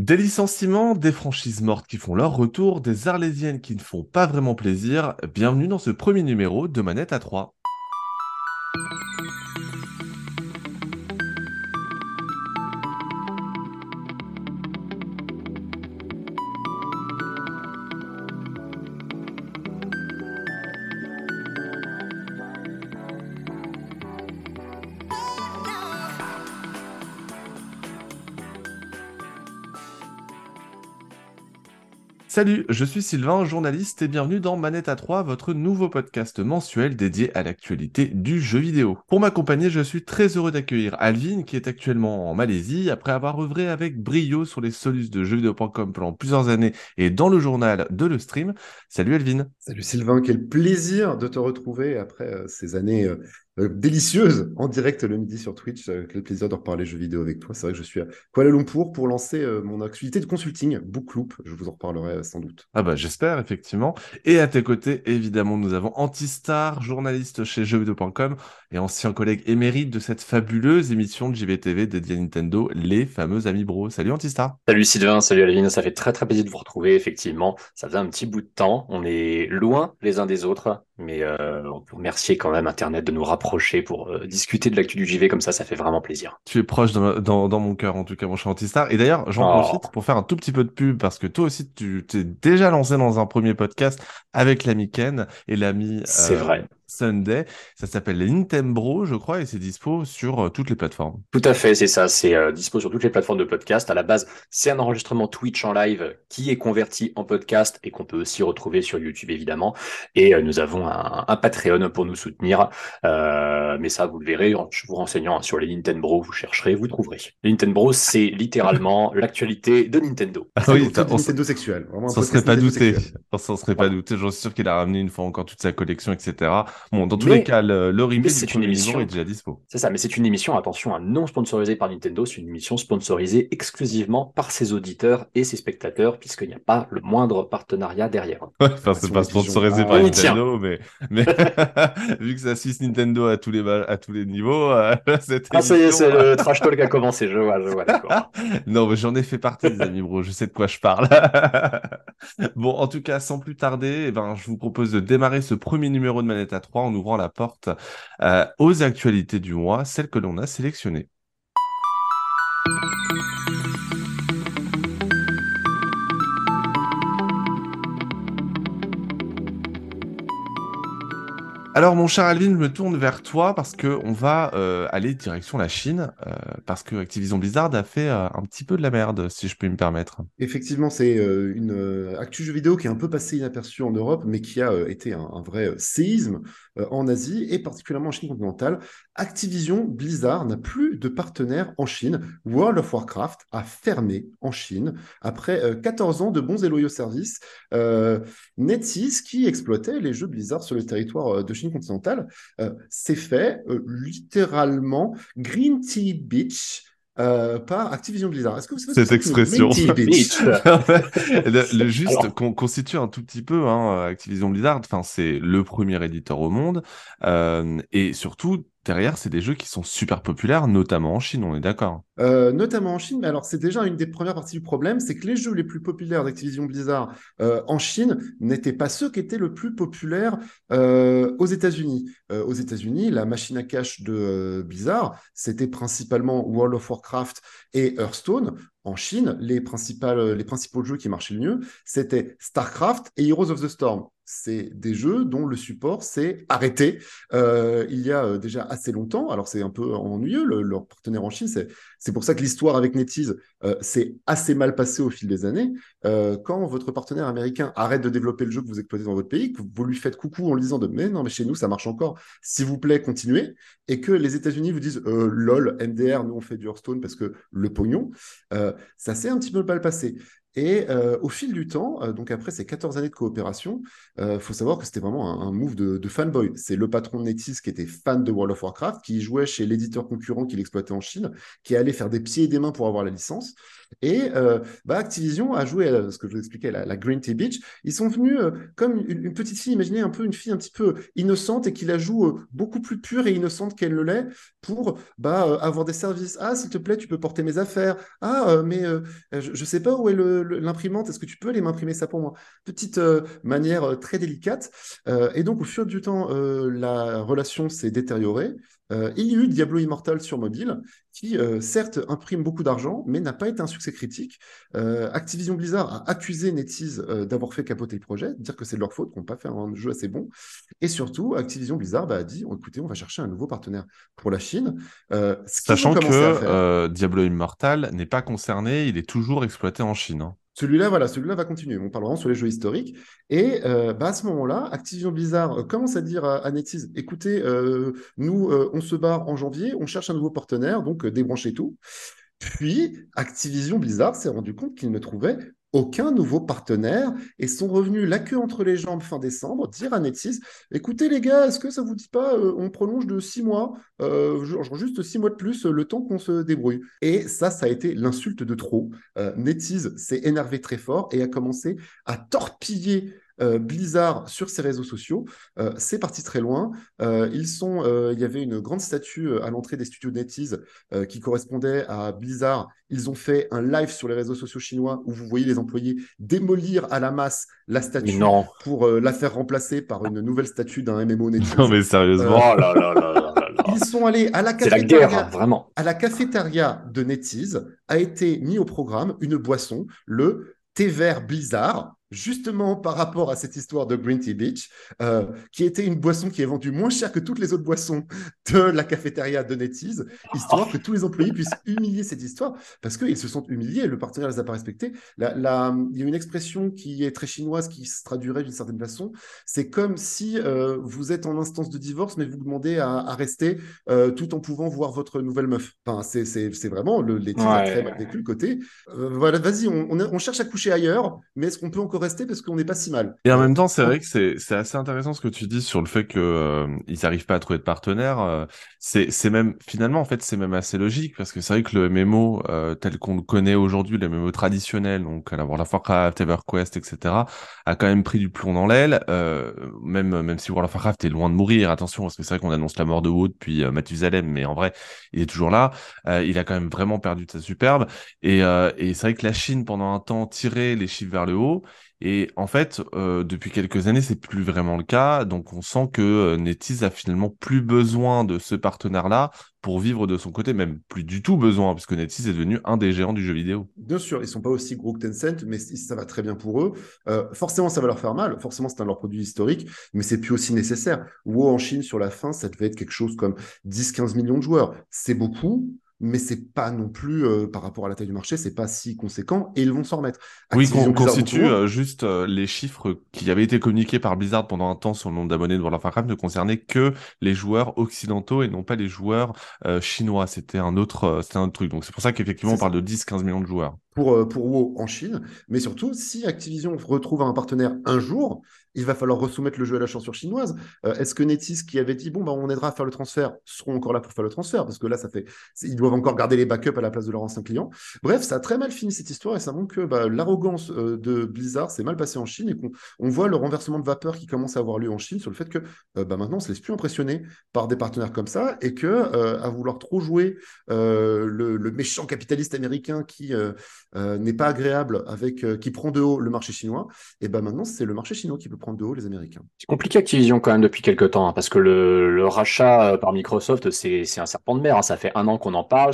Des licenciements, des franchises mortes qui font leur retour, des arlésiennes qui ne font pas vraiment plaisir. Bienvenue dans ce premier numéro de Manette à 3. Salut, je suis Sylvain, journaliste et bienvenue dans Manette à 3, votre nouveau podcast mensuel dédié à l'actualité du jeu vidéo. Pour m'accompagner, je suis très heureux d'accueillir Alvin qui est actuellement en Malaisie après avoir œuvré avec brio sur les solus de jeuxvideo.com pendant plusieurs années et dans le journal de Le Stream. Salut Alvin. Salut Sylvain, quel plaisir de te retrouver après ces années délicieuses en direct le midi sur Twitch. Quel plaisir de reparler jeux vidéo avec toi. C'est vrai que je suis à Kuala Lumpur pour lancer mon activité de consulting, Bookloop. Je vous en reparlerai sans doute. Ah bah j'espère effectivement. Et à tes côtés, évidemment, nous avons Antistar, journaliste chez jeuxvideo.com et ancien collègue émérite de cette fabuleuse émission de JVTV dédiée à Nintendo, les fameux Amis Bros. Salut Antistar. Salut Sylvain, salut Aline, ça fait très très plaisir de vous retrouver, effectivement. Ça faisait un petit bout de temps, on est loin les uns des autres, mais on peut remercier quand même Internet de nous rapprocher pour discuter de l'actu du JV comme ça fait vraiment plaisir. Tu es proche dans mon cœur, en tout cas, mon cher Antistar. Et d'ailleurs, j'en profite Oh, pour faire un tout petit peu de pub parce que toi aussi, tu t'es déjà lancé dans un premier podcast avec l'ami Ken et l'ami c'est vrai. Sunday. Ça s'appelle les Nintendo, je crois, et c'est dispo sur toutes les plateformes. Tout à fait, c'est ça, c'est dispo sur toutes les plateformes de podcast. À la base, c'est un enregistrement Twitch en live qui est converti en podcast et qu'on peut aussi retrouver sur YouTube évidemment. Et nous avons un Patreon pour nous soutenir. Mais ça, vous le verrez en vous renseignant sur les Nintendo, vous chercherez, vous trouverez. Les Nintendo, c'est littéralement l'actualité de Nintendo. Ah Un oui, podcast de Nintendo sexuel, vraiment un s'en serait podcast pas Nintendo douté. sexuel. On s'en serait pas Voilà. douté. J'en suis sûr qu'il a ramené une fois encore toute sa collection, etc. Bon, dans tous les Mais, cas, le mais replay du c'est une premier numéro est émission. déjà dispo. C'est ça, mais c'est une émission, attention, non sponsorisée par Nintendo, c'est une émission sponsorisée exclusivement par ses auditeurs et ses spectateurs, puisqu'il n'y a pas le moindre partenariat derrière. Ouais, enfin, c'est Passion pas et pigeons. sponsorisé par On Ah, y tient. Nintendo, mais vu que ça suce Nintendo à tous les niveaux, cette Ah, ça y est, émission. c'est le trash talk a commencé, je vois, d'accord. Non, mais j'en ai fait partie des amis bro, je sais de quoi je parle. Bon, en tout cas, sans plus tarder, eh ben, je vous propose de démarrer ce premier numéro de Manette à 3 en ouvrant la porte aux actualités du mois, celles que l'on a sélectionnées. Alors, mon cher Alvin, je me tourne vers toi parce que on va aller direction la Chine, parce que Activision Blizzard a fait un petit peu de la merde, si je peux me permettre. Effectivement, c'est une actu jeu vidéo qui est un peu passée inaperçue en Europe, mais qui a été un vrai séisme en Asie et particulièrement en Chine continentale. Activision Blizzard n'a plus de partenaire en Chine. World of Warcraft a fermé en Chine après 14 ans de bons et loyaux services. Euh, NetEase, qui exploitait les jeux Blizzard sur le territoire de Chine continentale, s'est fait littéralement Green Tea Beach par Activision Blizzard. Est-ce que vous savez ce que Cette c'est qu'une Green expression. Tea Beach? Beach. En fait, le juste Alors, qu'on constitue un tout petit peu Activision Blizzard, enfin, c'est le premier éditeur au monde, et surtout, derrière, c'est des jeux qui sont super populaires, notamment en Chine, on est d'accord. Notamment en Chine, mais alors c'est déjà une des premières parties du problème, c'est que les jeux les plus populaires d'Activision Blizzard en Chine n'étaient pas ceux qui étaient le plus populaires aux États-Unis. Aux États-Unis, la machine à cash de Blizzard, c'était principalement World of Warcraft et Hearthstone. En Chine, les principaux jeux qui marchaient le mieux, c'était StarCraft et Heroes of the Storm. C'est des jeux dont le support s'est arrêté il y a déjà assez longtemps. Alors c'est un peu ennuyeux, leur partenaire en Chine, c'est pour ça que l'histoire avec NetEase s'est assez mal passée au fil des années. Quand votre partenaire américain arrête de développer le jeu que vous exploitez dans votre pays, que vous lui faites coucou en lui disant mais non, mais chez nous, ça marche encore, s'il vous plaît, continuez, et que les États-Unis vous disent lol, MDR, nous on fait du Hearthstone parce que le pognon, ça s'est un petit peu mal passé. Et au fil du temps, donc après ces 14 années de coopération, faut savoir que c'était vraiment un move de fanboy. C'est le patron de NetEase qui était fan de World of Warcraft, qui jouait chez l'éditeur concurrent qui l'exploitait en Chine, qui allait faire des pieds et des mains pour avoir la licence. Et Activision a joué, ce que je vous expliquais, la Green Tea Beach. Ils sont venus comme une petite fille, imaginez un peu une fille un petit peu innocente et qui la joue beaucoup plus pure et innocente qu'elle ne l'est pour avoir des services. Ah, s'il te plaît, tu peux porter mes affaires. Ah, je ne sais pas où est l'imprimante. Est-ce que tu peux aller m'imprimer ça pour moi? Petite manière très délicate. Et donc, au fur du temps, la relation s'est détériorée. Il y a eu Diablo Immortal sur mobile, qui certes imprime beaucoup d'argent, mais n'a pas été un succès critique. Activision Blizzard a accusé NetEase d'avoir fait capoter le projet, de dire que c'est de leur faute, qu'on n'a pas fait un jeu assez bon. Et surtout, Activision Blizzard a dit, écoutez, on va chercher un nouveau partenaire pour la Chine. Ce qu'ils ont Sachant que commencé à faire. Diablo Immortal n'est pas concerné, il est toujours exploité en Chine, hein. Celui-là va continuer. On parle vraiment sur les jeux historiques. Et à ce moment-là, Activision Blizzard commence à dire à NetEase, écoutez, nous, on se barre en janvier, on cherche un nouveau partenaire, donc débranchez tout. Puis, Activision Blizzard s'est rendu compte qu'il ne trouvait aucun nouveau partenaire et sont revenus la queue entre les jambes fin décembre, dire à NetEase, écoutez les gars, est-ce que ça vous dit pas, on prolonge de 6 mois, genre juste 6 mois de plus, le temps qu'on se débrouille. Et ça a été l'insulte de trop. NetEase s'est énervé très fort et a commencé à torpiller Blizzard sur ses réseaux sociaux. C'est parti très loin. Il y avait une grande statue à l'entrée des studios de NetEase qui correspondait à Blizzard. Ils ont fait un live sur les réseaux sociaux chinois où vous voyez les employés démolir à la masse la Mais statue non. pour la faire remplacer par une nouvelle statue d'un MMO Non NetEase. mais Oh sérieusement. là là là là là là. Ils sont allés C'est la guerre, hein, vraiment. à la cafétéria de NetEase, a été mis au programme une boisson, le thé vert Blizzard, justement par rapport à cette histoire de Green Tea Beach, qui était une boisson qui est vendue moins cher que toutes les autres boissons de la cafétéria de NetEase, histoire que tous les employés puissent humilier cette histoire, parce qu'ils se sont humiliés, le partenaire ne les a pas respectés. Il y a une expression qui est très chinoise, qui se traduirait d'une certaine façon, c'est comme si vous êtes en instance de divorce, mais vous demandez à rester tout en pouvant voir votre nouvelle meuf. Enfin, c'est vraiment, NetEase a très mal Ouais. vécu le côté. Voilà, vas-y, on cherche à coucher ailleurs, mais est-ce qu'on peut encore rester parce qu'on n'est pas si mal. Et en même temps, c'est vrai que c'est assez intéressant ce que tu dis sur le fait que ils n'arrivent pas à trouver de partenaire. C'est même finalement en fait c'est même assez logique parce que c'est vrai que le MMO tel qu'on le connaît aujourd'hui, le MMO traditionnel, donc à la World of Warcraft, EverQuest, etc., a quand même pris du plomb dans l'aile. Même si World of Warcraft est loin de mourir, attention parce que c'est vrai qu'on annonce la mort de WoW depuis Mathusalem, mais en vrai il est toujours là. Il a quand même vraiment perdu de sa superbe. Et c'est vrai que la Chine pendant un temps tirait les chiffres vers le haut. Et en fait, depuis quelques années, c'est plus vraiment le cas. Donc, on sent que NetEase a finalement plus besoin de ce partenaire-là pour vivre de son côté, même plus du tout besoin, puisque NetEase est devenu un des géants du jeu vidéo. Bien sûr, ils ne sont pas aussi gros que Tencent, mais ça va très bien pour eux. Forcément, ça va leur faire mal. Forcément, c'est un de leurs produits historiques, mais c'est plus aussi nécessaire. WoW en Chine, sur la fin, ça devait être quelque chose comme 10-15 millions de joueurs. C'est beaucoup, mais c'est pas non plus, par rapport à la taille du marché, c'est pas si conséquent, et ils vont s'en remettre. Oui, Activision qu'on Blizzard situe retourne. juste les chiffres qui avaient été communiqués par Blizzard pendant un temps sur le nombre d'abonnés de World of Warcraft ne concernaient que les joueurs occidentaux et non pas les joueurs chinois. C'était un autre truc. Donc c'est pour ça qu'effectivement on C'est parle ça. de 10-15 millions de joueurs. Pour WoW en Chine, mais surtout, si Activision retrouve un partenaire un jour, il va falloir resoumettre le jeu à la censure chinoise. Est-ce que NetEase, qui avait dit, bon, bah, on aidera à faire le transfert, seront encore là pour faire le transfert? Parce que là, ils doivent encore garder les backups à la place de leurs anciens clients. Bref, ça a très mal fini cette histoire et ça montre que l'arrogance de Blizzard s'est mal passée en Chine et qu'on voit le renversement de vapeur qui commence à avoir lieu en Chine sur le fait que maintenant, on ne se laisse plus impressionner par des partenaires comme ça et que à vouloir trop jouer le méchant capitaliste américain qui n'est pas agréable, qui prend de haut le marché chinois, et ben maintenant c'est le marché chinois qui peut prendre de haut les Américains. C'est compliqué Activision quand même depuis quelques temps, hein, parce que le rachat par Microsoft, c'est un serpent de mer, hein. Ça fait un an qu'on en parle,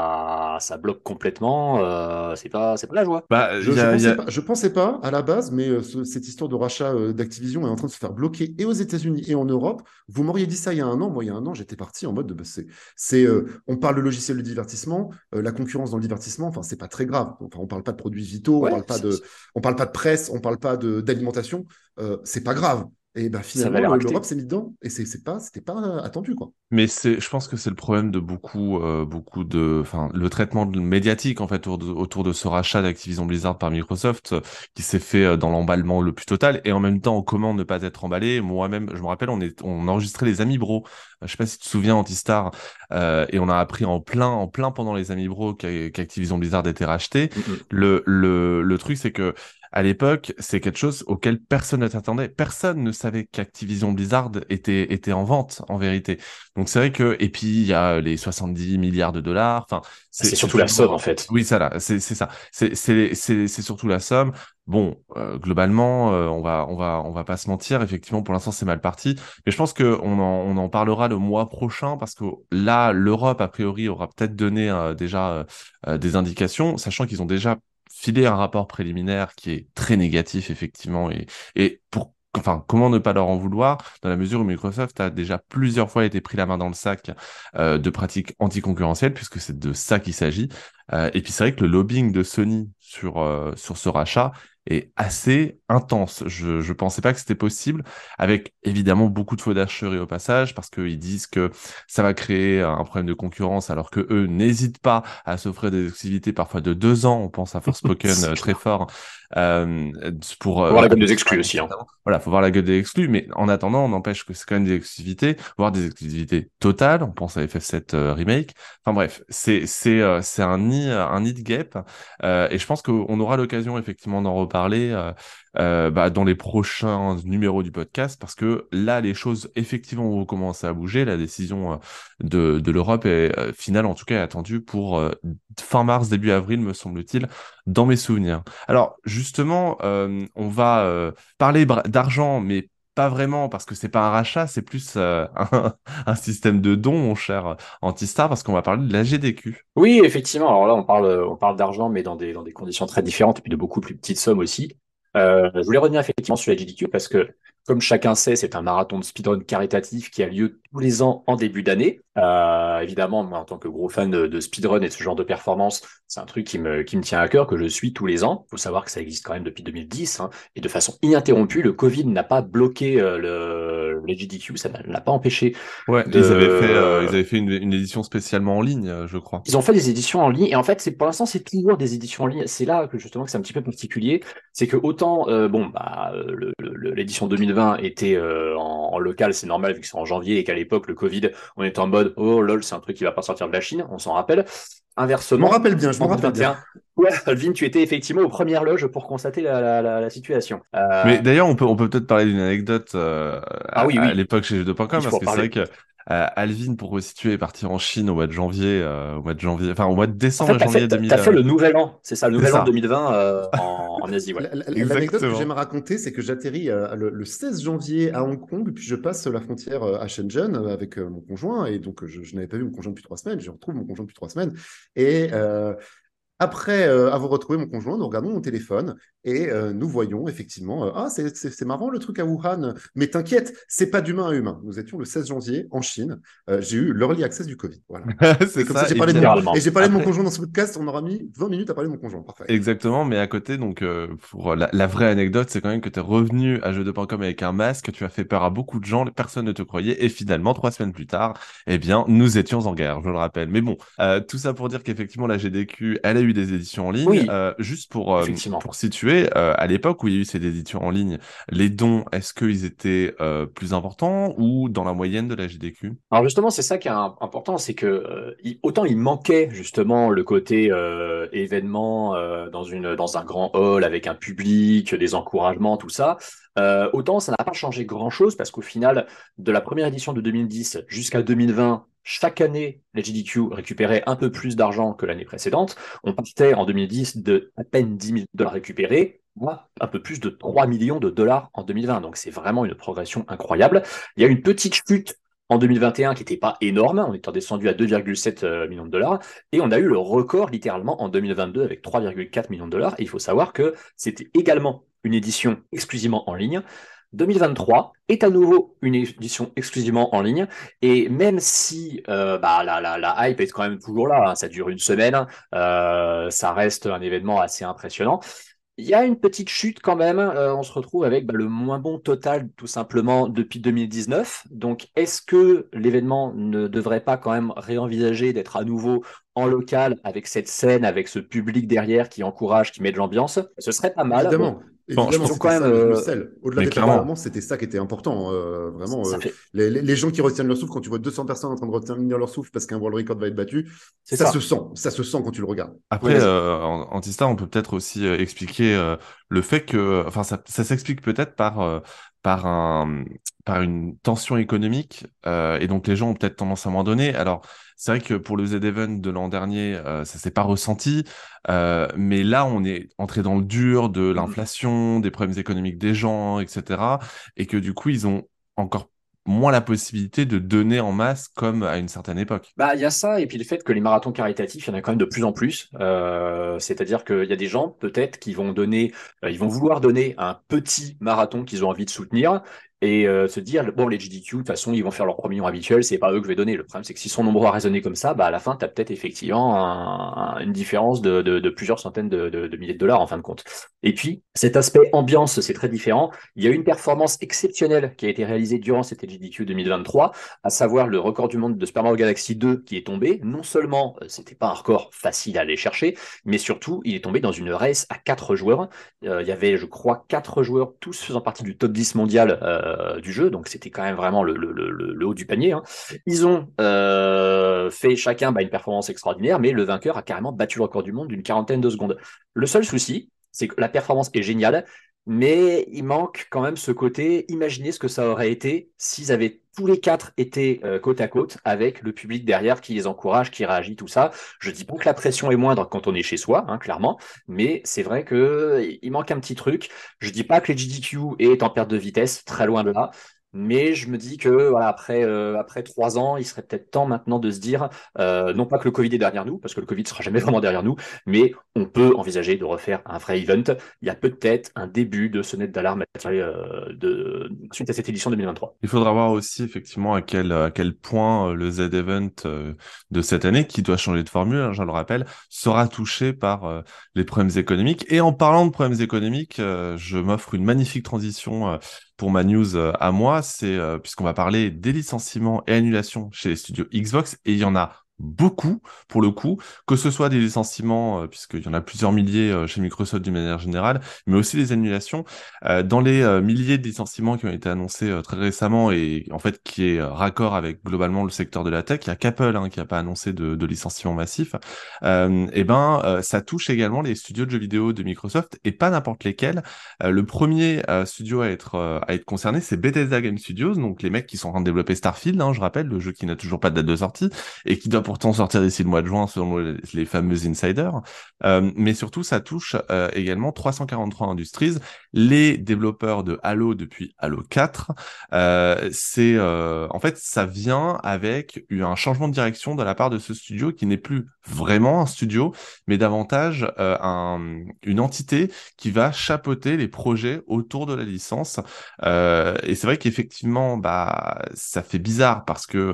ça bloque complètement. C'est pas la joie. Bah, Je, je pensais pas, je pensais pas à la base, mais cette histoire de rachat d'Activision est en train de se faire bloquer et aux États-Unis et en Europe. Vous m'auriez dit ça il y a un an. Moi, il y a un an, j'étais parti en mode de, on parle de logiciel de divertissement, la concurrence dans le divertissement. Enfin, c'est pas très grave. Enfin, on parle pas de produits vitaux, Ouais, on parle pas de presse, on parle pas d'alimentation. C'est pas grave. Et ben Ça va finalement, l'air l'Europe acté. s'est mis dedans. Et c'était pas attendu, quoi. Mais je pense que c'est le problème de beaucoup enfin, le traitement médiatique en fait autour de ce rachat d'Activision Blizzard par Microsoft qui s'est fait dans l'emballement le plus total et en même temps comment ne pas être emballé. Moi-même, je me rappelle, on enregistrait les Amis Bro. Je sais pas si tu te souviens, Antistar, et on a appris en plein pendant les Amis Bro qu'Activision Blizzard était racheté. Mm, Le truc, c'est que à l'époque, c'est quelque chose auquel personne ne s'attendait. Personne ne savait qu'Activision Blizzard était en vente, en vérité. Donc c'est vrai que, et puis il y a les 70 milliards de dollars, enfin, c'est c'est surtout la somme, toujours, en fait. oui, ça là, c'est ça. C'est surtout la somme. Bon, globalement, on va pas se mentir, effectivement, pour l'instant, c'est mal parti. Mais je pense que on en parlera le mois prochain parce que là, l'Europe, a priori, aura peut-être donné déjà des indications, sachant qu'ils ont déjà filé un rapport préliminaire qui est très négatif, effectivement, enfin, comment ne pas leur en vouloir dans la mesure où Microsoft a déjà plusieurs fois été pris la main dans le sac de pratiques anticoncurrentielles, puisque c'est de ça qu'il s'agit. Et puis c'est vrai que le lobbying de Sony sur ce rachat est assez intense. Je pensais pas que c'était possible, avec évidemment beaucoup de faux d'acheries au passage, parce qu'ils disent que ça va créer un problème de concurrence, alors que eux n'hésitent pas à s'offrir des exclusivités parfois de 2 ans. On pense à Forspoken C'est très clair. fort pour Faut voir la gomme des compétition exclus avec aussi, hein. Nintendo. Voilà, faut voir la gueule des exclus, mais en attendant, on n'empêche que c'est quand même des exclusivités, voire des exclusivités totales. On pense à FF7 Remake. Enfin bref, c'est un nid de guêpe, et je pense qu'on aura l'occasion effectivement d'en reparler dans les prochains numéros du podcast, parce que là, les choses effectivement vont commencer à bouger. La décision de l'Europe est finale, en tout cas, est attendue pour fin mars, début avril, me semble-t-il, dans mes souvenirs. Alors justement, on va parler d'argent, mais pas vraiment, parce que c'est pas un rachat, c'est plus un système de dons, mon cher Antistar, parce qu'on va parler de la GDQ. Oui, effectivement. Alors là, on parle d'argent, mais dans des conditions très différentes et puis de beaucoup plus petites sommes aussi. Je voulais revenir effectivement sur la GDQ parce que, comme chacun sait, c'est un marathon de speedrun caritatif qui a lieu tous les ans en début d'année. Évidemment, moi, en tant que gros fan de speedrun et de ce genre de performance, c'est un truc qui me tient à cœur, que je suis tous les ans. Il faut savoir que ça existe quand même depuis 2010, hein, et de façon ininterrompue. Le Covid n'a pas bloqué les GDQ, ça ne l'a pas empêché Ouais, ils de, avaient fait une édition spécialement en ligne, je crois. ils ont fait des éditions en ligne et en fait, c'est pour l'instant, c'est toujours des éditions en ligne. C'est là que justement que c'est un petit peu particulier, c'est que autant l'édition 2020 était en local, c'est normal vu que c'est en janvier et qu'à l'époque le Covid, on était en mode oh lol, c'est un truc qui va pas sortir de la Chine, on s'en rappelle. Je m'en Inversement, rappelle bien, je m'en en rappelle bien. 2021, ouais, Alvin, tu étais effectivement aux premières loges pour constater la situation. Mais d'ailleurs, on peut peut-être parler d'une anecdote Ah oui, à oui, l'époque chez Jeux2.com, il faut parce en que c'est vrai parler. que Alvin, pour resituer, est parti en Chine au mois de janvier, enfin au mois de En décembre fait, et janvier 2000. t'as fait le nouvel an, c'est ça, le C'est nouvel an ça, 2020 en Asie, ouais. L'anecdote que j'aime exactement. raconter, c'est que j'atterris le 16 janvier à Hong Kong, puis je passe la frontière à Shenzhen avec mon conjoint, et donc je n'avais pas vu mon conjoint depuis 3 semaines, je retrouve mon conjoint depuis 3 semaines, et après avoir retrouvé mon conjoint, nous regardons mon téléphone et nous voyons effectivement, ah, c'est marrant le truc à Wuhan, mais t'inquiète, c'est pas d'humain à humain. Nous étions le 16 janvier en Chine. J'ai eu l'early access du Covid. Voilà. C'est Et comme ça, ça, j'ai parlé de mon, évidemment. et Littéralement. j'ai parlé de mon Après, conjoint dans ce podcast. On aura mis 20 minutes à parler de mon conjoint. Parfait. exactement, mais à côté, donc, pour la vraie anecdote, c'est quand même que tu es revenu à jeux2.com avec un masque, tu as fait peur à beaucoup de gens, personne ne te croyait, et finalement, 3 semaines plus tard, eh bien, nous étions en guerre, je le rappelle. Mais bon, tout ça pour dire qu'effectivement, la GDQ, elle a eu des éditions en ligne. Oui, Juste effectivement. pour situer, à l'époque où il y a eu ces éditions en ligne, les dons, est-ce qu'ils étaient plus importants ou dans la moyenne de la GDQ? Alors justement, c'est ça qui est important, c'est que autant il manquait justement le côté événement dans un grand hall avec un public, des encouragements, tout ça. Autant ça n'a pas changé grand-chose parce qu'au final, de la première édition de 2010 jusqu'à 2020, chaque année, les GDQ récupéraient un peu plus d'argent que l'année précédente. On partait en 2010 de à peine 10 000 dollars récupérés, à un peu plus de 3 millions de dollars en 2020. Donc c'est vraiment une progression incroyable. Il y a une petite chute en 2021 qui n'était pas énorme, on était descendu à 2,7 millions de dollars, et on a eu le record littéralement en 2022 avec 3,4 millions de dollars, et il faut savoir que c'était également une édition exclusivement en ligne. 2023 est à nouveau une édition exclusivement en ligne, et même si la hype est quand même toujours là, hein, ça dure une semaine, ça reste un événement assez impressionnant. Il y a une petite chute quand même. On se retrouve avec le moins bon total tout simplement depuis 2019. Donc, est-ce que l'événement ne devrait pas quand même réenvisager d'être à nouveau en local avec cette scène, avec ce public derrière qui encourage, qui met de l'ambiance? Ce serait pas mal. Bon, Évidemment, Bon, je évidemment, ils ont pense, quand c'était même, ça le sel. Au-delà mais des clairement. performances, c'était ça qui était important. Vraiment, ça fait, les gens qui retiennent leur souffle, quand tu vois 200 personnes en train de retenir leur souffle parce qu'un world record va être battu, c'est ça. ça se sent quand tu le regardes. Oui, Après, vas-y. Antista, on peut peut-être aussi expliquer le fait que, enfin, ça s'explique peut-être par un, par une tension économique, et donc les gens ont peut-être tendance à moins donner. Alors, c'est vrai que pour le Z-Event de l'an dernier, ça s'est pas ressenti, mais là, on est entré dans le dur de Mhm. l'inflation, des problèmes économiques des gens, etc., et que du coup, ils ont encore moins la possibilité de donner en masse comme à une certaine époque. Il y a ça, et puis le fait que les marathons caritatifs, il y en a quand même de plus en plus. C'est-à-dire qu'il y a des gens, peut-être, qui vont donner, ils vont vouloir donner un petit marathon qu'ils ont envie de soutenir et se dire, bon, les GDQ, de toute façon, ils vont faire leur 3 millions habituels, c'est pas eux que je vais donner. Le problème, c'est que s'ils sont nombreux à raisonner comme ça, à la fin, tu as peut-être effectivement une différence de plusieurs centaines de milliers de dollars en fin de compte. Et puis, cet aspect ambiance, c'est très différent. Il y a eu une performance exceptionnelle qui a été réalisée durant cette GDQ 2023, à savoir le record du monde de Super Mario Galaxy 2 qui est tombé. Non seulement c'était pas un record facile à aller chercher, mais surtout il est tombé dans une race à 4 joueurs. Il y avait, je crois, 4 joueurs, tous faisant partie du top 10 mondial du jeu, donc c'était quand même vraiment le haut du panier. Hein. Ils ont fait chacun une performance extraordinaire, mais le vainqueur a carrément battu le record du monde d'une quarantaine de secondes. Le seul souci, c'est que la performance est géniale, mais il manque quand même ce côté, imaginez ce que ça aurait été s'ils avaient tous les quatre été côte à côte avec le public derrière qui les encourage, qui réagit, tout ça. Je dis pas que la pression est moindre quand on est chez soi, hein, clairement, mais c'est vrai qu'il manque un petit truc. Je dis pas que les GDQ est en perte de vitesse, très loin de là. Mais je me dis que voilà, après 3 ans, il serait peut-être temps maintenant de se dire, non pas que le Covid est derrière nous, parce que le Covid sera jamais vraiment derrière nous, mais on peut envisager de refaire un vrai event. Il y a peut-être un début de sonnette d'alarme suite à cette édition 2023. Il faudra voir aussi effectivement à quel point le Z-Event de cette année, qui doit changer de formule, hein, je le rappelle, sera touché par les problèmes économiques. Et en parlant de problèmes économiques, je m'offre une magnifique transition pour ma news à moi. C'est puisqu'on va parler des licenciements et annulations chez les studios Xbox, et il y en a beaucoup pour le coup, que ce soit des licenciements, puisqu'il y en a plusieurs milliers chez Microsoft d'une manière générale, mais aussi des annulations. Dans les milliers de licenciements qui ont été annoncés très récemment et en fait qui est raccord avec globalement le secteur de la tech, il y a qu'Apple qui n'a pas annoncé de licenciements massifs. Ça touche également les studios de jeux vidéo de Microsoft et pas n'importe lesquels. Le premier studio à être concerné, c'est Bethesda Game Studios, donc les mecs qui sont en train de développer Starfield, je rappelle, le jeu qui n'a toujours pas de date de sortie et qui doit pourtant sortir d'ici le mois de juin selon les fameux insiders. Mais surtout, ça touche également 343 Industries, les développeurs de Halo depuis Halo 4. En fait, ça vient avec un changement de direction de la part de ce studio qui n'est plus vraiment un studio, mais davantage une entité qui va chapeauter les projets autour de la licence. Et c'est vrai qu'effectivement, ça fait bizarre parce que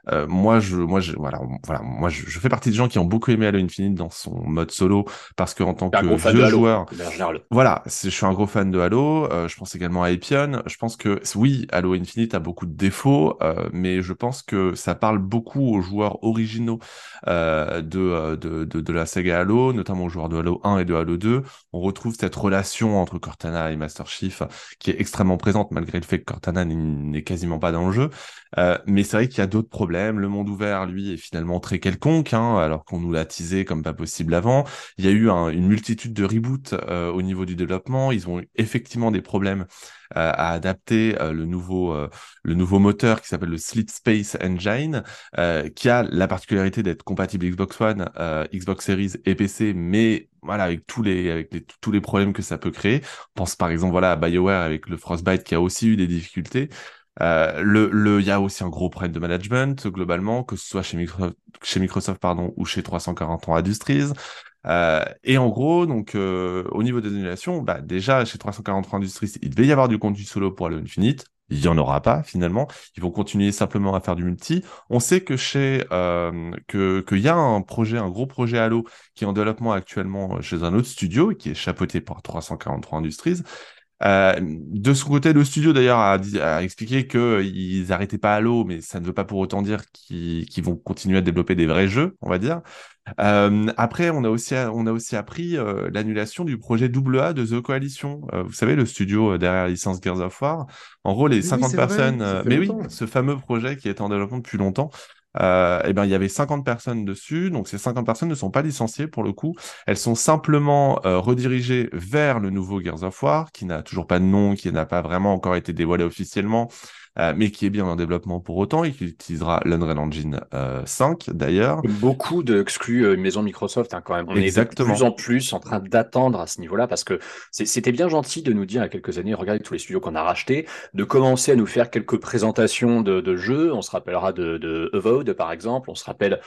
je fais partie des gens qui ont beaucoup aimé Halo Infinite dans son mode solo parce que en tant Je suis un que gros fan de vieux Halo, joueur, de manière générale. voilà, je suis un gros fan de Halo. Je pense également à Epion. Je pense que oui, Halo Infinite a beaucoup de défauts, mais je pense que ça parle beaucoup aux joueurs originaux de la saga Halo, notamment aux joueurs de Halo 1 et de Halo 2. On retrouve cette relation entre Cortana et Master Chief qui est extrêmement présente malgré le fait que Cortana n'est quasiment pas dans le jeu. Mais c'est vrai qu'il y a d'autres problèmes. Le monde ouvert, lui, est finalement très quelconque, alors qu'on nous l'a teasé comme pas possible avant. Il y a eu une multitude de reboots au niveau du développement. Ils ont eu effectivement des problèmes à adapter le nouveau moteur qui s'appelle le Sleep Space Engine, qui a la particularité d'être compatible Xbox One, Xbox Series et PC, mais voilà, avec tous les problèmes que ça peut créer. On pense par exemple à BioWare avec le Frostbite qui a aussi eu des difficultés. Il y a aussi un gros problème de management globalement, que ce soit chez Microsoft pardon, ou chez 343 Industries. Et en gros, donc, au niveau des annulations, déjà, chez 343 Industries, il devait y avoir du contenu solo pour Halo Infinite. il y en aura pas finalement. Ils vont continuer simplement à faire du multi. On sait que qu'il y a un gros projet Halo qui est en développement actuellement chez un autre studio et qui est chapeauté par 343 Industries. De son côté, le studio d'ailleurs a expliqué qu'ils n'arrêtaient pas Halo, mais ça ne veut pas pour autant dire qu'ils vont continuer à développer des vrais jeux, on va dire. Après, on a aussi appris l'annulation du projet AA de The Coalition. Vous savez, le studio derrière la licence Gears of War. En gros, les Mais oui, 50 c'est vrai, personnes, ça fait mais oui, longtemps. ce fameux projet qui est en développement depuis longtemps, eh ben, il y avait 50 personnes dessus. Donc, ces 50 personnes ne sont pas licenciées pour le coup. Elles sont simplement redirigées vers le nouveau Gears of War, qui n'a toujours pas de nom, qui n'a pas vraiment encore été dévoilé officiellement, mais qui est bien en développement pour autant et qui utilisera l'Unreal Engine 5 d'ailleurs. Comme beaucoup d'exclus maison Microsoft, hein, quand même. On est de plus Exactement. en plus en train d'attendre à ce niveau-là parce que c'était bien gentil de nous dire il y a quelques années, regardez tous les studios qu'on a rachetés, de commencer à nous faire quelques présentations de jeux. On se rappellera de Avowed, par exemple. On se rappelle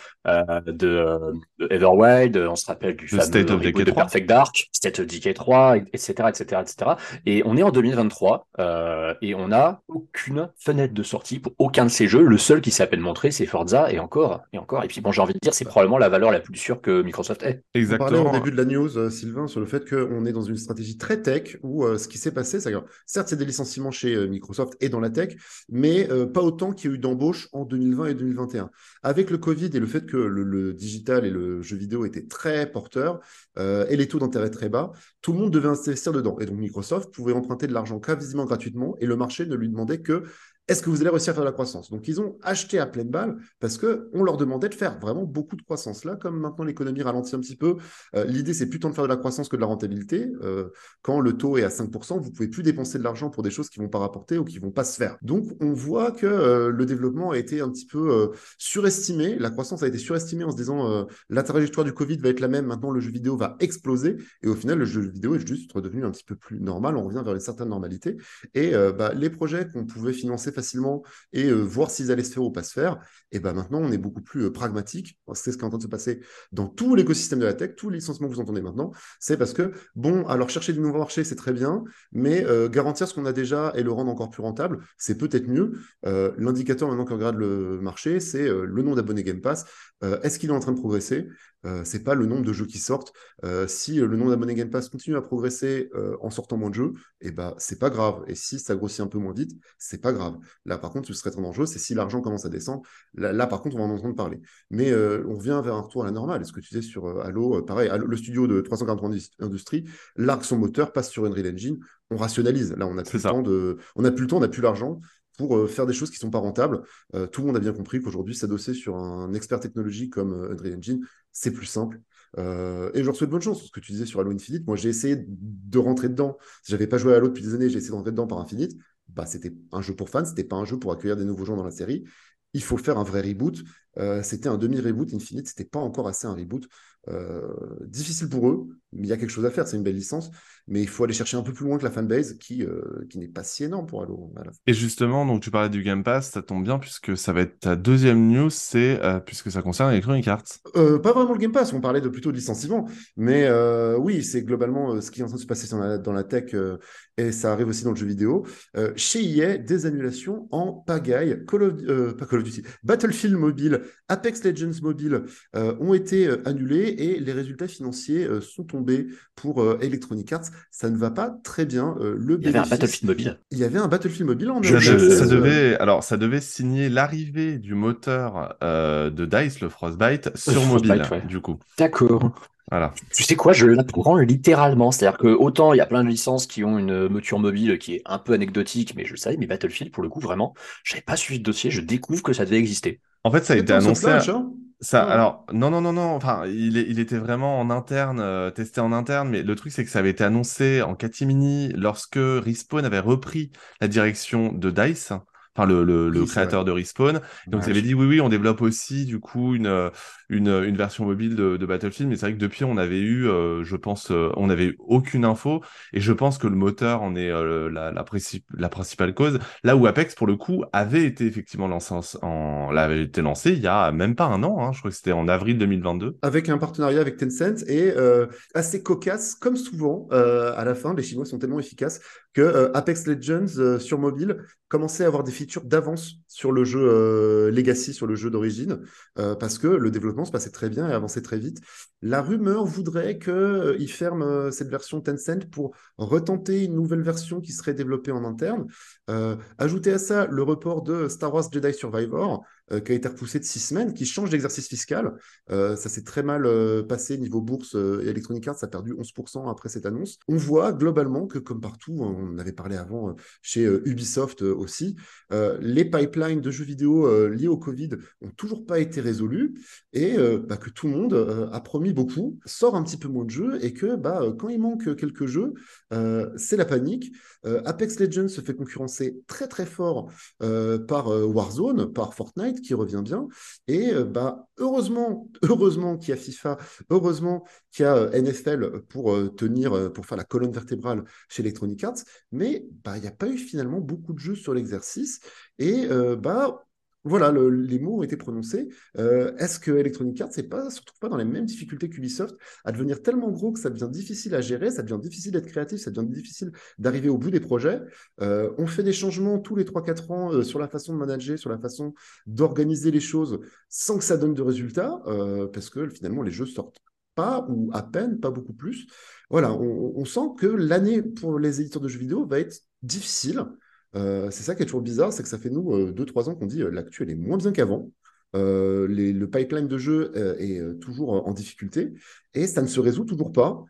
de Everwild. On se rappelle du Le State fameux of Decay reboot de 3. Perfect Dark, State of Decay 3, etc., etc., etc. Et on est en 2023 et on n'a aucune fenêtre de sortie pour aucun de ces jeux. Le seul qui s'appelle montré, c'est Forza et encore, et encore. Et puis bon, j'ai envie de dire, c'est probablement la valeur la plus sûre que Microsoft ait. On parlait en Exactement. début de la news, Sylvain, sur le fait qu'on est dans une stratégie très tech où ce qui s'est passé, c'est que certes, c'est des licenciements chez Microsoft et dans la tech, mais pas autant qu'il y a eu d'embauches en 2020 et 2021. Avec le Covid et le fait que le digital et le jeu vidéo étaient très porteurs et les taux d'intérêt très bas, tout le monde devait investir dedans. Et donc Microsoft pouvait emprunter de l'argent quasiment gratuitement et le marché ne lui demandait que est-ce que vous allez réussir à faire de la croissance? Donc, ils ont acheté à pleine balle parce qu'on leur demandait de faire vraiment beaucoup de croissance. Là, comme maintenant l'économie ralentit un petit peu, l'idée, c'est plus tant de faire de la croissance que de la rentabilité. Quand le taux est à 5%, vous ne pouvez plus dépenser de l'argent pour des choses qui ne vont pas rapporter ou qui ne vont pas se faire. Donc, on voit que le développement a été un petit peu surestimé. La croissance a été surestimée en se disant la trajectoire du Covid va être la même. Maintenant, le jeu vidéo va exploser. Et au final, le jeu vidéo est juste redevenu un petit peu plus normal. On revient vers une certaine normalité. Et les projets qu'on pouvait financer facilement et voir s'ils allaient se faire ou pas se faire, et ben maintenant, on est beaucoup plus pragmatique. C'est ce qui est en train de se passer dans tout l'écosystème de la tech, tous les licenciements que vous entendez maintenant. C'est parce que, bon, alors chercher de nouveaux marchés, c'est très bien, mais garantir ce qu'on a déjà et le rendre encore plus rentable, c'est peut-être mieux. L'indicateur maintenant que regarde le marché, c'est le nombre d'abonnés Game Pass. Est-ce qu'il est en train de progresser? C'est pas le nombre de jeux qui sortent. Si le nombre d'abonnés Game Pass continue à progresser en sortant moins de jeux, et ben c'est pas grave. Et si ça grossit un peu moins vite, c'est pas grave. Là, par contre, ce serait très dangereux, c'est si l'argent commence à descendre. Là, par contre, on va en entendre parler. Mais on revient vers un retour à la normale. Ce que tu disais sur Halo, pareil, le studio de 343 Industries largue son moteur, passe sur Unreal Engine, on rationalise. Là, on n'a plus C'est le temps ça. on n'a plus le temps, on n'a plus l'argent pour faire des choses qui ne sont pas rentables. Tout le monde a bien compris qu'aujourd'hui, s'adosser sur un expert technologique comme Unreal Engine, c'est plus simple. Et je leur souhaite bonne chance. Ce que tu disais sur Halo Infinite, moi j'ai essayé de rentrer dedans. Si j'avais pas joué à Halo depuis des années, j'ai essayé de rentrer dedans par Infinite. Bah, c'était un jeu pour fans, c'était pas un jeu pour accueillir des nouveaux gens dans la série. Il faut faire un vrai reboot. C'était un demi-reboot. Infinite, c'était pas encore assez un reboot. Difficile pour eux, mais il y a quelque chose à faire. C'est une belle licence, mais il faut aller chercher un peu plus loin que la fanbase qui n'est pas si énorme pour Halo à la fin. Et justement, donc tu parlais du Game Pass, ça tombe bien puisque ça va être ta deuxième news, c'est puisque ça concerne Electronic Arts. Pas vraiment le Game Pass, on parlait de plutôt de licenciement, mais oui, c'est globalement ce qui est en train de se passer dans la tech et ça arrive aussi dans le jeu vidéo. Chez EA, des annulations en pagaille. Pas Call of Duty, Battlefield Mobile, Apex Legends Mobile ont été annulés et les résultats financiers sont tombés pour Electronic Arts. Ça ne va pas très bien. Le Il y avait un bénéfice, Battlefield mobile. il y avait un Battlefield Mobile en Je, early Ça access. je... devait, alors ça devait signer l'arrivée du moteur de DICE, le Frostbite, sur Frostbite, mobile, ouais. du coup. D'accord. Voilà. Tu sais quoi, je l'apprends littéralement. C'est-à-dire que autant il y a plein de licences qui ont une mouture mobile qui est un peu anecdotique, mais je le savais, mais Battlefield, pour le coup, vraiment, j'avais pas suivi le dossier, je découvre que ça devait exister. En fait, ça a été Attends, annoncé. Soulflash, hein? Ça, Ah. alors, non. Enfin, il était vraiment en interne, testé en interne, mais le truc, c'est que ça avait été annoncé en catimini lorsque Respawn avait repris la direction de DICE, enfin, le Oui, c'est vrai. créateur de Respawn. Donc, Ouais, ils avaient dit, oui, on développe aussi, du coup, une version mobile de Battlefield, mais c'est vrai que depuis, on avait eu, je pense, on n'avait eu aucune info, et je pense que le moteur en est la principale cause. Là où Apex, pour le coup, avait été effectivement lancé l'avait été lancé il y a même pas un an, hein, je crois que c'était en avril 2022. Avec un partenariat avec Tencent et assez cocasse, comme souvent, à la fin, les Chinois sont tellement efficaces que Apex Legends sur mobile commençait à avoir des features d'avance sur le jeu Legacy, sur le jeu d'origine, parce que le développement se passait très bien et avançait très vite. La rumeur voudrait qu'ils ferment cette version Tencent pour retenter une nouvelle version qui serait développée en interne. Ajouter à ça le report de Star Wars Jedi Survivor, qui a été repoussé de 6 semaines, qui change d'exercice fiscal. Ça s'est très mal passé niveau bourse et Electronic Arts, ça a perdu 11% après cette annonce. On voit globalement que, comme partout, on avait parlé avant chez Ubisoft aussi, les pipelines de jeux vidéo liés au Covid n'ont toujours pas été résolus et que tout le monde a promis beaucoup, sort un petit peu moins de jeux et que quand il manque quelques jeux, c'est la panique. Apex Legends se fait concurrencer très très fort par Warzone, par Fortnite qui revient bien. Et heureusement qu'il y a FIFA, heureusement qu'il y a NFL pour tenir, pour faire la colonne vertébrale chez Electronic Arts, mais il n'y a pas eu finalement beaucoup de jeux sur l'exercice. Et voilà, les mots ont été prononcés. Est-ce que Electronic Arts ne se retrouve pas dans les mêmes difficultés qu'Ubisoft à devenir tellement gros que ça devient difficile à gérer, ça devient difficile d'être créatif, ça devient difficile d'arriver au bout des projets. On fait des changements tous les 3-4 ans sur la façon de manager, sur la façon d'organiser les choses sans que ça donne de résultats, parce que finalement les jeux sortent pas ou à peine, pas beaucoup plus. Voilà, on sent que l'année pour les éditeurs de jeux vidéo va être difficile. C'est ça qui est toujours bizarre, c'est que ça fait nous 2-3 ans qu'on dit l'actu elle est moins bien qu'avant. Le pipeline de jeu est toujours en difficulté et ça ne se résout toujours pas,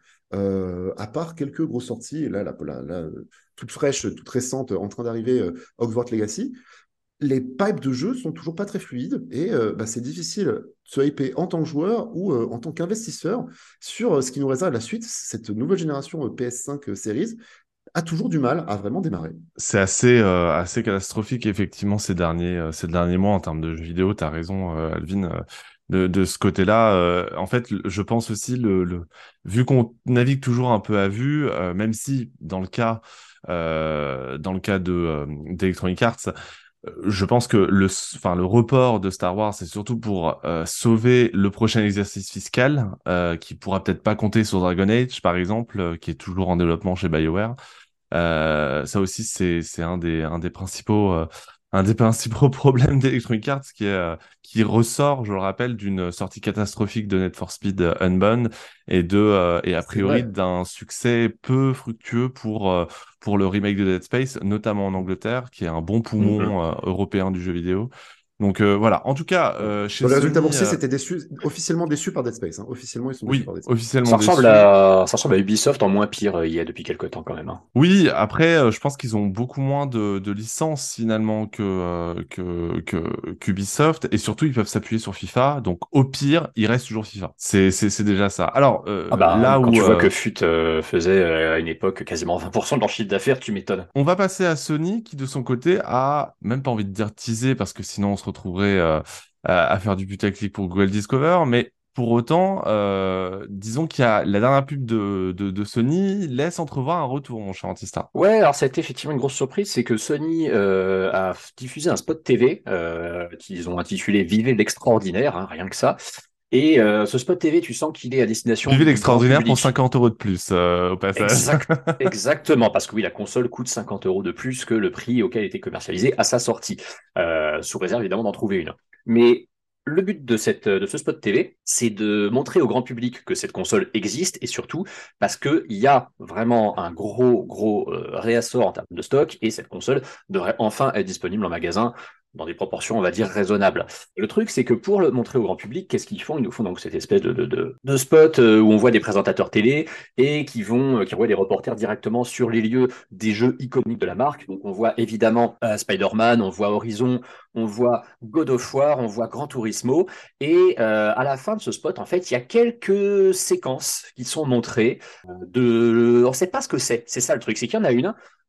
à part quelques grosses sorties. Et là, toute fraîche, toute récente, en train d'arriver, Hogwarts Legacy. Les pipes de jeu sont toujours pas très fluides et c'est difficile de se hyper en tant que joueur ou en tant qu'investisseur sur ce qui nous réserve la suite. Cette nouvelle génération PS5 Series a toujours du mal à vraiment démarrer. C'est assez catastrophique, effectivement, ces derniers mois en termes de jeux vidéo. Tu as raison, Alvin, de ce côté-là. En fait, je pense aussi, vu qu'on navigue toujours un peu à vue, même si dans le cas d'Electronic Arts, je pense que le report de Star Wars, c'est surtout pour sauver le prochain exercice fiscal, qui pourra peut-être pas compter sur Dragon Age, par exemple, qui est toujours en développement chez BioWare. Ça aussi, c'est un des principaux problèmes d'Electronic Arts qui ressort, je le rappelle, d'une sortie catastrophique de Need for Speed Unbound et a C'est priori vrai. d'un succès peu fructueux pour le remake de Dead Space, notamment en Angleterre, qui est un bon poumon européen du jeu vidéo. Donc voilà. En tout cas, chez Dans les résultats Sony, boursiers, c'était officiellement déçu par Dead Space, hein. Officiellement, ils sont déçus oui, par Dead Space. officiellement déçu. Ça ressemble à Ubisoft en moins pire il y a depuis quelques temps quand même, hein. Oui, après, je pense qu'ils ont beaucoup moins de licences finalement qu'Ubisoft, et surtout ils peuvent s'appuyer sur FIFA. Donc au pire, il reste toujours FIFA. C'est déjà ça. Alors Ah bah, là quand où tu vois que FUT faisait à une époque quasiment 20% de leur chiffre d'affaires, tu m'étonnes. on va passer à Sony, qui de son côté a même pas envie de dire teaser parce que sinon on se retrouverait à faire du putaclic pour Google Discover, mais pour autant, disons qu'il y a la dernière pub de Sony laisse entrevoir un retour, mon cher Antista. Ouais, alors ça a été effectivement une grosse surprise, c'est que Sony a diffusé un spot TV qu'ils ont intitulé Vivez l'extraordinaire, hein, rien que ça. Et ce spot TV, tu sens qu'il est à destination Vivez du grand l'extraordinaire pour public. 50 € de plus, au passage. Exactement, parce que oui, la console coûte 50 € de plus que le prix auquel elle était commercialisée à sa sortie, sous réserve évidemment d'en trouver une. Mais le but de ce spot TV, c'est de montrer au grand public que cette console existe et surtout parce qu'il y a vraiment un gros réassort en termes de stock et cette console devrait enfin être disponible en magasin dans des proportions, on va dire, raisonnables. Le truc, c'est que pour le montrer au grand public, qu'est-ce qu'ils font? Ils nous font donc cette espèce de spot où on voit des présentateurs télé et qui envoient des reporters directement sur les lieux des jeux iconiques de la marque. Donc on voit évidemment Spider-Man, on voit Horizon, on voit God of War, on voit Gran Turismo. Et à la fin de ce spot, en fait, il y a quelques séquences qui sont montrées. On ne sait pas ce que c'est. C'est ça le truc, c'est qu'il y en a une.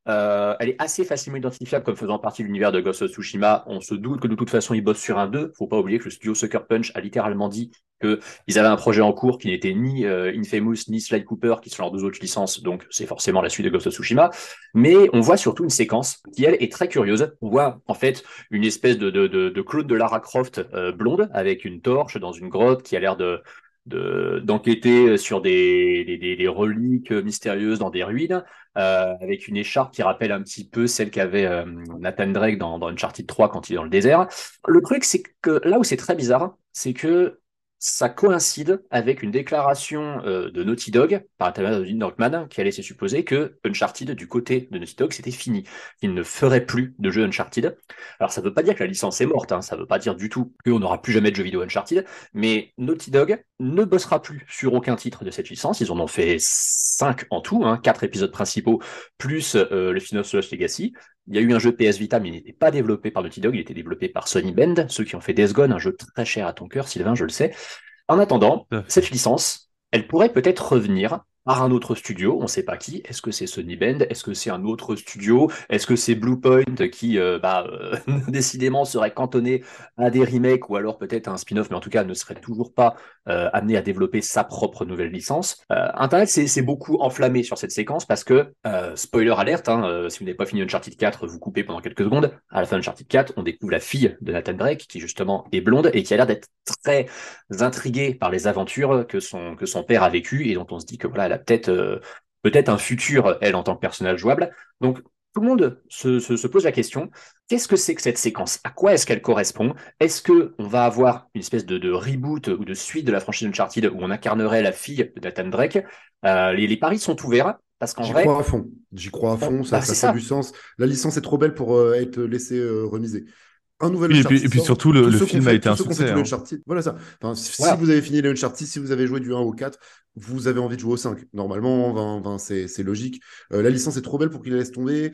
Elle est assez facilement identifiable comme faisant partie de l'univers de Ghost of Tsushima. On se doute que de toute façon, ils bossent sur un 2. Faut pas oublier que le studio Sucker Punch a littéralement dit qu'ils avaient un projet en cours qui n'était ni Infamous ni Sly Cooper, qui sont leurs deux autres licences. Donc, c'est forcément la suite de Ghost of Tsushima. Mais on voit surtout une séquence qui, elle, est très curieuse. On voit, en fait, une espèce de clone de Lara Croft blonde avec une torche dans une grotte qui a l'air d'enquêter sur des reliques mystérieuses dans des ruines, avec une écharpe qui rappelle un petit peu celle qu'avait Nathan Drake dans Uncharted 3 quand il est dans le désert. Le truc, c'est que là où c'est très bizarre, c'est que ça coïncide avec une déclaration de Naughty Dog par intermédiaire de Neil Druckmann qui a laissé supposer que Uncharted, du côté de Naughty Dog, c'était fini, qu'il ne ferait plus de jeu Uncharted. Alors ça ne veut pas dire que la licence est morte, hein, ça ne veut pas dire du tout qu'on n'aura plus jamais de jeu vidéo Uncharted, mais Naughty Dog ne bossera plus sur aucun titre de cette licence. Ils en ont fait 5 en tout, hein, 4 épisodes principaux, plus le spin-off Lost Legacy. Il y a eu un jeu PS Vita, mais il n'était pas développé par Naughty Dog, il était développé par Sony Bend, ceux qui ont fait Days Gone, un jeu très cher à ton cœur, Sylvain, je le sais. En attendant, Tout à fait. cette licence, elle pourrait peut-être revenir par un autre studio, on ne sait pas qui. Est-ce que c'est Sony Bend? Est-ce que c'est un autre studio? Est-ce que c'est Bluepoint qui, décidément, serait cantonné à des remakes ou alors peut-être à un spin-off, mais en tout cas ne serait toujours pas amené à développer sa propre nouvelle licence? Internet c'est beaucoup enflammé sur cette séquence parce que, spoiler alerte, hein, si vous n'avez pas fini Uncharted 4, vous coupez pendant quelques secondes. À la fin d'Uncharted 4, on découvre la fille de Nathan Drake qui justement est blonde et qui a l'air d'être très intrigué par les aventures que son père a vécues et dont on se dit que voilà, elle a peut-être un futur, elle, en tant que personnage jouable. Donc, tout le monde se pose la question, qu'est-ce que c'est que cette séquence? À quoi est-ce qu'elle correspond? Est-ce qu'on va avoir une espèce de reboot ou de suite de la franchise Uncharted où on incarnerait la fille de Nathan Drake? Les paris sont ouverts parce qu'en J'y vrai, crois à fond. J'y crois à fond, c'est ça ferait du ça. sens. La licence est trop belle pour être laissée remiser. Un nouvel Oui, Uncharted et puis sort. surtout, le film a été Tous un ceux qui ont fait succès, tous les hein. Uncharted, voilà ça. Enfin, si Voilà. vous avez fini les Uncharted, si vous avez joué du 1 au 4, vous avez envie de jouer au 5. Normalement, c'est logique. La licence est trop belle pour qu'il la laisse tomber.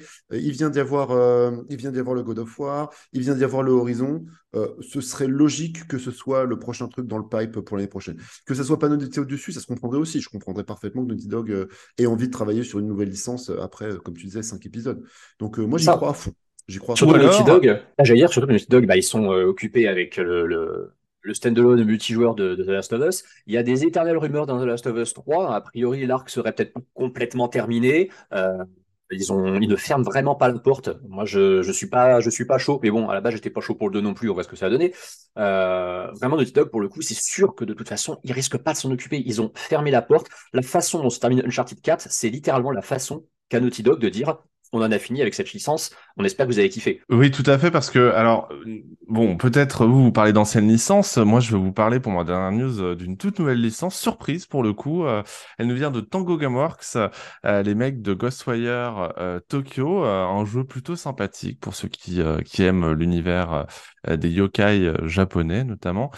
Il vient d'y avoir le God of War, il vient d'y avoir le Horizon. Ce serait logique que ce soit le prochain truc dans le pipe pour l'année prochaine. Que ça soit pas Naughty Dog au-dessus, ça se comprendrait aussi. Je comprendrais parfaitement que Naughty Dog ait envie de travailler sur une nouvelle licence après, comme tu disais, 5 épisodes. Donc moi, C'est j'y ça. crois à fond. J'y crois à fond. Ou Surtout que Naughty alors, Dog, j'allais dire, surtout que Naughty Dog, ils sont occupés avec le standalone multijoueur de The Last of Us. Il y a des éternelles rumeurs dans The Last of Us 3. A priori, l'arc serait peut-être pas complètement terminé. Ils ne ferment vraiment pas la porte. Moi, je suis pas chaud, mais bon, à la base, j'étais pas chaud pour le 2 non plus. On voit ce que ça a donné. Vraiment, Naughty Dog, pour le coup, c'est sûr que de toute façon, ils risquent pas de s'en occuper. Ils ont fermé la porte. La façon dont se termine Uncharted 4, c'est littéralement la façon qu'a Naughty Dog de dire on en a fini avec cette licence. On espère que vous avez kiffé. oui, tout à fait, parce que, alors, bon, peut-être vous parlez d'anciennes licences. Moi, je vais vous parler pour ma dernière news d'une toute nouvelle licence, surprise pour le coup. Elle nous vient de Tango Gameworks, les mecs de Ghostwire Tokyo, un jeu plutôt sympathique pour ceux qui aiment l'univers des yokai japonais, notamment.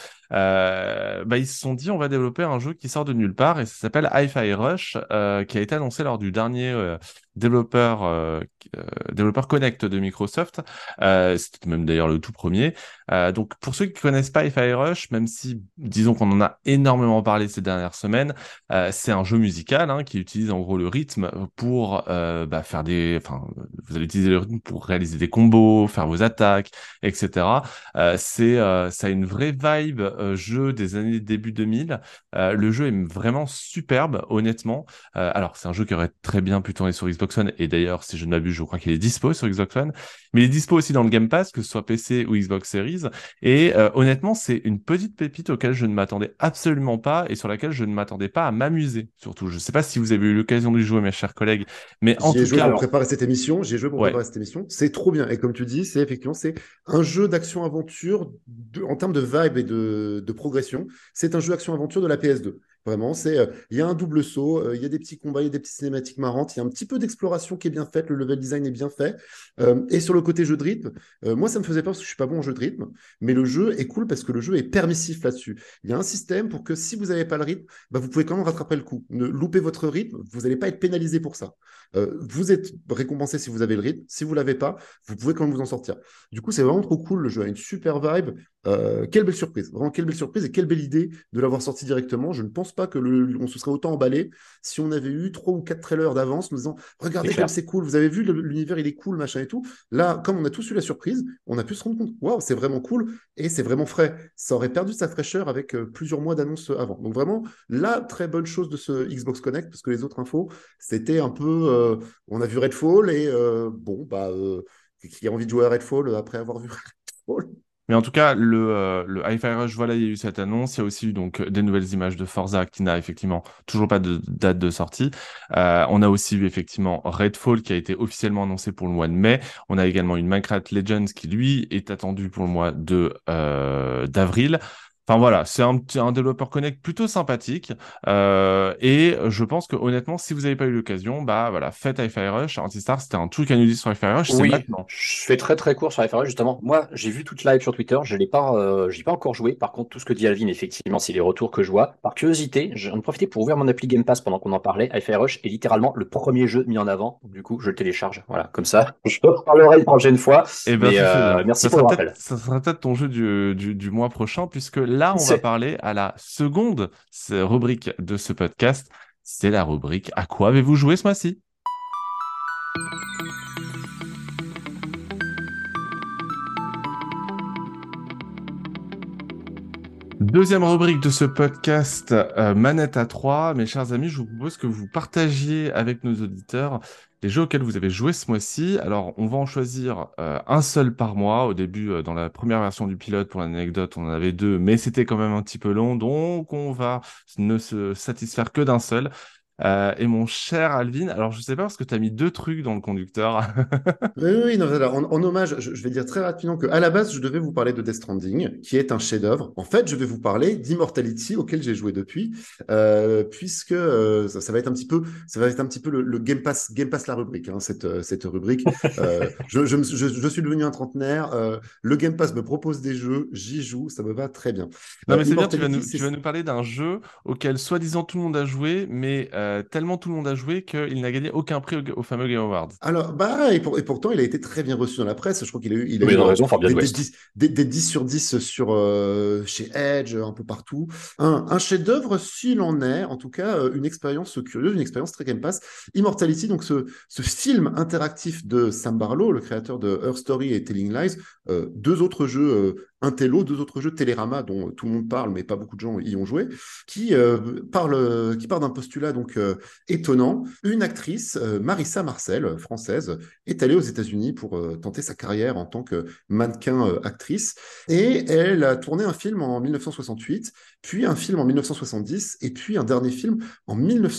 Ils se sont dit, on va développer un jeu qui sort de nulle part et ça s'appelle Hi-Fi Rush, qui a été annoncé lors du dernier développeur développeur Connect de Microsoft. C'était même d'ailleurs le tout premier. Donc pour ceux qui connaissent pas Hi-Fi Rush, même si disons qu'on en a énormément parlé ces dernières semaines, c'est un jeu musical hein, qui utilise en gros le rythme pour faire vous allez utiliser le rythme pour réaliser des combos, faire vos attaques, etc. Ça a une vraie vibe jeu des années début 2000. Le jeu est vraiment superbe, honnêtement. Alors, c'est un jeu qui aurait très bien pu tourner sur Xbox One, et d'ailleurs, si je ne m'abuse, je crois qu'il est dispo sur Xbox One, mais il est dispo aussi dans le Game Pass, que ce soit PC ou Xbox Series, et honnêtement, c'est une petite pépite auquel je ne m'attendais absolument pas, et sur laquelle je ne m'attendais pas à m'amuser, surtout. Je ne sais pas si vous avez eu l'occasion de y jouer, mes chers collègues, mais en J'y ai tout joué pour cas, Alors, préparer cette émission. J'y ai joué pour ouais. préparer cette émission. C'est trop bien. Et comme tu dis, c'est effectivement c'est un jeu d'action-aventure en termes de vibe et de progression. C'est un jeu action-aventure de la PS2. Vraiment, il y a un double saut, il y a des petits combats, il y a des petites cinématiques marrantes, il y a un petit peu d'exploration qui est bien faite, le level design est bien fait. Et sur le côté jeu de rythme, moi ça me faisait peur parce que je suis pas bon en jeu de rythme, mais le jeu est cool parce que le jeu est permissif là-dessus. Il y a un système pour que si vous n'avez pas le rythme, vous pouvez quand même rattraper le coup. Ne loupez votre rythme, vous n'allez pas être pénalisé pour ça. Vous êtes récompensé si vous avez le rythme. Si vous l'avez pas, vous pouvez quand même vous en sortir. Du coup, c'est vraiment trop cool. Le jeu a une super vibe. Quelle belle surprise, vraiment quelle belle surprise et quelle belle idée de l'avoir sorti directement. Je ne pense pas que on se serait autant emballé si on avait eu 3 ou 4 trailers d'avance nous disant C'est regardez comme clair. c'est cool, vous avez vu l'univers il est cool, machin et tout. Là, comme on a tous eu la surprise, on a pu se rendre compte waouh, c'est vraiment cool et c'est vraiment frais. Ça aurait perdu sa fraîcheur avec plusieurs mois d'annonce avant. Donc vraiment, la très bonne chose de ce Xbox Connect, parce que les autres infos, c'était un peu on a vu Redfall et qui a envie de jouer à Redfall après avoir vu Redfall. Mais en tout cas, le Hi-Fi Rush, voilà, il y a eu cette annonce. Il y a aussi eu donc des nouvelles images de Forza qui n'a effectivement toujours pas de date de sortie. On a aussi eu effectivement Redfall qui a été officiellement annoncé pour le mois de mai. On a également une Minecraft Legends qui, lui, est attendu pour le mois de d'avril. Enfin voilà, c'est un développeur Connect plutôt sympathique. Et je pense que honnêtement, si vous n'avez pas eu l'occasion, bah voilà, faites Hi-Fi Rush. Antistar, c'était un truc à nous dire sur Hi-Fi Rush, c'est Oui, maintenant. je fais très très court sur la FRE justement. Moi, j'ai vu toute live sur Twitter, j'y ai pas encore joué. Par contre, tout ce que dit Alvin, effectivement, c'est les retours que je vois. Par curiosité, j'en ai profité pour ouvrir mon appli Game Pass pendant qu'on en parlait. Hi-Fi Rush est littéralement le premier jeu mis en avant. Du coup, je le télécharge. Voilà, comme ça, je en parlerai une prochaine fois. Eh ben, Mais tu fais bien. merci pour le rappel. Ça sera peut-être ton jeu du mois prochain, puisque là, on va C'est parler à la seconde rubrique de ce podcast. C'est la rubrique À quoi avez-vous joué ce mois-ci? Deuxième rubrique de ce podcast, Manette à 3. Mes chers amis, je vous propose que vous partagiez avec nos auditeurs les jeux auxquels vous avez joué ce mois-ci. Alors, on va en choisir un seul par mois. Au début, dans la première version du pilote, pour l'anecdote, on en avait deux, mais c'était quand même un petit peu long, donc on va ne se satisfaire que d'un seul. Et mon cher Alvin, alors je sais pas parce que tu as mis deux trucs dans le conducteur. Oui, oui, non, voilà. En hommage, je vais dire très rapidement que à la base, je devais vous parler de Death Stranding, qui est un chef-d'œuvre. En fait, je vais vous parler d'Immortality, auquel j'ai joué depuis, puisque ça va être un petit peu, ça va être un petit peu le Game Pass la rubrique, hein, cette rubrique. Je suis devenu un trentenaire. Le Game Pass me propose des jeux, j'y joue, ça me va très bien. Non, mais c'est bien, Immortality, c'est tu vas nous parler d'un jeu auquel soi-disant tout le monde a joué, mais tellement tout le monde a joué qu'il n'a gagné aucun prix au fameux Game Awards. alors, bah, et pourtant, il a été très bien reçu dans la presse. Je crois il a Oui, eu dans raison, Forbidden des West. 10, des 10 sur 10 sur, chez Edge, un peu partout. Un chef-d'œuvre, s'il en est, en tout cas, une expérience curieuse, une expérience très Game Pass. Immortality, donc ce film interactif de Sam Barlow, le créateur de Her Story et Telling Lies, deux autres jeux Intello, deux autres jeux Télérama dont tout le monde parle, mais pas beaucoup de gens y ont joué, qui part d'un postulat donc étonnant. Une actrice, Marissa Marcel, française, est allée aux États-Unis pour tenter sa carrière en tant que mannequin actrice. Et elle a tourné un film en 1968, puis un film en 1970, et puis un dernier film en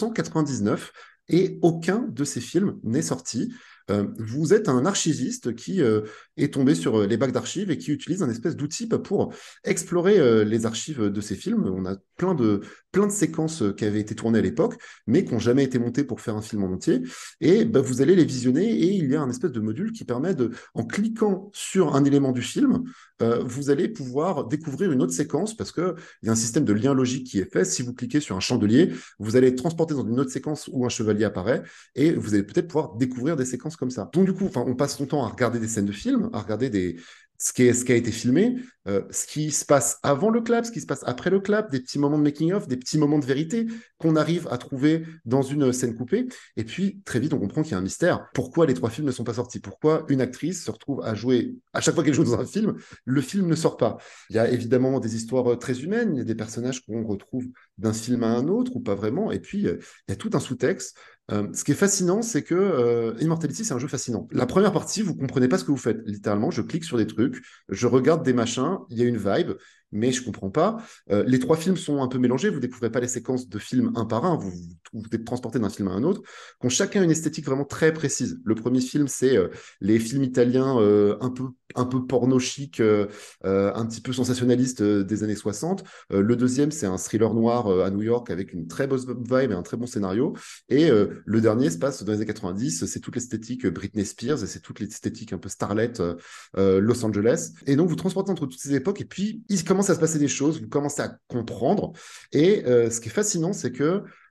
1999. Et aucun de ces films n'est sorti. Vous êtes un archiviste qui est tombé sur les bacs d'archives et qui utilise un espèce d'outil pour explorer les archives de ces films. On a plein de séquences qui avaient été tournées à l'époque, mais qui n'ont jamais été montées pour faire un film en entier. Et bah, vous allez les visionner et il y a un espèce de module qui permet en cliquant sur un élément du film, vous allez pouvoir découvrir une autre séquence parce qu'il y a un système de lien logique qui est fait. Si vous cliquez sur un chandelier, vous allez être transporté dans une autre séquence où un chevalier apparaît et vous allez peut-être pouvoir découvrir des séquences comme ça. Donc du coup, on passe son temps à regarder des scènes de films, à regarder ce qui a été filmé, ce qui se passe avant le clap, ce qui se passe après le clap, des petits moments de making-of, des petits moments de vérité qu'on arrive à trouver dans une scène coupée. Et puis, très vite, on comprend qu'il y a un mystère. Pourquoi les 3 films ne sont pas sortis? Pourquoi une actrice se retrouve à jouer, à chaque fois qu'elle joue dans un film, le film ne sort pas? Il y a évidemment des histoires très humaines, il y a des personnages qu'on retrouve d'un film à un autre ou pas vraiment. Et puis, il y a tout un sous-texte. Ce qui est fascinant, c'est que Immortality, c'est un jeu fascinant. La première partie, vous comprenez pas ce que vous faites. Littéralement, je clique sur des trucs, je regarde des machins, il y a une vibe, mais je comprends pas. Les 3 films sont un peu mélangés, vous découvrez pas les séquences de films un par un, vous êtes transporté d'un film à un autre, qui ont chacun une esthétique vraiment très précise. Le premier film, c'est les films italiens un peu porno chic, un petit peu sensationnaliste des années 60. Le deuxième, c'est un thriller noir à New York avec une très bonne vibe et un très bon scénario. Et le dernier se passe dans les années 90, c'est toute l'esthétique Britney Spears et c'est toute l'esthétique un peu starlet Los Angeles. Et donc vous transportez entre toutes ces époques et puis il commence à se passer des choses, vous commencez à comprendre. Et ce qui est fascinant, c'est que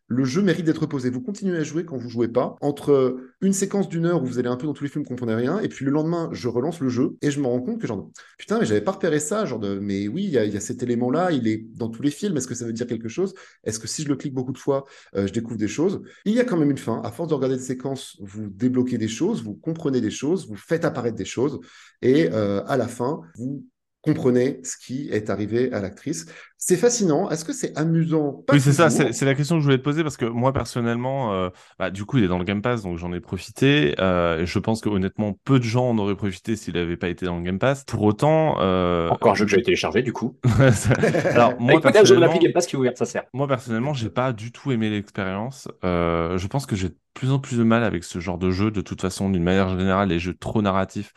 le jeu mérite d'être posé. Vous continuez à jouer quand vous jouez pas. Entre une séquence d'une heure où vous allez un peu dans tous les films, vous comprenez rien, et puis le lendemain, je relance le jeu et je me rends compte que genre, putain, mais j'avais pas repéré ça. Genre mais oui, il y a cet élément-là, il est dans tous les films. Est-ce que ça veut dire quelque chose? Est-ce que si je le clique beaucoup de fois, je découvre des choses? Il y a quand même une fin. À force de regarder des séquences, vous débloquez des choses, vous comprenez des choses, vous faites apparaître des choses, et à la fin, vous comprenez ce qui est arrivé à l'actrice. C'est fascinant. Est-ce que c'est amusant? Pas Oui, c'est ça, c'est toujours. c'est la question que je voulais te poser parce que moi personnellement, du coup, il est dans le Game Pass, donc j'en ai profité. Et je pense que honnêtement, peu de gens en auraient profité s'il n'avait pas été dans le Game Pass. Pour autant, Encore un jeu que j'avais téléchargé, du coup. alors moi Avec mon appli personnellement, Game Pass qui est ouverte, ça sert. j'ai pas du tout aimé l'expérience. Je pense que j'ai de plus en plus de mal avec ce genre de jeu. De toute façon, d'une manière générale, les jeux trop narratifs,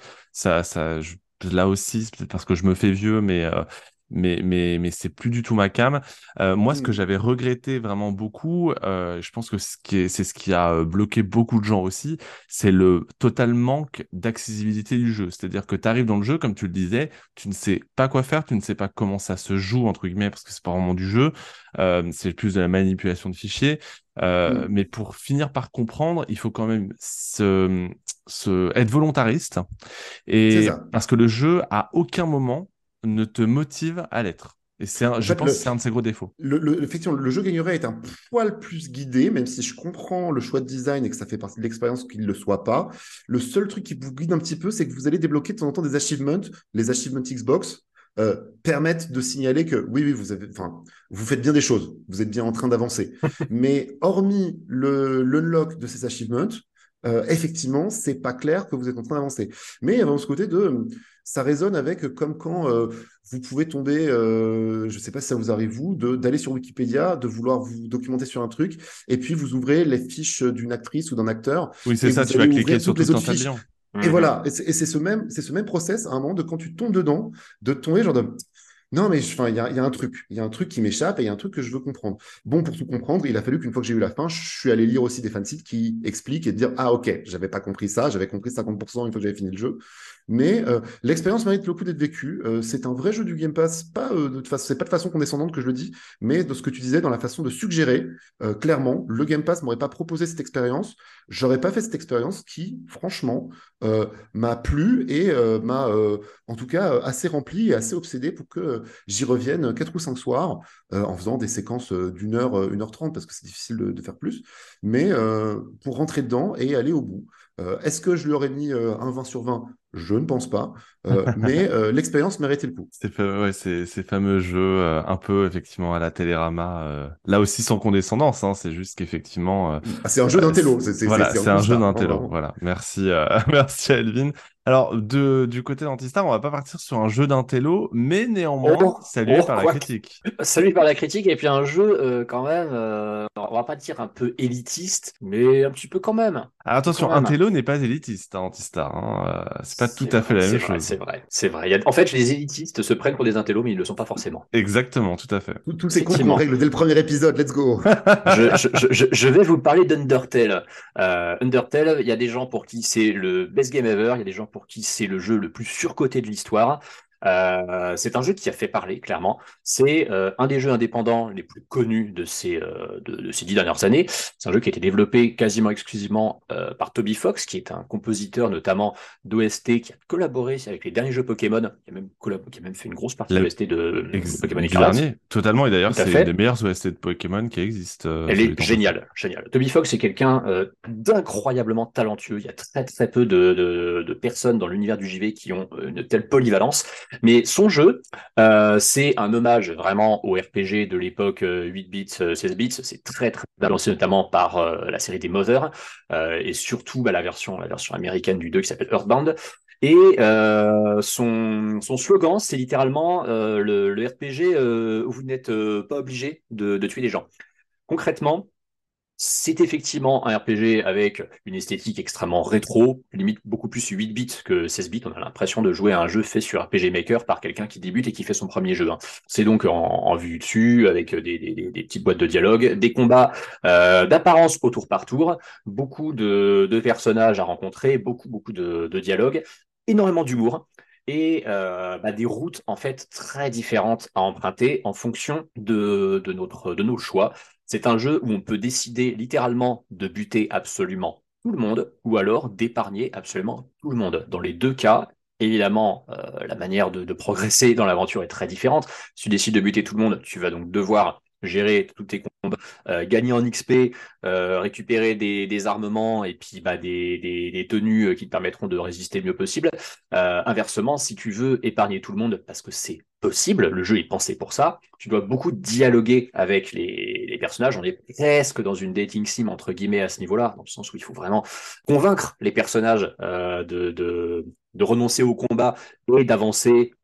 là aussi, c'est peut-être parce que je me fais vieux, mais c'est plus du tout ma came. Moi, ce que Hmm. j'avais regretté vraiment beaucoup, je pense que c'est ce qui a bloqué beaucoup de gens aussi, c'est le total manque d'accessibilité du jeu. C'est-à-dire que tu arrives dans le jeu, comme tu le disais, tu ne sais pas quoi faire, tu ne sais pas comment ça se joue, entre guillemets, parce que c'est pas vraiment du jeu, c'est plus de la manipulation de fichiers. Hmm. Mais pour finir par comprendre, il faut quand même être volontariste, C'est et ça. parce que le jeu, à aucun moment, ne te motive à l'être. Et En je fait, pense que c'est un de ses gros défauts. effectivement, le jeu gagnerait est un poil plus guidé, même si je comprends le choix de design et que ça fait partie de l'expérience qu'il ne le soit pas. Le seul truc qui vous guide un petit peu, c'est que vous allez débloquer de temps en temps des achievements. Les achievements Xbox permettent de signaler que oui, oui, enfin, vous faites bien des choses, vous êtes bien en train d'avancer. Mais hormis l'unlock de ces achievements, effectivement, c'est pas clair que vous êtes en train d'avancer. Mais il y a vraiment ce côté de ça résonne avec comme quand vous pouvez tomber, je ne sais pas si ça vous arrive, vous, d'aller sur Wikipédia, de vouloir vous documenter sur un truc, et puis vous ouvrez les fiches d'une actrice ou d'un acteur, Oui, c'est et ça, vous tu vas allez cliquer ouvrir sur toutes tout les un autres tas de fiches. liens. Et Mhm. voilà, et c'est ce même process à un moment de quand tu tombes dedans, de tomber genre de non, mais enfin, il y a un truc. Il y a un truc qui m'échappe et il y a un truc que je veux comprendre. Bon, pour tout comprendre, il a fallu qu'une fois que j'ai eu la fin, je suis allé lire aussi des fansites qui expliquent et dire, ah, ok, j'avais pas compris ça, j'avais compris 50% une fois que j'avais fini le jeu. Mais l'expérience mérite le coup d'être vécue. C'est un vrai jeu du Game Pass, pas c'est pas de façon condescendante que je le dis, mais de ce que tu disais dans la façon de suggérer. Clairement, le Game Pass m'aurait pas proposé cette expérience, j'aurais pas fait cette expérience qui, franchement, m'a plu et m'a en tout cas assez rempli et assez obsédé pour que j'y revienne 4 ou 5 soirs en faisant des séquences d'une heure, 1h30 parce que c'est difficile de faire plus, mais pour rentrer dedans et aller au bout. Est-ce que je lui aurais mis un 20 sur 20? Je ne pense pas, mais l'expérience méritait le coup. Ouais, ces fameux jeux un peu effectivement à la Télérama, là aussi sans condescendance, hein, c'est juste qu'effectivement, Ah, c'est un jeu d'intello, voilà, c'est un c'est un jeu constat, hein, d'intello. vraiment. Voilà, merci, merci Elvin. Alors du côté d'Antistar, on va pas partir sur un jeu d'intello, mais néanmoins Oh, salué oh, par la quoi. critique. Salut par la critique, et puis un jeu quand même, on va pas dire un peu élitiste, mais un petit peu quand même. Un Alors petit peu quand attention, même. Intello n'est pas élitiste, hein, Antistar, hein, c'est pas tout C'est à fait vrai, la même c'est vrai, chose. c'est vrai, c'est vrai. En fait, les élitistes se prennent pour des intellos, mais ils ne le sont pas forcément. Exactement, tout à fait. Tous ces cons qu'on Effectivement. règle dès le premier épisode, let's go. Je vais vous parler d'Undertale. Undertale, il y a des gens pour qui c'est le best game ever, il y a des gens pour qui c'est le jeu le plus surcoté de l'histoire. C'est un jeu qui a fait parler, clairement. C'est un des jeux indépendants les plus connus de ces 10 dernières années. C'est un jeu qui a été développé quasiment exclusivement par Toby Fox, qui est un compositeur notamment d'OST, qui a collaboré avec les derniers jeux Pokémon, qui a même fait une grosse partie de La- l'OST de Pokémon Du Écarlate. dernier, totalement, et d'ailleurs Tout à c'est une des fait. meilleures OST de Pokémon qui existe, Elle soit dit est en passant. géniale, géniale. Toby Fox est quelqu'un d'incroyablement talentueux. Il y a très très peu de personnes dans l'univers du JV qui ont une telle polyvalence. Mais son jeu, c'est un hommage vraiment au RPG de l'époque 8 bits, 16 bits. C'est très très balancé notamment par la série des Mother et surtout la version américaine du 2 qui s'appelle Earthbound. Et son slogan, c'est littéralement le RPG où vous n'êtes pas obligé de tuer des gens. Concrètement, c'est effectivement un RPG avec une esthétique extrêmement rétro, limite beaucoup plus 8 bits que 16 bits. On a l'impression de jouer à un jeu fait sur RPG Maker par quelqu'un qui débute et qui fait son premier jeu, hein. C'est donc en vue dessus, avec des petites boîtes de dialogue, des combats d'apparence au tour par tour, beaucoup de personnages à rencontrer, beaucoup de dialogues, énormément d'humour et des routes en fait très différentes à emprunter en fonction de nos choix. C'est un jeu où on peut décider littéralement de buter absolument tout le monde ou alors d'épargner absolument tout le monde. Dans les deux cas, évidemment, la manière de progresser dans l'aventure est très différente. Si tu décides de buter tout le monde, tu vas donc devoir gérer tous tes combats, gagner en XP, récupérer des armements et puis des tenues qui te permettront de résister le mieux possible. Inversement, si tu veux épargner tout le monde, parce que c'est possible, le jeu est pensé pour ça, tu dois beaucoup dialoguer avec les personnages. On est presque dans une dating sim, entre guillemets, à ce niveau-là, dans le sens où il faut vraiment convaincre les personnages de renoncer au combat et d'avancer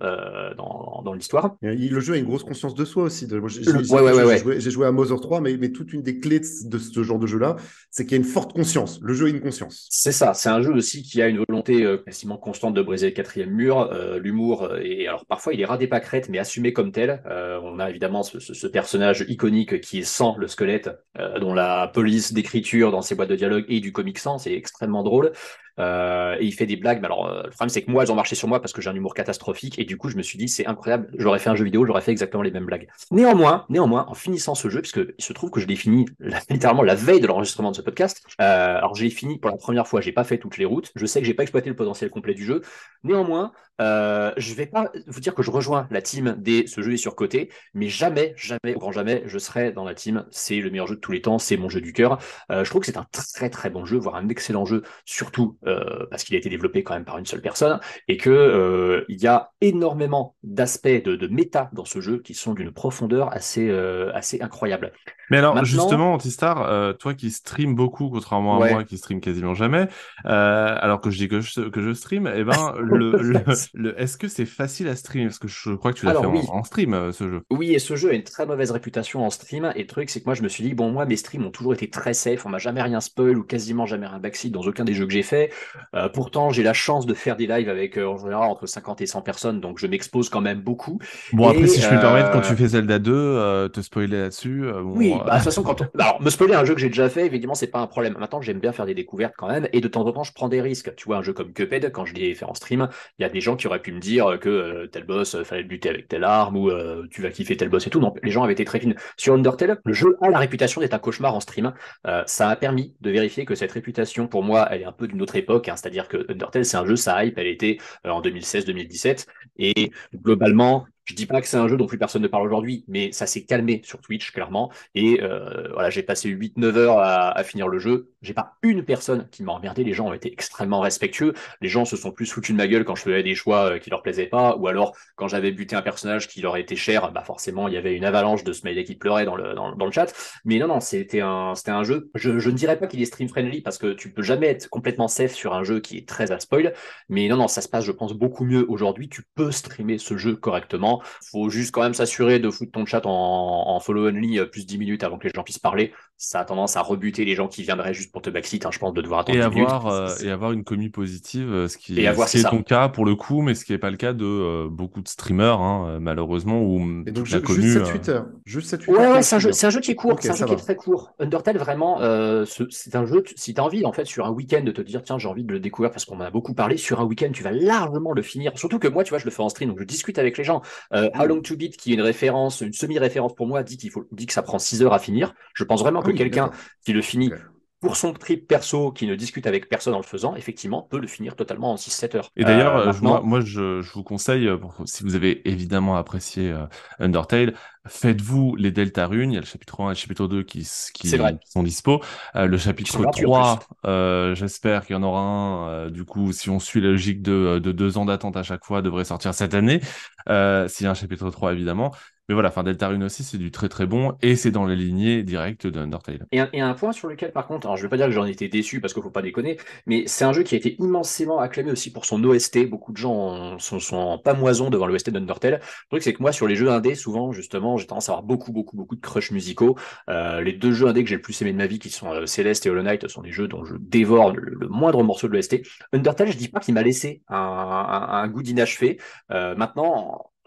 dans l'histoire. Le jeu a une grosse conscience de soi aussi. Moi, Ouais. j'ai joué à Mother 3, mais toute une des clés de ce genre de jeu-là, c'est qu'il y a une forte conscience. Le jeu a une conscience. C'est ça, c'est un jeu aussi qui a une volonté quasiment constante de briser le quatrième mur, l'humour, et alors parfois il est ras des pâquerettes, mais assumé comme tel. On a évidemment ce personnage iconique qui est sans le squelette, dont la police d'écriture dans ses boîtes de dialogue et du comic sans, c'est extrêmement drôle. Et il fait des blagues, mais alors le problème c'est que moi elles ont marché sur moi parce que j'ai un humour catastrophique, et du coup je me suis dit c'est incroyable, j'aurais fait un jeu vidéo, j'aurais fait exactement les mêmes blagues. Néanmoins, en finissant ce jeu, puisque il se trouve que je l'ai fini littéralement la veille de l'enregistrement de ce podcast, alors je l'ai fini pour la première fois, j'ai pas fait toutes les routes, je sais que j'ai pas exploité le potentiel complet du jeu. Néanmoins, je vais pas vous dire que je rejoins la team des ce jeu est surcoté, mais jamais, jamais, au grand jamais, je serai dans la team c'est le meilleur jeu de tous les temps, c'est mon jeu du cœur. Je trouve que c'est un très très bon jeu, voire un excellent jeu, surtout parce qu'il a été développé quand même par une seule personne, et que il y a énormément d'aspects de méta dans ce jeu qui sont d'une profondeur assez incroyable. Mais alors, Maintenant, justement, Antistar, toi qui stream beaucoup, contrairement à moi ouais. qui stream quasiment jamais, alors que je dis que je stream, eh ben, est-ce que c'est facile à stream? Parce que je crois que tu l'as fait Alors oui, en stream, ce jeu. oui, et ce jeu a une très mauvaise réputation en stream. Et le truc, c'est que moi, je me suis dit, bon, moi, mes streams ont toujours été très safe. On m'a jamais rien spoil ou quasiment jamais rien backseat dans aucun des jeux que j'ai fait. Pourtant, j'ai la chance de faire des lives avec, en général, entre 50 et 100 personnes. Donc, je m'expose quand même beaucoup. Bon, après, si Et je puis me permettre, quand tu fais Zelda 2, te spoiler là-dessus, oui, bon, bah, de toute façon, alors, me spoiler un jeu que j'ai déjà fait, évidemment, c'est pas un problème. Maintenant, j'aime bien faire des découvertes quand même. Et de temps en temps, je prends des risques. Tu vois, un jeu comme Cuphead, quand je l'ai fait en stream, il y a des gens qui auraient pu me dire que tel boss, fallait le buter avec telle arme ou tu vas kiffer tel boss et tout. Non, les gens avaient été très fines. Sur Undertale, le jeu a la réputation d'être un cauchemar en stream. Ça a permis de vérifier que cette réputation, pour moi, elle est un peu d'une autre époque, hein. C'est-à-dire que Undertale, c'est un jeu, ça hype, elle était en 2016-2017. Et globalement, je dis pas que c'est un jeu dont plus personne ne parle aujourd'hui, mais ça s'est calmé sur Twitch, clairement. Et voilà, j'ai passé 8-9 heures à finir le jeu. J'ai pas une personne qui m'a emmerdé. Les gens ont été extrêmement respectueux. Les gens se sont plus foutus de ma gueule quand je faisais des choix qui leur plaisaient pas, ou alors quand j'avais buté un personnage qui leur était cher, bah forcément il y avait une avalanche de smileys qui pleuraient dans le chat. Mais non, c'était un jeu. Je ne dirais pas qu'il est stream friendly parce que tu peux jamais être complètement safe sur un jeu qui est très à spoil. Mais non, ça se passe, je pense, beaucoup mieux aujourd'hui. Tu peux streamer ce jeu correctement. Faut juste quand même s'assurer de foutre ton chat en follow only plus 10 minutes avant que les gens puissent parler. Ça a tendance à rebuter les gens qui viendraient juste pour te backseat, hein, je pense, de devoir attendre 10 minutes. et avoir une commu positive, Et avoir, ce qui c'est est ton ça. cas pour le coup, mais ce qui n'est pas le cas de beaucoup de streamers, hein, malheureusement, où Et donc, toute la juste commu. 7-8 heures. Juste 7-8 heures Ouais, pour ouais, le finir. c'est un jeu qui est court, Ok, c'est un jeu ça qui est va. très court. Undertale, vraiment, c'est un jeu, si tu as envie, en fait, sur un week-end, de te dire, tiens, j'ai envie de le découvrir parce qu'on m'en a beaucoup parlé, sur un week-end, tu vas largement le finir. Surtout que moi, tu vois, je le fais en stream, donc je discute avec les gens. How Long Hmm. to Beat, qui est une référence, une semi-référence pour moi, dit que ça prend 6 heures à finir. Je pense vraiment Ah que oui, quelqu'un d'accord. qui le Ok. finit pour son trip perso, qui ne discute avec personne en le faisant, effectivement, peut le finir totalement en 6-7 heures. Et d'ailleurs, Maintenant, je vous conseille, si vous avez évidemment apprécié Undertale, faites-vous les Deltarunes. Il y a le chapitre 1 et le chapitre 2 c'est vrai, qui sont dispo. Le qui sont chapitre gratuits en plus. 3, j'espère qu'il y en aura un. Du coup, si on suit la logique de 2 ans d'attente à chaque fois, devrait sortir cette année. S'il y a un chapitre 3, évidemment. Mais voilà, enfin, Deltarune aussi, c'est du très très bon. Et c'est dans la lignée directe de Undertale. Et un point sur lequel, par contre, alors je vais pas dire que j'en ai été déçu parce qu'il faut pas déconner, mais c'est un jeu qui a été immensément acclamé aussi pour son OST. Beaucoup de gens sont en pamoison devant l'OST d'Undertale. Le truc, c'est que moi, sur les jeux indés, souvent, justement, j'ai tendance à avoir beaucoup de crushs musicaux. Les deux jeux indés que j'ai le plus aimé de ma vie, qui sont Celeste et Hollow Knight, sont des jeux dont je dévore le moindre morceau de l'OST. Undertale, je dis pas qu'il m'a laissé un goût d'inachevé. Maintenant,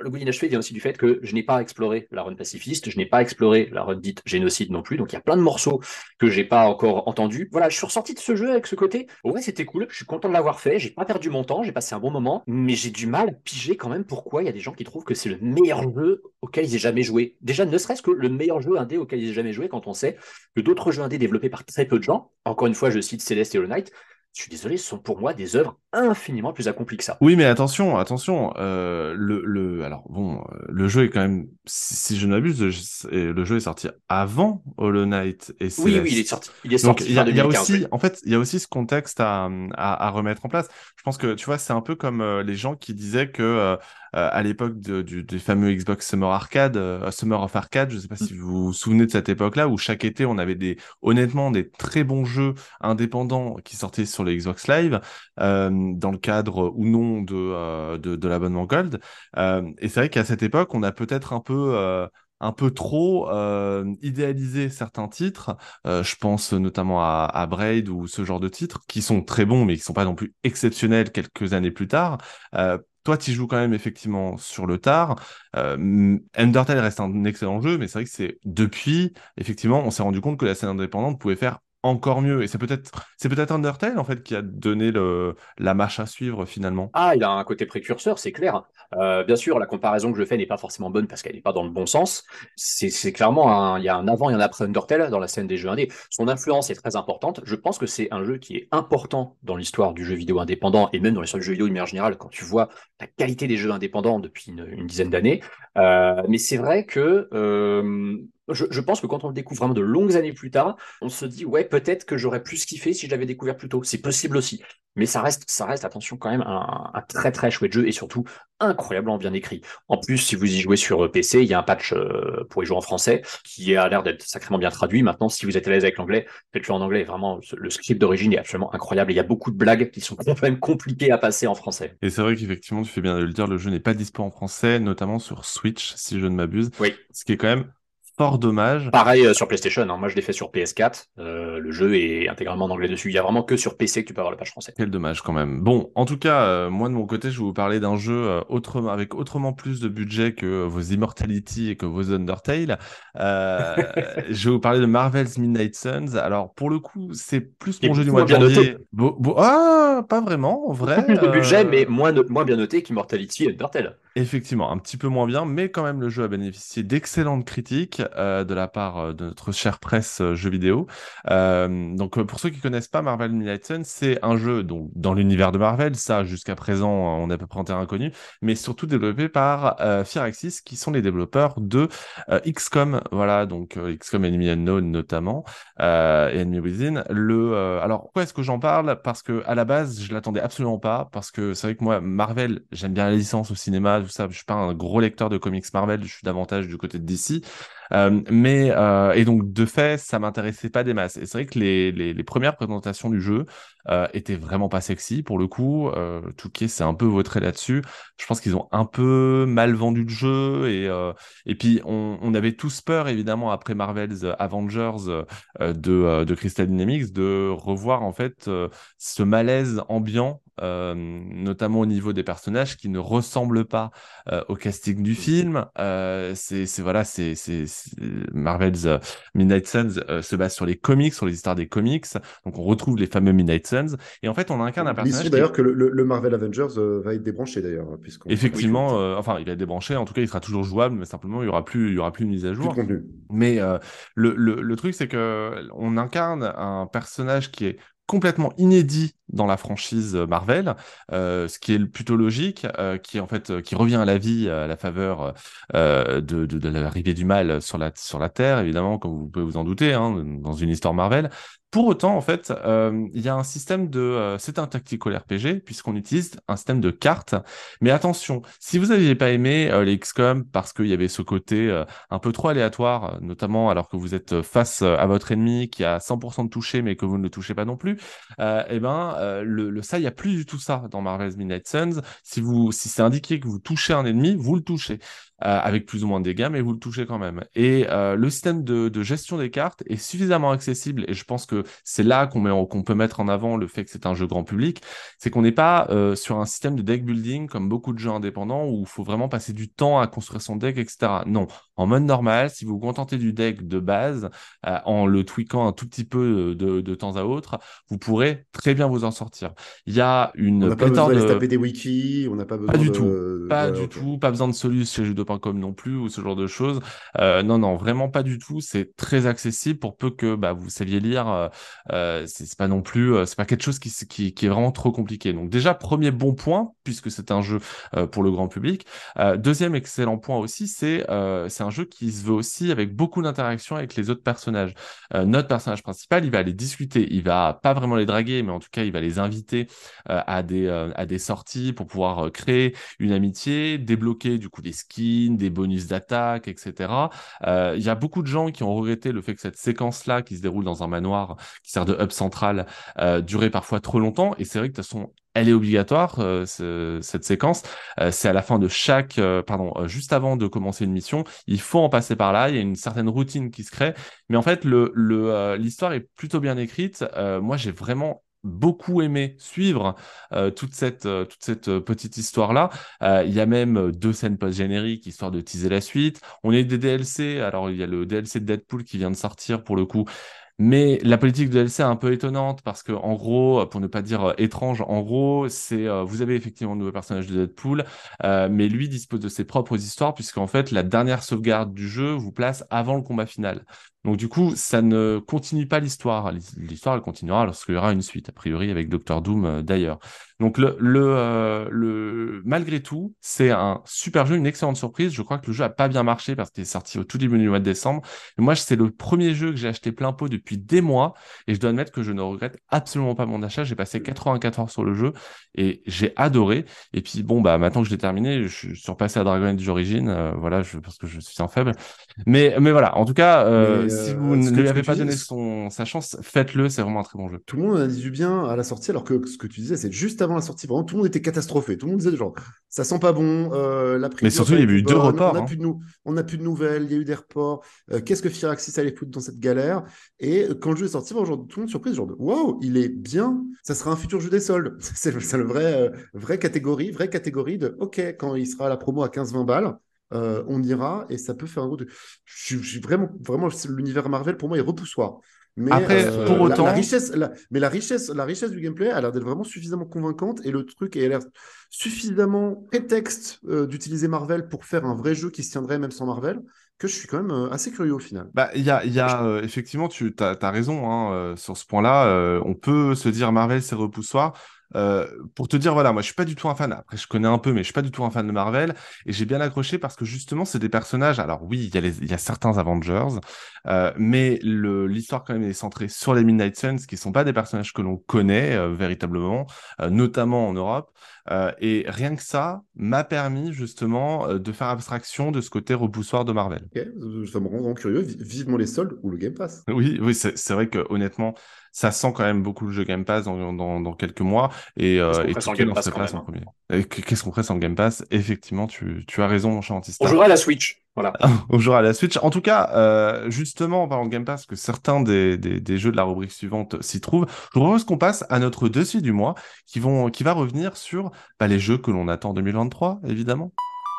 le goût d'inachevé vient aussi du fait que je n'ai pas exploré la run pacifiste, je n'ai pas exploré la run dite génocide non plus, donc il y a plein de morceaux que j'ai pas encore entendus. Voilà, je suis ressorti de ce jeu avec ce côté. Ouais, c'était cool, je suis content de l'avoir fait, j'ai pas perdu mon temps, j'ai passé un bon moment, mais j'ai du mal à piger quand même pourquoi il y a des gens qui trouvent que c'est le meilleur jeu auquel ils aient jamais joué. Déjà, ne serait-ce que le meilleur jeu indé auquel ils aient jamais joué quand on sait que d'autres jeux indés développés par très peu de gens, encore une fois, je cite Celeste et Hollow Knight, je suis désolé, ce sont pour moi des œuvres infiniment plus accomplies que ça. Oui, mais attention, attention. Alors bon, le jeu est quand même, si je ne m'abuse, le jeu est sorti avant Hollow Knight et Oui, oui, Celeste. il est Donc sorti fin il y a 2015, oui. aussi, en fait, il y a aussi ce contexte à remettre en place. Je pense que tu vois, c'est un peu comme les gens qui disaient que à l'époque du fameux Xbox Summer Arcade, Summer of Arcade, je ne sais pas si vous vous souvenez de cette époque-là où chaque été on avait honnêtement, des très bons jeux indépendants qui sortaient sur le Xbox Live dans le cadre ou non de l'abonnement Gold. Et c'est vrai qu'à cette époque, on a peut-être un peu trop idéalisé certains titres. Je pense notamment à Braid ou ce genre de titres qui sont très bons, mais qui sont pas non plus exceptionnels quelques années plus tard. Toi, tu joues quand même effectivement sur le tard. Undertale reste un excellent jeu, mais c'est vrai que c'est depuis, effectivement, on s'est rendu compte que la scène indépendante pouvait faire encore mieux. Et c'est peut-être Undertale en fait qui a donné la marche à suivre finalement. Ah, il a un côté précurseur, c'est clair. Bien sûr, la comparaison que je fais n'est pas forcément bonne parce qu'elle n'est pas dans le bon sens. C'est clairement il y a un avant et un après Undertale dans la scène des jeux indés. Son influence est très importante. Je pense que c'est un jeu qui est important dans l'histoire du jeu vidéo indépendant et même dans l'histoire du jeu vidéo de manière générale quand tu vois la qualité des jeux indépendants depuis une dizaine d'années. Mais c'est vrai que je pense que quand on le découvre vraiment de longues années plus tard, on se dit ouais, peut-être que j'aurais plus kiffé si je l'avais découvert plus tôt. C'est possible aussi. Mais ça reste, attention, quand même, un très très chouette jeu et surtout incroyablement bien écrit. En plus, si vous y jouez sur PC, il y a un patch pour y jouer en français qui a l'air d'être sacrément bien traduit. Maintenant, si vous êtes à l'aise avec l'anglais, faites-le en anglais. Vraiment, le script d'origine est absolument incroyable. Et il y a beaucoup de blagues qui sont quand même compliquées à passer en français. Et c'est vrai qu'effectivement, tu fais bien de le dire, le jeu n'est pas dispo en français, notamment sur Switch, si je ne m'abuse, Oui. ce qui est quand même fort dommage. Pareil sur PlayStation, hein. Moi, je l'ai fait sur PS4. Le jeu est intégralement en anglais dessus. Il y a vraiment que sur PC que tu peux avoir le patch français. Quel dommage quand même. Bon, en tout cas, moi de mon côté, je vais vous parler d'un jeu avec autrement plus de budget que vos Immortality et que vos Undertale. Je vais vous parler de Marvel's Midnight Suns. Alors pour le coup, c'est plus Qui est mon jeu du beaucoup mois moins de bien noté. janvier. Ah, pas vraiment, en Beaucoup vrai. plus de budget, mais moins bien noté qu'Immortality et Undertale. Effectivement, un petit peu moins bien, mais quand même le jeu a bénéficié d'excellentes critiques de la part de notre chère presse jeux vidéo. Pour ceux qui connaissent pas Marvel Midnight Suns, c'est un jeu donc dans l'univers de Marvel, ça jusqu'à présent on est à peu près en terrain inconnu, mais surtout développé par Firaxis, qui sont les développeurs de XCOM, voilà donc XCOM Enemy Unknown notamment et Enemy Within. Alors pourquoi est-ce que j'en parle? Parce que à la base je l'attendais absolument pas, parce que c'est vrai que moi Marvel j'aime bien la licence au cinéma tout ça. Je suis pas un gros lecteur de comics Marvel, je suis davantage du côté de DC. Et donc de fait, ça m'intéressait pas des masses. Et c'est vrai que les premières présentations du jeu étaient vraiment pas sexy pour le coup. Touquet s'est un peu vautré là-dessus. Je pense qu'ils ont un peu mal vendu le jeu et puis on avait tous peur évidemment après Marvel's Avengers de Crystal Dynamics de revoir en fait ce malaise ambiant. Notamment au niveau des personnages qui ne ressemblent pas au casting du film. Marvel's Midnight Suns se base sur les comics, sur les histoires des comics. Donc on retrouve les fameux Midnight Suns. Et en fait, on incarne un Glissons personnage qui d'ailleurs est que le Marvel Avengers va être débranché d'ailleurs, hein, puisqu'on parle Oui. d'actualité. effectivement, enfin, il va être débranché. En tout cas, il sera toujours jouable, mais simplement, il y aura plus une mise à Plus de jour. contenu. Mais le truc, c'est que on incarne un personnage qui est complètement inédit dans la franchise Marvel, ce qui est plutôt logique, qui en fait qui revient à la vie à la faveur de l'arrivée du mal sur la Terre, évidemment, comme vous pouvez vous en douter, hein, dans une histoire Marvel. Pour autant, en fait, il y a un système c'est un tactical RPG puisqu'on utilise un système de cartes. Mais attention, si vous n'aviez pas aimé les XCOM parce qu'il y avait ce côté un peu trop aléatoire, notamment alors que vous êtes face à votre ennemi qui a 100% de toucher mais que vous ne le touchez pas non plus, ça, il n'y a plus du tout ça dans Marvel's Midnight Suns. Si c'est indiqué que vous touchez un ennemi, vous le touchez. avec plus ou moins de dégâts, mais vous le touchez quand même. Et le système de gestion des cartes est suffisamment accessible, et je pense que c'est là qu'on peut mettre en avant le fait que c'est un jeu grand public, c'est qu'on n'est pas sur un système de deck building comme beaucoup de jeux indépendants où il faut vraiment passer du temps à construire son deck, etc. Non, en mode normal, si vous vous contentez du deck de base, en le tweakant un tout petit peu de temps à autre, vous pourrez très bien vous en sortir. Il y a On une n'a pas pléthore besoin d'aller se de... taper des wikis, on n'a pas Pas besoin du tout. de... Pas Ouais, du ok. tout, pas besoin de Solus chez Judo.com non plus ou ce genre de choses. Non, non, vraiment pas du tout. C'est très accessible pour peu que bah, vous saviez lire. C'est pas non plus, c'est pas quelque chose qui est vraiment trop compliqué. Donc déjà premier bon point puisque c'est un jeu pour le grand public. Deuxième excellent point aussi, c'est un jeu qui se veut aussi avec beaucoup d'interactions avec les autres personnages. Notre personnage principal, il va aller discuter, il va pas vraiment les draguer, mais en tout cas il va les inviter à des sorties pour pouvoir créer une amitié, débloquer du coup des skins, des bonus d'attaque, etc. Il y a beaucoup de gens qui ont regretté le fait que cette séquence-là, qui se déroule dans un manoir, qui sert de hub central, durait parfois trop longtemps. Et c'est vrai que de toute façon, elle est obligatoire, cette séquence. C'est à la fin de juste avant de commencer une mission. Il faut en passer par là. Il y a une certaine routine qui se crée. Mais en fait, l'histoire est plutôt bien écrite. Moi, j'ai vraiment beaucoup aimé suivre toute cette petite histoire-là. Il y a même deux scènes post-génériques, histoire de teaser la suite. On a eu des DLC, alors il y a le DLC de Deadpool qui vient de sortir pour le coup, mais la politique de DLC est un peu étonnante parce que, en gros, pour ne pas dire étrange, en gros, vous avez effectivement un nouveau personnage de Deadpool, mais lui dispose de ses propres histoires puisqu'en fait, la dernière sauvegarde du jeu vous place avant le combat final. Donc du coup, ça ne continue pas l'histoire. L'histoire, elle continuera lorsqu'il y aura une suite, a priori avec Doctor Doom d'ailleurs. Donc malgré tout, c'est un super jeu, une excellente surprise. Je crois que le jeu a pas bien marché parce qu'il est sorti au tout début du mois de décembre. Et moi, c'est le premier jeu que j'ai acheté plein pot depuis des mois et je dois admettre que je ne regrette absolument pas mon achat. J'ai passé 84 heures sur le jeu et j'ai adoré. Et puis bon, bah maintenant que je l'ai terminé, je suis repassé à Dragon Age Origins, voilà, parce que je suis un faible. Mais voilà, en tout cas, Mais si vous ne lui ce que avez tu pas dis, donné sa chance, faites-le, c'est vraiment un très bon jeu. tout le monde en a dit du bien à la sortie, alors que ce que tu disais, c'est juste avant la sortie, vraiment, tout le monde était catastrophé. Tout le monde disait genre, ça sent pas bon, la Mais preview n'a surtout, pas il y avait été eu deux bonne, reports, hein. on n'a plus de nouvelles, il y a eu des reports. Qu'est-ce que Firaxis allait foutre dans cette galère? Et quand le jeu est sorti, genre, tout le monde surprise, genre, waouh, il est bien, ça sera un futur jeu des soldes. C'est le vraie catégorie de, ok, quand il sera à la promo à 15-20 balles. On ira et ça peut faire un gros. Je suis vraiment, l'univers Marvel pour moi est repoussoir. Mais Après, pour autant, la richesse du gameplay a l'air d'être vraiment suffisamment convaincante et le truc a l'air suffisamment prétexte d'utiliser Marvel pour faire un vrai jeu qui se tiendrait même sans Marvel que je suis quand même assez curieux au final. bah, il y a effectivement, tu as raison hein, sur ce point-là. On peut se dire Marvel, c'est repoussoir. Pour te dire, voilà, moi, je suis pas du tout un fan. Après, je connais un peu, mais je suis pas du tout un fan de Marvel. Et j'ai bien accroché parce que justement, c'est des personnages. Alors oui, il y a certains Avengers, mais l'histoire quand même est centrée sur les Midnight Suns, qui sont pas des personnages que l'on connaît véritablement, notamment en Europe. Et rien que ça m'a permis justement de faire abstraction de ce côté repoussoir de Marvel. Ok, ça me rend vraiment curieux. Vivement les soldes ou le Game Pass. Oui, oui, c'est vrai que honnêtement, ça sent quand même beaucoup le jeu Game Pass dans quelques mois Qu'est-ce qu'on et presse en Touquet Game n'en Pass serait quand pas même, son hein. premier. Qu'est-ce qu'on presse en Game Pass? Effectivement, tu as raison, mon cher On Antistar. jouera à la Switch. Voilà. On jouera à la Switch. En tout cas, justement, en parlant de Game Pass, que certains des jeux de la rubrique suivante s'y trouvent, je vous propose qu'on passe à notre dossier du mois qui va revenir sur bah, les jeux que l'on attend en 2023, évidemment.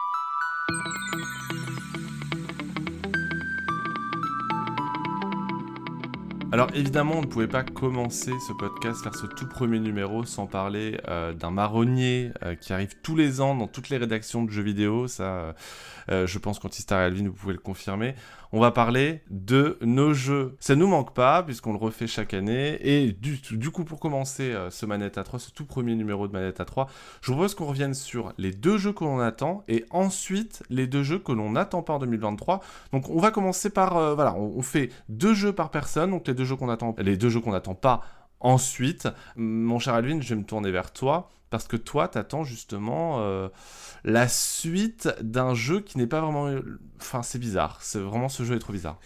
Alors évidemment, on ne pouvait pas commencer ce podcast, faire ce tout premier numéro sans parler d'un marronnier qui arrive tous les ans dans toutes les rédactions de jeux vidéo. Ça, je pense qu'Antistar et Alvin, vous pouvez le confirmer. On va parler de nos jeux. Ça nous manque pas puisqu'on le refait chaque année. Et du coup, pour commencer ce Manette à 3, ce tout premier numéro de Manette à 3, je vous propose qu'on revienne sur les deux jeux que l'on attend et ensuite les deux jeux que l'on n'attend pas en 2023. Donc on va commencer par, voilà, on fait deux jeux par personne, donc les deux jeux qu'on attend pas Ensuite, mon cher Alvin, je vais me tourner vers toi, parce que toi, t'attends justement la suite d'un jeu qui n'est pas vraiment... Enfin, c'est bizarre. C'est vraiment, ce jeu est trop bizarre.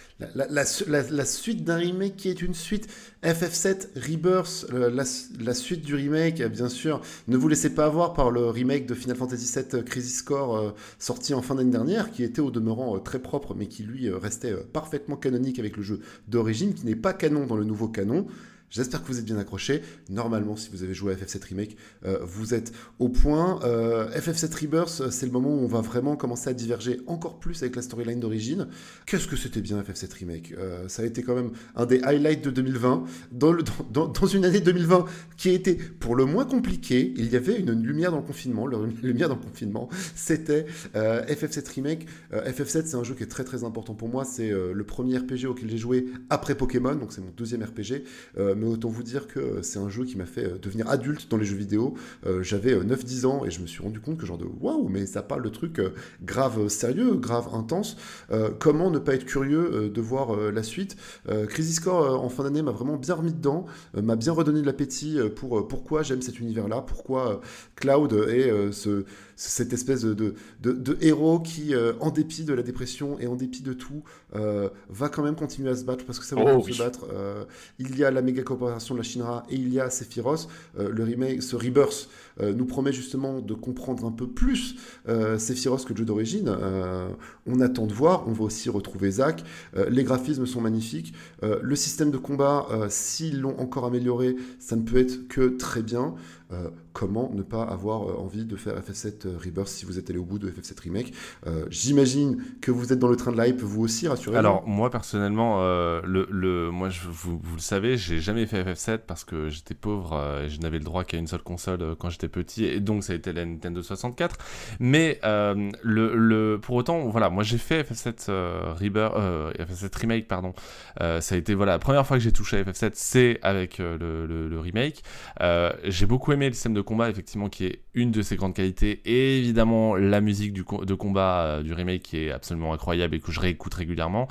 La suite d'un remake qui est une suite. FF7 Rebirth, la suite du remake, bien sûr. Ne vous laissez pas avoir par le remake de Final Fantasy VII Crisis Core sorti en fin d'année dernière, qui était au demeurant très propre, mais qui lui restait parfaitement canonique avec le jeu d'origine, qui n'est pas canon dans le nouveau canon. J'espère que vous êtes bien accrochés. Normalement, si vous avez joué à FF7 Remake, vous êtes au point. FF7 Rebirth, c'est le moment où on va vraiment commencer à diverger encore plus avec la storyline d'origine. Qu'est-ce que c'était bien FF7 Remake, ça a été quand même un des highlights de 2020. Dans une année 2020 qui a été pour le moins compliquée, il y avait une lumière dans le confinement. La lumière dans le confinement, c'était FF7 Remake. FF7, c'est un jeu qui est très très important pour moi. C'est le premier RPG auquel j'ai joué après Pokémon, donc c'est mon deuxième RPG. Mais autant vous dire que c'est un jeu qui m'a fait devenir adulte dans les jeux vidéo. J'avais 9-10 ans et je me suis rendu compte que genre de waouh, mais ça parle de trucs grave sérieux, grave intense. Comment ne pas être curieux de voir la suite. Crisis Core en fin d'année m'a vraiment bien remis dedans, m'a bien redonné de l'appétit pour pourquoi j'aime cet univers-là, pourquoi Cloud est cette espèce de héros qui, en dépit de la dépression et en dépit de tout, va quand même continuer à se battre parce que ça va se battre. Il y a la méga coopération de la Shinra et il y a Sephiroth. Le remake, ce Rebirth nous promet justement de comprendre un peu plus Sephiroth que le jeu d'origine. On attend de voir, on va aussi retrouver Zack. Les graphismes sont magnifiques. Le système de combat, s'ils l'ont encore amélioré, ça ne peut être que très bien. Comment ne pas avoir envie de faire FF7 Rebirth si vous êtes allé au bout de FF7 Remake. J'imagine que vous êtes dans le train de l'hype, vous aussi, rassurez-vous. Alors, moi, personnellement, moi, vous le savez, j'ai jamais fait FF7 parce que j'étais pauvre et je n'avais le droit qu'à une seule console quand j'étais petit, et donc ça a été la Nintendo 64. Mais pour autant, voilà, moi j'ai fait FF7 FF7 Remake, pardon. Ça a été, voilà, la première fois que j'ai touché à FF7, c'est avec le remake. J'ai beaucoup aimé le système de combat, effectivement, qui est une de ses grandes qualités, et évidemment la musique de combat du remake qui est absolument incroyable et que je réécoute régulièrement.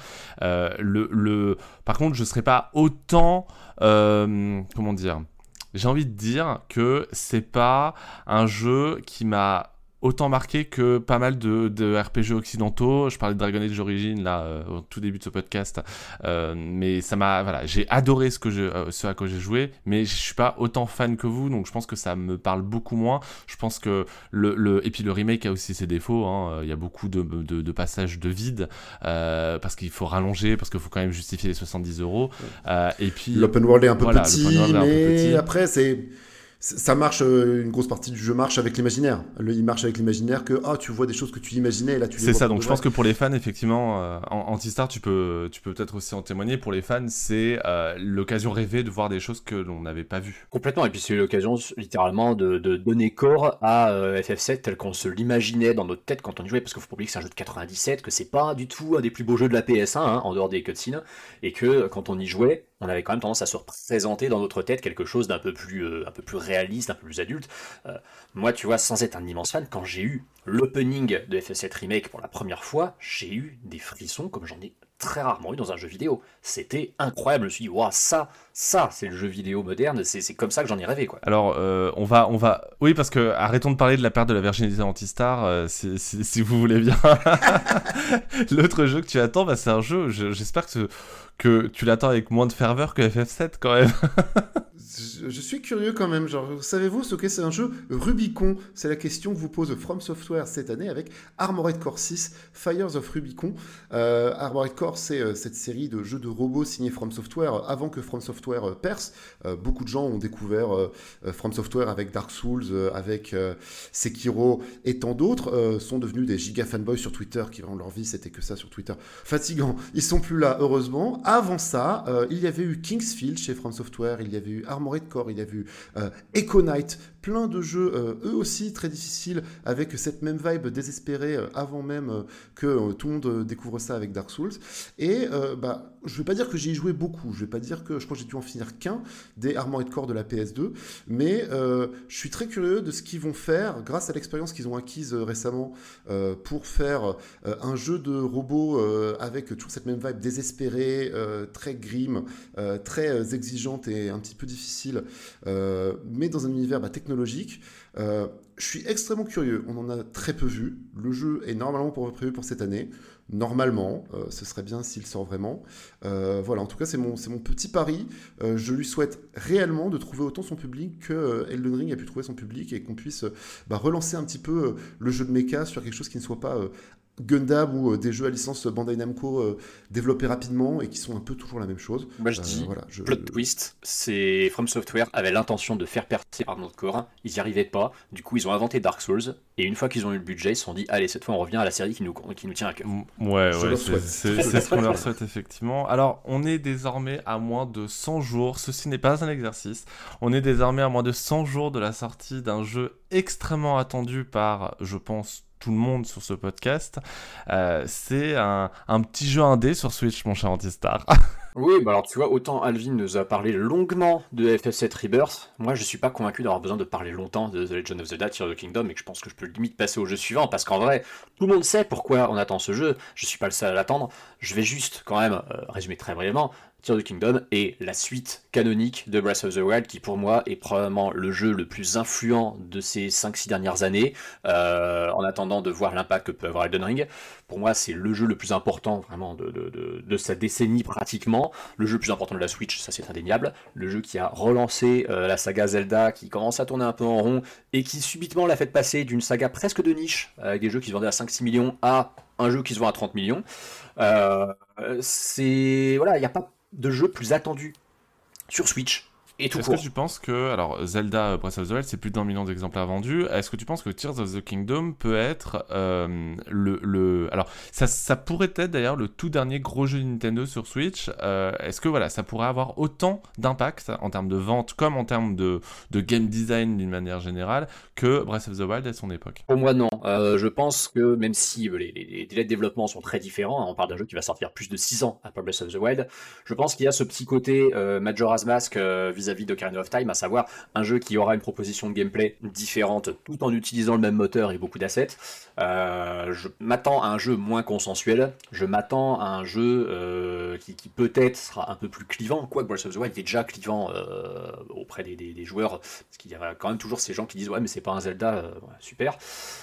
Par contre, je serais pas autant, comment dire, j'ai envie de dire que c'est pas un jeu qui m'a autant marqué que pas mal de RPG occidentaux. Je parlais de Dragon Age Origins là au tout début de ce podcast, mais ça m'a, voilà, j'ai adoré ce à quoi j'ai joué, mais je suis pas autant fan que vous, donc je pense que ça me parle beaucoup moins. Je pense que et puis le remake a aussi ses défauts, hein. Il y a beaucoup de passages de vide parce qu'il faut rallonger, parce qu'il faut quand même justifier les 70€. Et puis l'open world est un peu voilà, petit, mais après ça marche, une grosse partie du jeu marche avec l'imaginaire. Il marche avec l'imaginaire que tu vois des choses que tu imaginais et là tu les vois. C'est ça, donc je pense que pour les fans, effectivement, Antistar, tu peux peut-être aussi en témoigner. Pour les fans, c'est l'occasion rêvée de voir des choses que l'on n'avait pas vues. Complètement, et puis c'est l'occasion littéralement de donner corps à FF7 tel qu'on se l'imaginait dans notre tête quand on y jouait, parce qu'il faut pas oublier que c'est un jeu de 97, que c'est pas du tout un des plus beaux jeux de la PS1, hein, en dehors des cutscenes, et que quand on y jouait, on avait quand même tendance à se représenter dans notre tête quelque chose d'un peu plus réaliste, un peu plus adulte. Moi, tu vois, sans être un immense fan, quand j'ai eu l'opening de FF7 Remake pour la première fois, j'ai eu des frissons comme j'en ai très rarement eu dans un jeu vidéo. C'était incroyable, je me suis dit, waouh, ça c'est le jeu vidéo moderne, c'est comme ça que j'en ai rêvé, quoi. Alors, on va... Oui, parce que arrêtons de parler de la perte de la virginité Antistar, si vous voulez bien. L'autre jeu que tu attends, c'est un jeu, j'espère que tu l'attends avec moins de ferveur que FF7 quand même. Je suis curieux quand même, genre, savez-vous ce qu'est un jeu Rubicon? C'est la question que vous pose From Software cette année avec Armored Core 6, Fires of Rubicon. Armored Core, c'est cette série de jeux de robots signés From Software avant que From Software perce. Beaucoup de gens ont découvert From Software avec Dark Souls, avec Sekiro et tant d'autres, sont devenus des giga fanboys sur Twitter qui vraiment leur vie c'était que ça sur Twitter. Fatigant, ils sont plus là heureusement. Avant ça, il y avait eu Kingsfield chez From Software, il y avait eu Armored Core, il y avait eu Echo Knight plein de jeux, eux aussi très difficiles, avec cette même vibe désespérée avant même que tout le monde découvre ça avec Dark Souls. Et je vais pas dire que j'y ai joué beaucoup, je vais pas dire que je crois que j'ai dû en finir qu'un des Armored Core de la PS2, mais je suis très curieux de ce qu'ils vont faire grâce à l'expérience qu'ils ont acquise récemment pour faire un jeu de robots avec toujours cette même vibe désespérée, très grim, très exigeante et un petit peu difficile, mais dans un univers technologique. Je suis extrêmement curieux, on en a très peu vu. Le jeu est normalement prévu pour cette année. Normalement, ce serait bien s'il sort vraiment. Voilà, en tout cas, c'est mon petit pari. Je lui souhaite réellement de trouver autant son public que Elden Ring a pu trouver son public et qu'on puisse relancer un petit peu le jeu de mecha sur quelque chose qui ne soit pas Gundam ou des jeux à licence Bandai Namco développés rapidement et qui sont un peu toujours la même chose. Moi je dis, plot twist, c'est From Software avait l'intention de faire percer Armored Core, ils n'y arrivaient pas, du coup ils ont inventé Dark Souls, et une fois qu'ils ont eu le budget, ils se sont dit, allez, cette fois on revient à la série qui nous tient à cœur. Ouais, c'est ce qu'on leur souhaite effectivement. Alors, on est désormais à moins de 100 jours, ceci n'est pas un exercice, on est désormais à moins de 100 jours de la sortie d'un jeu extrêmement attendu par, je pense, tout le monde sur ce podcast. C'est un petit jeu indé sur Switch, mon cher Antistar. Oui, alors tu vois, autant Alvin nous a parlé longuement de FF7 Rebirth, moi je suis pas convaincu d'avoir besoin de parler longtemps de The Legend of Zelda Tears of the Kingdom, et que je pense que je peux limite passer au jeu suivant, parce qu'en vrai, tout le monde sait pourquoi on attend ce jeu, je suis pas le seul à l'attendre, je vais juste quand même résumer très brièvement. Tears of the Kingdom est la suite canonique de Breath of the Wild, qui pour moi est probablement le jeu le plus influent de ces 5-6 dernières années, en attendant de voir l'impact que peut avoir Elden Ring. Pour moi, c'est le jeu le plus important vraiment de sa décennie pratiquement, le jeu le plus important de la Switch, ça c'est indéniable, le jeu qui a relancé la saga Zelda, qui commence à tourner un peu en rond, et qui subitement l'a fait passer d'une saga presque de niche, avec des jeux qui se vendaient à 5-6 millions, à un jeu qui se vend à 30 millions. Voilà, il n'y a pas de jeu plus attendu sur Switch. Est-ce que tu penses que, alors Zelda Breath of the Wild, c'est plus d'1 million d'exemplaires vendus, est-ce que tu penses que Tears of the Kingdom peut être alors ça pourrait être d'ailleurs le tout dernier gros jeu Nintendo sur Switch, est-ce que voilà, ça pourrait avoir autant d'impact en termes de vente comme en termes de game design d'une manière générale que Breath of the Wild à son époque? Pour moi non, je pense que même si les délais de développement sont très différents, on parle d'un jeu qui va sortir plus de 6 ans après Breath of the Wild, je pense qu'il y a ce petit côté Majora's Mask vis-à-vis d'Ocarina of Time, à savoir un jeu qui aura une proposition de gameplay différente tout en utilisant le même moteur et beaucoup d'assets. Je m'attends à un jeu moins consensuel, je m'attends à un jeu qui peut-être sera un peu plus clivant, quoique Breath of the Wild est déjà clivant auprès des joueurs, parce qu'il y a quand même toujours ces gens qui disent ouais mais c'est pas un Zelda, super.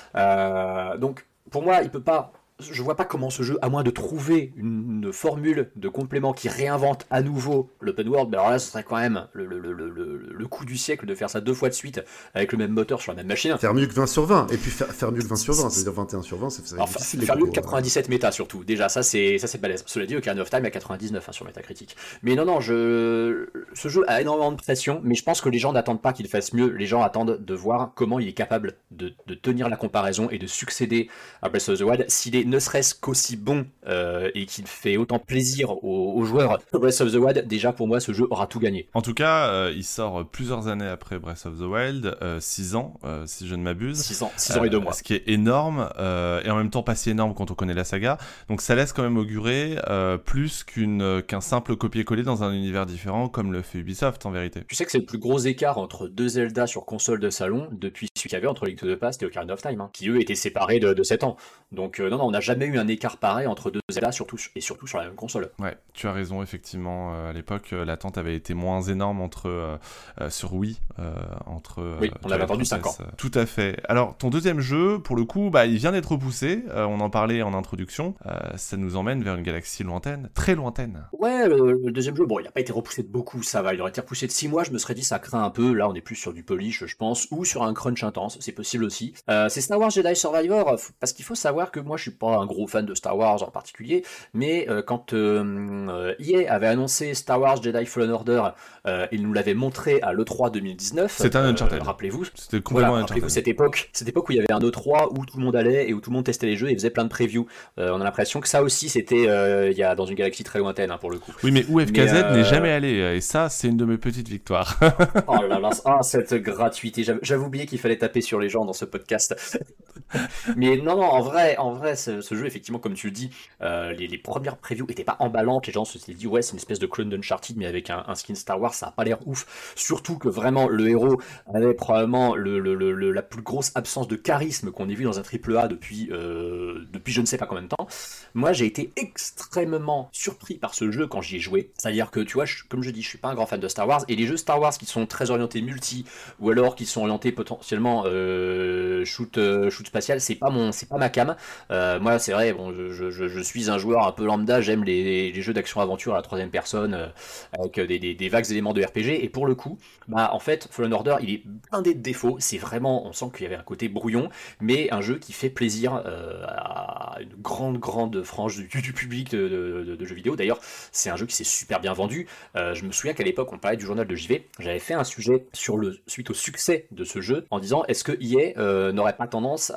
Donc pour moi il peut pas, je vois pas comment ce jeu, à moins de trouver une formule de complément qui réinvente à nouveau l'open world, mais alors là ce serait quand même le coup du siècle de faire ça 2 fois de suite avec le même moteur sur la même machine. Faire mieux que 20 sur 20, et puis faire mieux que 20 sur 20, c'est-à-dire 21 sur 20, c'est difficile. Faire mieux que 97 méta surtout, déjà ça c'est balèze. Cela dit, Ocarina of Time à 99 sur Metacritic. Mais non, ce jeu a énormément de pression, mais je pense que les gens n'attendent pas qu'il fasse mieux, les gens attendent de voir comment il est capable de tenir la comparaison et de succéder à Breath of the Wild, s'il est ne serait-ce qu'aussi bon et qu'il fait autant plaisir aux joueurs de Breath of the Wild, déjà pour moi ce jeu aura tout gagné. En tout cas, il sort plusieurs années après Breath of the Wild, 6 ans si je ne m'abuse. 6 ans et 2 mois. Ce qui est énorme et en même temps pas si énorme quand on connaît la saga. Donc ça laisse quand même augurer plus qu'un simple copier-coller dans un univers différent comme le fait Ubisoft en vérité. Tu sais que c'est le plus gros écart entre 2 Zelda sur console de salon depuis celui qu'il y avait entre Link to the Past et Ocarina of Time, qui eux étaient séparés de 7 ans. Donc non, on n'a jamais eu un écart pareil entre 2 Zelda, surtout sur la même console. Ouais, tu as raison, effectivement. À l'époque, l'attente avait été moins énorme sur Wii. Oui, on avait attendu 5 ans. Tout à fait. Alors, ton deuxième jeu, pour le coup, il vient d'être repoussé. On en parlait en introduction. Ça nous emmène vers une galaxie lointaine, très lointaine. Ouais, le deuxième jeu, bon, il n'a pas été repoussé de beaucoup, ça va. Il aurait été repoussé de 6 mois, je me serais dit, ça craint un peu. Là, on est plus sur du polish, je pense, ou sur un crunch intense, c'est possible aussi. C'est Star Wars Jedi Survivor, parce qu'il faut savoir que moi, je suis pas un gros fan de Star Wars en particulier, mais quand EA avait annoncé Star Wars Jedi Fallen Order, il nous l'avait montré à l'E3 2019. C'était un Uncharted. Rappelez-vous. C'était complètement Uncharted. Rappelez-vous cette époque où il y avait un E3 où tout le monde allait et où tout le monde testait les jeux et faisait plein de previews. On a l'impression que ça aussi, c'était il y a dans une galaxie très lointaine, hein, pour le coup. Oui, mais où FKZ n'est jamais allé, et ça, c'est une de mes petites victoires. Oh là là, cette gratuité. J'avais oublié qu'il fallait taper sur les gens dans ce podcast. Mais non, en vrai, ce jeu, effectivement, comme tu le dis, les premières previews étaient pas emballantes. Les gens se sont dit, ouais, c'est une espèce de clone d'Uncharted, mais avec un skin Star Wars, ça a pas l'air ouf. Surtout que vraiment, le héros avait probablement la plus grosse absence de charisme qu'on ait vu dans un AAA depuis je ne sais pas combien de temps. Moi, j'ai été extrêmement surpris par ce jeu quand j'y ai joué. C'est-à-dire que, tu vois, comme je dis, je suis pas un grand fan de Star Wars, et les jeux Star Wars qui sont très orientés multi, ou alors qui sont orientés potentiellement shoot spatial, c'est pas ma cam. Moi, c'est vrai, bon, je suis un joueur un peu lambda, j'aime les jeux d'action-aventure à la troisième personne, avec des vagues éléments de RPG, et pour le coup, en fait, Fallen Order, il est blindé de défauts. C'est vraiment, on sent qu'il y avait un côté brouillon, mais un jeu qui fait plaisir à une grande frange du public de jeux vidéo. D'ailleurs, c'est un jeu qui s'est super bien vendu. Je me souviens qu'à l'époque, on parlait du journal de JV, j'avais fait un sujet suite au succès de ce jeu, en disant, est-ce que EA n'aurait pas tendance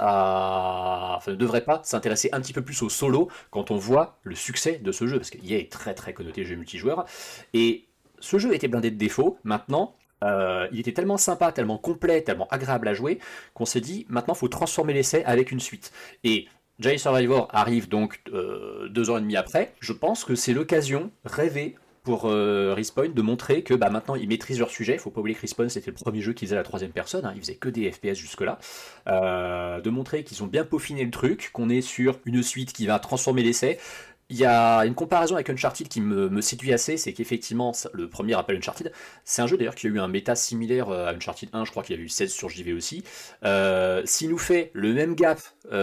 ne devrait pas s'intéresser un petit peu plus au solo quand on voit le succès de ce jeu, parce que EA est très très connoté jeu multijoueur, et ce jeu était blindé de défauts. Maintenant, il était tellement sympa, tellement complet, tellement agréable à jouer, qu'on s'est dit, maintenant il faut transformer l'essai avec une suite. Et Jedi Survivor arrive donc 2 ans et demi après. Je pense que c'est l'occasion rêvée pour Respawn de montrer que maintenant ils maîtrisent leur sujet. Il faut pas oublier que Respawn, c'était le premier jeu qui faisait la troisième personne, hein, ils faisaient que des FPS jusque-là. De montrer qu'ils ont bien peaufiné le truc, qu'on est sur une suite qui va transformer l'essai. Il y a une comparaison avec Uncharted qui me séduit assez, c'est qu'effectivement, le premier rappelle Uncharted. C'est un jeu d'ailleurs qui a eu un méta similaire à Uncharted 1, je crois qu'il a eu 16 sur JV aussi. S'il nous fait le même gap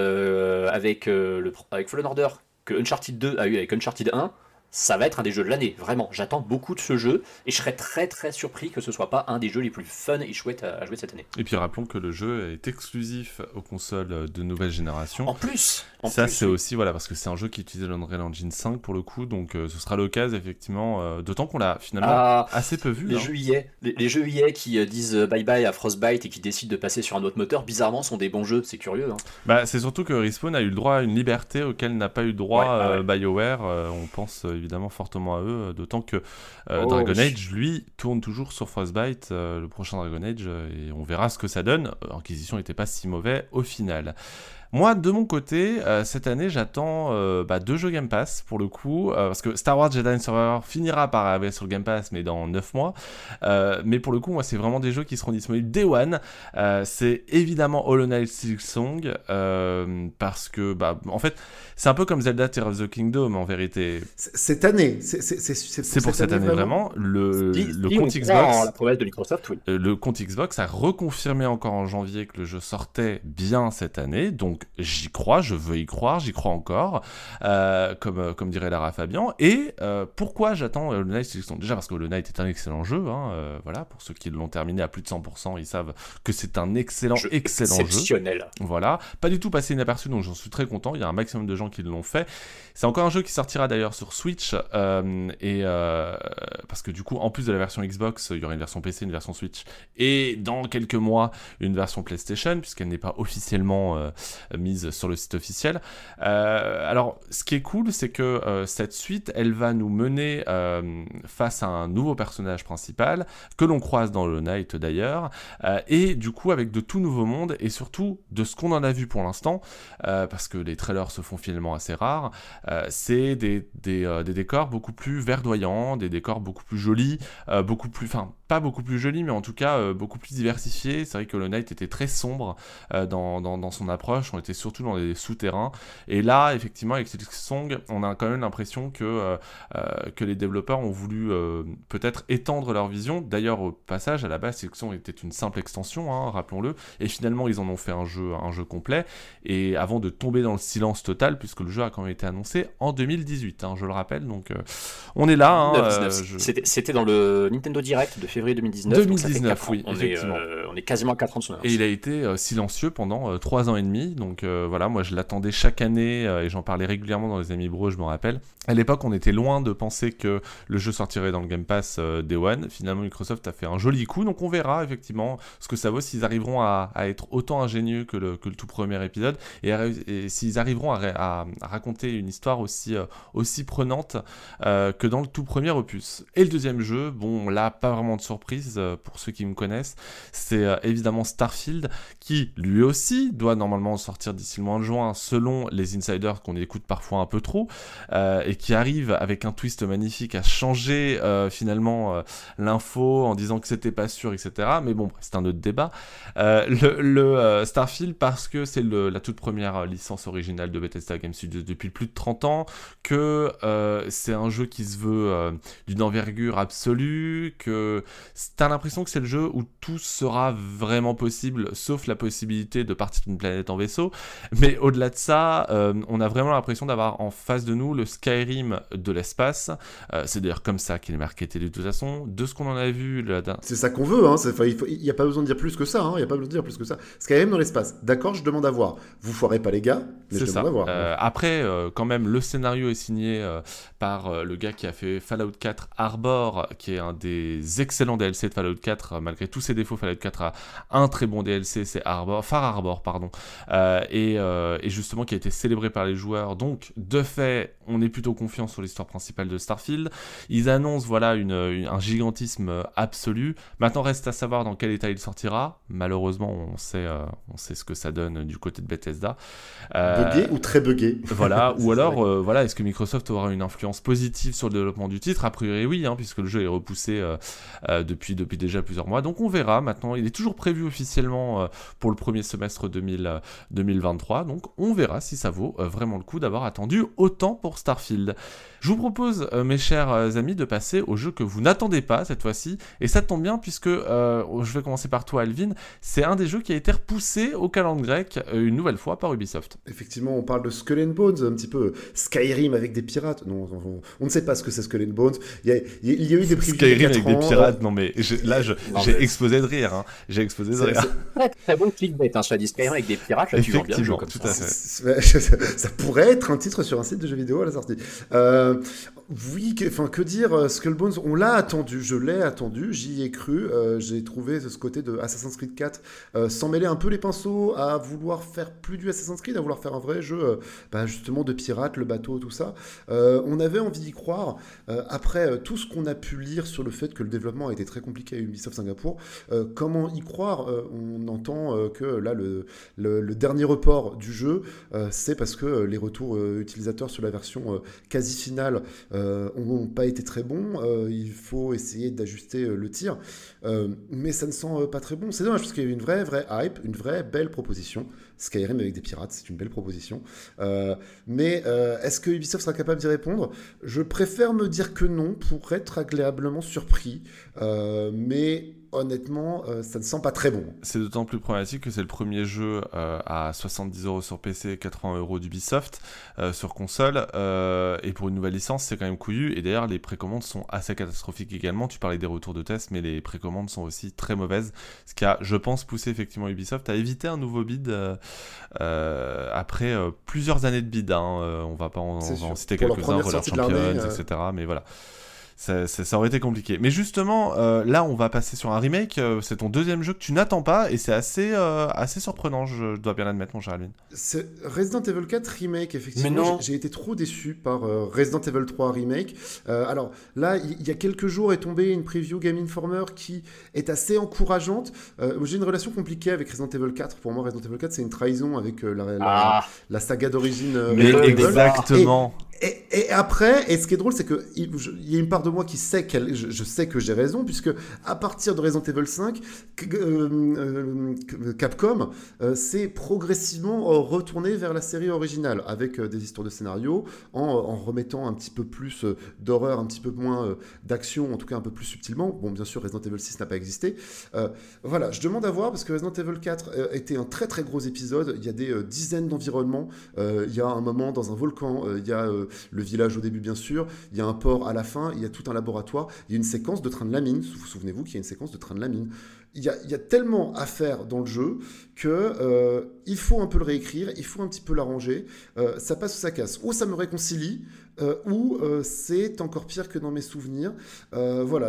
avec Fallen Order que Uncharted 2 a eu avec Uncharted 1, ça va être un des jeux de l'année, vraiment. J'attends beaucoup de ce jeu et je serais très très surpris que ce soit pas un des jeux les plus fun et chouettes à jouer cette année. Et puis rappelons que le jeu est exclusif aux consoles de nouvelle génération. En plus, c'est aussi, voilà, parce que c'est un jeu qui utilise l'Unreal Engine 5 pour le coup, donc ce sera l'occasion effectivement, d'autant qu'on l'a finalement assez peu vu. Les jeux EA qui disent bye bye à Frostbite et qui décident de passer sur un autre moteur, bizarrement sont des bons jeux, c'est curieux. Hein. C'est surtout que Respawn a eu le droit à une liberté auquel n'a pas eu droit BioWare, on pense évidemment fortement à eux, d'autant que Dragon Age, lui, tourne toujours sur Frostbite, le prochain Dragon Age, et on verra ce que ça donne. Inquisition n'était pas si mauvais au final. Moi, de mon côté, cette année, j'attends 2 jeux Game Pass, pour le coup, parce que Star Wars Jedi Survivor finira par arriver sur le Game Pass, mais dans 9 mois. Mais pour le coup, moi, c'est vraiment des jeux qui seront disponibles Day One. C'est évidemment Hollow Knight Silksong, parce que, en fait, c'est un peu comme Zelda Tears of the Kingdom, en vérité. Cette année, c'est pour cette année, vraiment. Le compte Xbox, la promesse de Microsoft, oui. Le compte Xbox a reconfirmé encore en janvier que le jeu sortait bien cette année, donc j'y crois, je veux y croire, j'y crois encore, comme dirait Lara Fabian. Et pourquoi j'attends Hollow Knight? Déjà parce que Hollow Knight est un excellent jeu, hein, voilà, pour ceux qui l'ont terminé à plus de 100%, ils savent que c'est un excellent jeu. Exceptionnel. Voilà, pas du tout passé inaperçu, donc j'en suis très content, il y a un maximum de gens qui l'ont fait. C'est encore un jeu qui sortira d'ailleurs sur Switch, parce que du coup, en plus de la version Xbox, il y aura une version PC, une version Switch, et dans quelques mois, une version PlayStation, puisqu'elle n'est pas officiellement mise sur le site officiel. Alors, ce qui est cool, c'est que cette suite, elle va nous mener face à un nouveau personnage principal, que l'on croise dans Hollow Knight d'ailleurs, et du coup, avec de tout nouveaux mondes, et surtout de ce qu'on en a vu pour l'instant, parce que les trailers se font finalement assez rares, c'est des décors beaucoup plus verdoyants, des décors beaucoup plus jolis, pas beaucoup plus jolis, mais en tout cas beaucoup plus diversifiés. C'est vrai que Hollow Knight était très sombre dans son approche, on était surtout dans des souterrains, et là, effectivement, avec Silksong, on a quand même l'impression que les développeurs ont voulu peut-être étendre leur vision. D'ailleurs, au passage, à la base, Silksong était une simple extension, hein, rappelons-le, et finalement, ils en ont fait un jeu complet, et avant de tomber dans le silence total, puisque le jeu a quand même été annoncé en 2018, hein, je le rappelle, donc on est là. Hein, C'était dans le Nintendo Direct de février. février 2019. Donc ça fait 4 ans. Oui, effectivement. On est quasiment à 4 ans de son annonce. Et il a été silencieux pendant 3 ans et demi. Donc voilà, moi je l'attendais chaque année et j'en parlais régulièrement dans les Amis Bro, je me rappelle. À l'époque, on était loin de penser que le jeu sortirait dans le Game Pass Day One. Finalement, Microsoft a fait un joli coup, donc on verra effectivement ce que ça vaut, s'ils arriveront à être autant ingénieux que le tout premier épisode, et s'ils arriveront à raconter une histoire aussi prenante que dans le tout premier opus. Et le deuxième jeu, bon là, pas vraiment de surprise pour ceux qui me connaissent, c'est évidemment Starfield, qui lui aussi doit normalement sortir d'ici le mois de juin, selon les insiders qu'on écoute parfois un peu trop, et qui arrive avec un twist magnifique à changer finalement l'info en disant que c'était pas sûr, etc. Mais bon, c'est un autre débat. Starfield, parce que c'est la toute première licence originale de Bethesda Game Studios depuis plus de 30 ans, que c'est un jeu qui se veut d'une envergure absolue, que t'as l'impression que c'est le jeu où tout sera vraiment possible, sauf la possibilité de partir d'une planète en vaisseau. Mais au-delà de ça, on a vraiment l'impression d'avoir en face de nous le Skyrim de l'espace. C'est d'ailleurs comme ça qu'il est marketé de toute façon. De ce qu'on en a vu... C'est ça qu'on veut, hein. Il n'y a pas besoin de dire plus que ça. Hein. Il n'y a pas besoin de dire plus que ça. Skyrim dans l'espace. D'accord, je demande à voir. Vous foirez pas les gars, mais je demande à voir. Après, quand même, le scénario est signé par le gars qui a fait Fallout 4 Arbor, qui est un des excellents DLC de Fallout 4. Malgré tous ses défauts, Fallout 4 a un très bon DLC, c'est Far Arbor, pardon. Et justement qui a été célébré par les joueurs. Donc, de fait, on est plutôt confiant sur l'histoire principale de Starfield. Ils annoncent un gigantisme absolu. Maintenant, reste à savoir dans quel état il sortira. Malheureusement, on sait ce que ça donne du côté de Bethesda. Buggé ou très buggé. Voilà. Ou alors, est-ce que Microsoft aura une influence positive sur le développement du titre ? A priori, oui, puisque le jeu est repoussé depuis déjà plusieurs mois. Donc, on verra. Maintenant, il est toujours prévu officiellement pour le premier semestre 2023. Donc, on verra si ça vaut vraiment le coup d'avoir attendu autant pour Starfield. Je vous propose, mes chers amis, de passer au jeu que vous n'attendez pas cette fois-ci. Et ça tombe bien puisque, je vais commencer par toi, Alvin, c'est un des jeux qui a été repoussé au calendrier grec une nouvelle fois par Ubisoft. Effectivement, on parle de Skull and Bones, un petit peu Skyrim avec des pirates. Non, on ne sait pas ce que c'est Skull and Bones. Il y a eu des previews Skyrim avec des pirates, non mais j'ai explosé de rire. Hein. J'ai explosé de rire. C'est très bon clickbait, je dit Skyrim avec des pirates, là tu vends bien le jeu comme tout ça. À fait. Ça pourrait être un titre sur un site de jeux vidéo à la sortie. Oui, que dire, Skull Bones, on l'a attendu, je l'ai attendu, j'y ai cru, j'ai trouvé ce côté de Assassin's Creed 4 s'en mêler un peu les pinceaux, à vouloir faire plus du Assassin's Creed, à vouloir faire un vrai jeu justement de pirates, le bateau, tout ça. On avait envie d'y croire, après tout ce qu'on a pu lire sur le fait que le développement a été très compliqué à Ubisoft Singapour, comment y croire on entend que là, le dernier report du jeu, c'est parce que les retours utilisateurs sur la version quasi finale n'ont pas été très bons. Il faut essayer d'ajuster le tir, mais ça ne sent pas très bon. C'est dommage parce qu'il y a eu une vraie hype, une vraie belle proposition. Skyrim avec des pirates, c'est une belle proposition. Mais est-ce que Ubisoft sera capable d'y répondre ? Je préfère me dire que non pour être agréablement surpris. Mais honnêtement, ça ne sent pas très bon. C'est d'autant plus problématique que c'est le premier jeu à 70€ sur PC et 80€ d'Ubisoft sur console. Et pour une nouvelle licence, c'est quand même couillu. Et d'ailleurs, les précommandes sont assez catastrophiques également. Tu parlais des retours de tests, mais les précommandes sont aussi très mauvaises. Ce qui a, je pense, poussé effectivement Ubisoft à éviter un nouveau bid après plusieurs années de bid. On va pas en citer quelques-uns, Roller Champions, etc. Mais voilà. Ça aurait été compliqué. Mais justement, là, on va passer sur un remake. C'est ton deuxième jeu que tu n'attends pas et c'est assez surprenant, je dois bien l'admettre, mon cher Alvin. C'est Resident Evil 4 Remake, effectivement. J'ai été trop déçu par Resident Evil 3 Remake. Alors là, il y a quelques jours est tombée une preview Game Informer qui est assez encourageante. J'ai une relation compliquée avec Resident Evil 4. Pour moi, Resident Evil 4, c'est une trahison avec la saga d'origine. Mais exactement. Et après, et ce qui est drôle, c'est qu'il y a une part de moi qui sait je sais que j'ai raison, puisque à partir de Resident Evil 5, Capcom s'est progressivement retourné vers la série originale, avec des histoires de scénario, en remettant un petit peu plus d'horreur, un petit peu moins d'action, en tout cas un peu plus subtilement. Bon, bien sûr, Resident Evil 6 n'a pas existé. Voilà, je demande à voir, parce que Resident Evil 4 était un très très gros épisode. Il y a des dizaines d'environnements. Il y a un moment dans un volcan, il y a le village au début, bien sûr. Il y a un port à la fin. Il y a tout un laboratoire. Il y a une séquence de train de la mine. Vous souvenez-vous qu'il y a une séquence de train de la mine. Il y a tellement à faire dans le jeu que il faut un peu le réécrire, il faut un petit peu l'arranger. Ça passe ou ça casse. Ou ça me réconcilie, ou c'est encore pire que dans mes souvenirs. Voilà,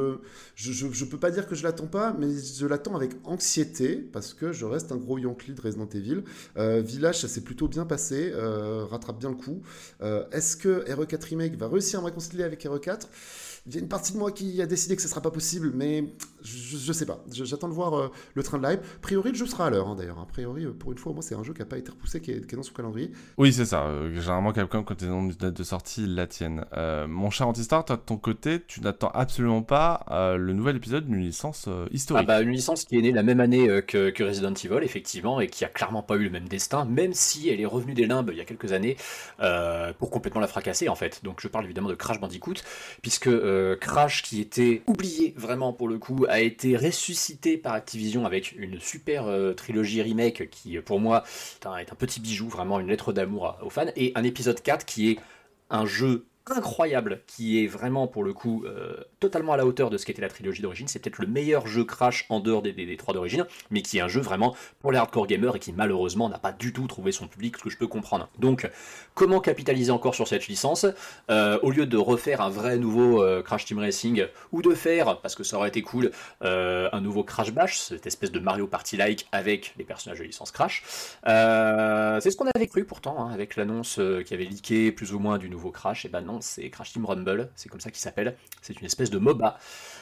je peux pas dire que je l'attends pas, mais je l'attends avec anxiété parce que je reste un gros Yankee de Resident Evil. Village, ça s'est plutôt bien passé, rattrape bien le coup. Est-ce que RE4 Remake va réussir à me réconcilier avec RE4? Il y a une partie de moi qui a décidé que ce ne sera pas possible, mais je sais pas. J'attends de voir le train de live. A priori, le jeu sera à l'heure, d'ailleurs. A priori, pour une fois, moi, c'est un jeu qui n'a pas été repoussé, qui est dans son calendrier. Oui, c'est ça. Généralement, Capcom, quand ils ont une date de sortie, ils la tiennent. Mon cher Antistar, toi, de ton côté, tu n'attends absolument pas le nouvel épisode d'une licence historique. Une licence qui est née la même année que Resident Evil, effectivement, et qui a clairement pas eu le même destin, même si elle est revenue des limbes il y a quelques années pour complètement la fracasser, en fait. Donc, je parle évidemment de Crash Bandicoot, puisque Crash, qui était oublié vraiment pour le coup, a été ressuscité par Activision avec une super trilogie remake qui, pour moi, est un petit bijou, vraiment une lettre d'amour aux fans, et un épisode 4 qui est un jeu incroyable, qui est vraiment pour le coup totalement à la hauteur de ce qu'était la trilogie d'origine. C'est peut-être le meilleur jeu Crash en dehors des trois d'origine, mais qui est un jeu vraiment pour les hardcore gamers et qui malheureusement n'a pas du tout trouvé son public, ce que je peux comprendre. Donc comment capitaliser encore sur cette licence au lieu de refaire un vrai nouveau Crash Team Racing, ou de faire, parce que ça aurait été cool, un nouveau Crash Bash, cette espèce de Mario Party-like avec les personnages de licence Crash. C'est ce qu'on avait cru pourtant, hein, avec l'annonce qui avait leaké plus ou moins du nouveau Crash. Et ben non, c'est Crash Team Rumble, c'est comme ça qu'il s'appelle. C'est une espèce de MOBA.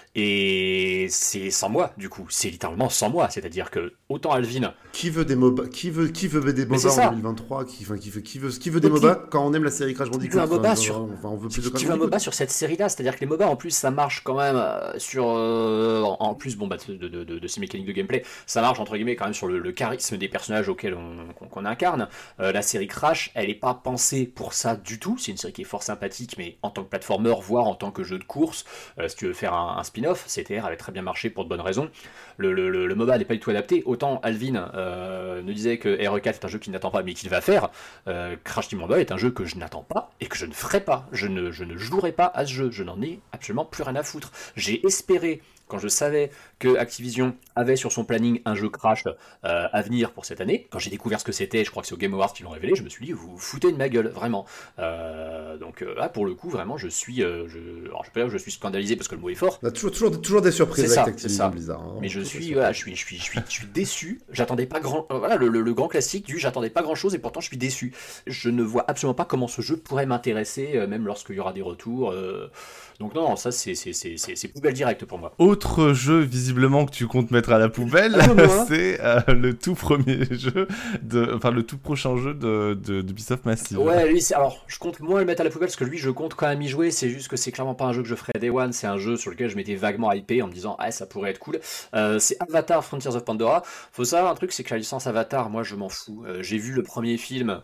Et c'est sans moi, du coup. C'est littéralement sans moi. C'est-à-dire que, autant Alvin. Qui veut des MOBA Qui veut des MOBA en 2023 qui veut des MOBA quand on aime la série Crash Bandicoot? On veut plus de Crash Bandicoot. Qui veut un MOBA sur cette série-là? C'est-à-dire que les MOBA, en plus, ça marche quand même sur. En plus, de ces mécaniques de gameplay, ça marche, entre guillemets, quand même sur le charisme des personnages auxquels qu'on incarne. La série Crash, elle n'est pas pensée pour ça du tout. C'est une série qui est fort sympathique, mais en tant que platformer, voire en tant que jeu de course, si tu veux faire un spin-off, CTR avait très bien marché pour de bonnes raisons. Le MOBA n'est pas du tout adapté. Autant Alvin nous disait que RE4 est un jeu qu'il n'attend pas mais qu'il va faire, Crash Team Rumble est un jeu que je n'attends pas et que je ne ferai pas. Je ne jouerai pas à ce jeu. Je n'en ai absolument plus rien à foutre. J'ai espéré, quand je savais que Activision avait sur son planning un jeu Crash à venir pour cette année, quand j'ai découvert ce que c'était, je crois que c'est au Game Awards qu'ils l'ont révélé, je me suis dit, vous vous foutez de ma gueule, vraiment. Donc là, pour le coup, vraiment, je peux dire que je suis scandalisé parce que le mot est fort. On a toujours des surprises avec Activision Blizzard. Hein, mais je suis déçu. J'attendais pas grand. Voilà, le grand classique du j'attendais pas grand chose et pourtant je suis déçu. Je ne vois absolument pas comment ce jeu pourrait m'intéresser, même lorsqu'il y aura des retours. Donc non, ça c'est poubelle directe pour moi. Autre jeu visiblement que tu comptes mettre à la poubelle, c'est le tout premier jeu, le tout prochain jeu d'Ubisoft Massive. Ouais, lui, alors je compte moins le mettre à la poubelle parce que lui je compte quand même y jouer, c'est juste que c'est clairement pas un jeu que je ferais Day One, c'est un jeu sur lequel je m'étais vaguement hypé en me disant ah ça pourrait être cool. C'est Avatar Frontiers of Pandora. Faut savoir un truc, c'est que la licence Avatar, moi je m'en fous. J'ai vu le premier film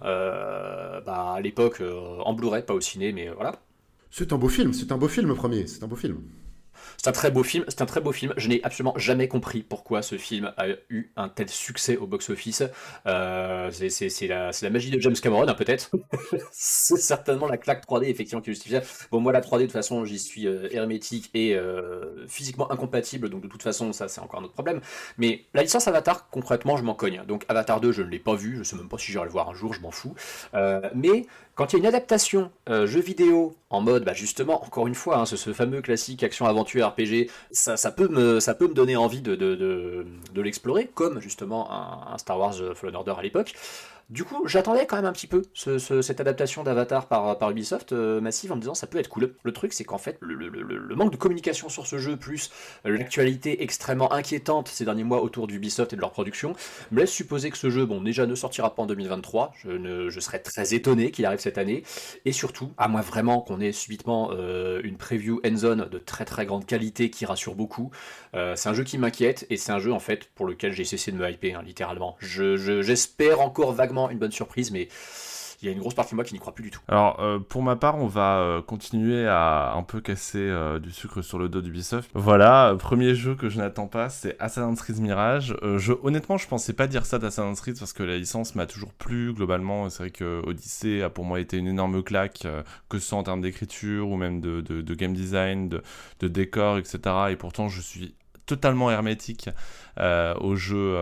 à l'époque en Blu-ray, pas au ciné, mais voilà. C'est un beau film premier, c'est un beau film. C'est un très beau film, je n'ai absolument jamais compris pourquoi ce film a eu un tel succès au box-office. C'est la magie de James Cameron, hein, peut-être. C'est certainement la claque 3D, effectivement, qui justifie ça. Bon, moi, la 3D, de toute façon, j'y suis hermétique et physiquement incompatible, donc de toute façon, ça, c'est encore un autre problème. Mais la licence Avatar, concrètement, je m'en cogne. Donc, Avatar 2, je ne l'ai pas vu, je sais même pas si j'irai le voir un jour, je m'en fous. Mais quand il y a une adaptation jeu vidéo en mode, justement, encore une fois, hein, ce fameux classique action-aventure RPG, ça peut me donner envie de l'explorer, comme justement un Star Wars Fallen Order à l'époque. Du coup, j'attendais quand même un petit peu cette adaptation d'Avatar par Ubisoft Massive en me disant ça peut être cool. Le truc, c'est qu'en fait, le manque de communication sur ce jeu, plus l'actualité extrêmement inquiétante ces derniers mois autour d'Ubisoft et de leur production, me laisse supposer que ce jeu, déjà ne sortira pas en 2023. Je serais très étonné qu'il arrive cette année. Et surtout, à moins vraiment qu'on ait subitement une preview end-zone de très très grande qualité qui rassure beaucoup. C'est un jeu qui m'inquiète et c'est un jeu en fait pour lequel j'ai cessé de me hyper, hein, littéralement. J'espère encore vaguement une bonne surprise, mais il y a une grosse partie de moi qui n'y croit plus du tout. Alors, pour ma part, on va continuer à un peu casser du sucre sur le dos d'Ubisoft. Voilà, premier jeu que je n'attends pas, c'est Assassin's Creed Mirage. Honnêtement, je pensais pas dire ça d'Assassin's Creed parce que la licence m'a toujours plu globalement. C'est vrai que Odyssey a pour moi été une énorme claque, que ce soit en termes d'écriture ou même de game design, de décor, etc. Et pourtant, je suis totalement hermétique aux jeux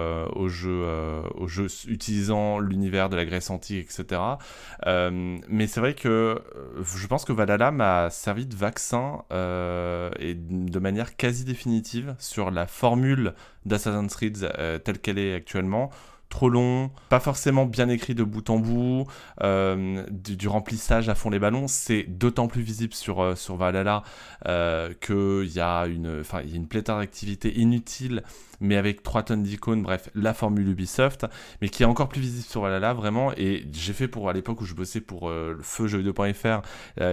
utilisant l'univers de la Grèce antique, etc. Mais c'est vrai que je pense que Valhalla m'a servi de vaccin et de manière quasi définitive sur la formule d'Assassin's Creed telle qu'elle est actuellement. Trop long, pas forcément bien écrit de bout en bout, du remplissage à fond les ballons. C'est d'autant plus visible sur Valhalla qu'il y a une pléthore d'activités inutiles, mais avec 3 tonnes d'icônes, bref, la formule Ubisoft, mais qui est encore plus visible sur Valhalla, vraiment. Et j'ai fait, à l'époque où je bossais pour le feu jeuxvideo.fr,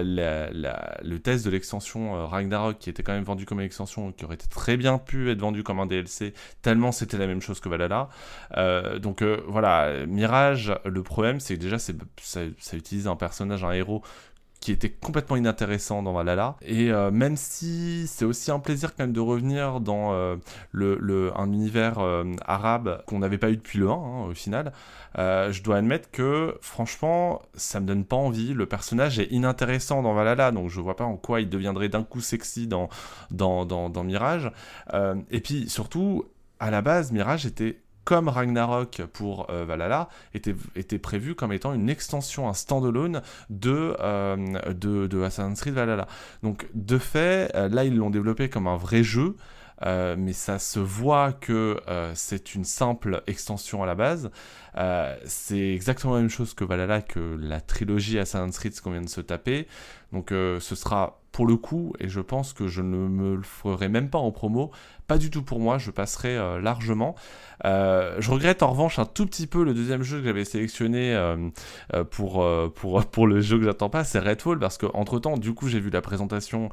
le test de l'extension Ragnarok, qui était quand même vendu comme une extension, qui aurait été très bien pu être vendu comme un DLC, tellement c'était la même chose que Valhalla. Donc voilà, Mirage, le problème, c'est que déjà, ça utilise un personnage, un héros, qui était complètement inintéressant dans Valhalla. Et même si c'est aussi un plaisir quand même de revenir dans un univers arabe qu'on n'avait pas eu depuis le 1, au final, je dois admettre que franchement, ça me donne pas envie. Le personnage est inintéressant dans Valhalla, donc je vois pas en quoi il deviendrait d'un coup sexy dans Mirage. Et puis surtout, à la base, Mirage était, comme Ragnarok pour Valhalla, était prévu comme étant une extension, un standalone de Assassin's Creed Valhalla. Donc de fait, là ils l'ont développé comme un vrai jeu, mais ça se voit que c'est une simple extension à la base. C'est exactement la même chose que Valhalla, que la trilogie Assassin's Creed qu'on vient de se taper. Donc ce sera pour le coup, et je pense que je ne me le ferai même pas en promo, pas du tout pour moi, je passerai largement. Je regrette en revanche un tout petit peu le deuxième jeu que j'avais sélectionné pour le jeu que j'attends pas, c'est Redfall, parce qu'entre temps, du coup, j'ai vu la présentation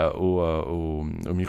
au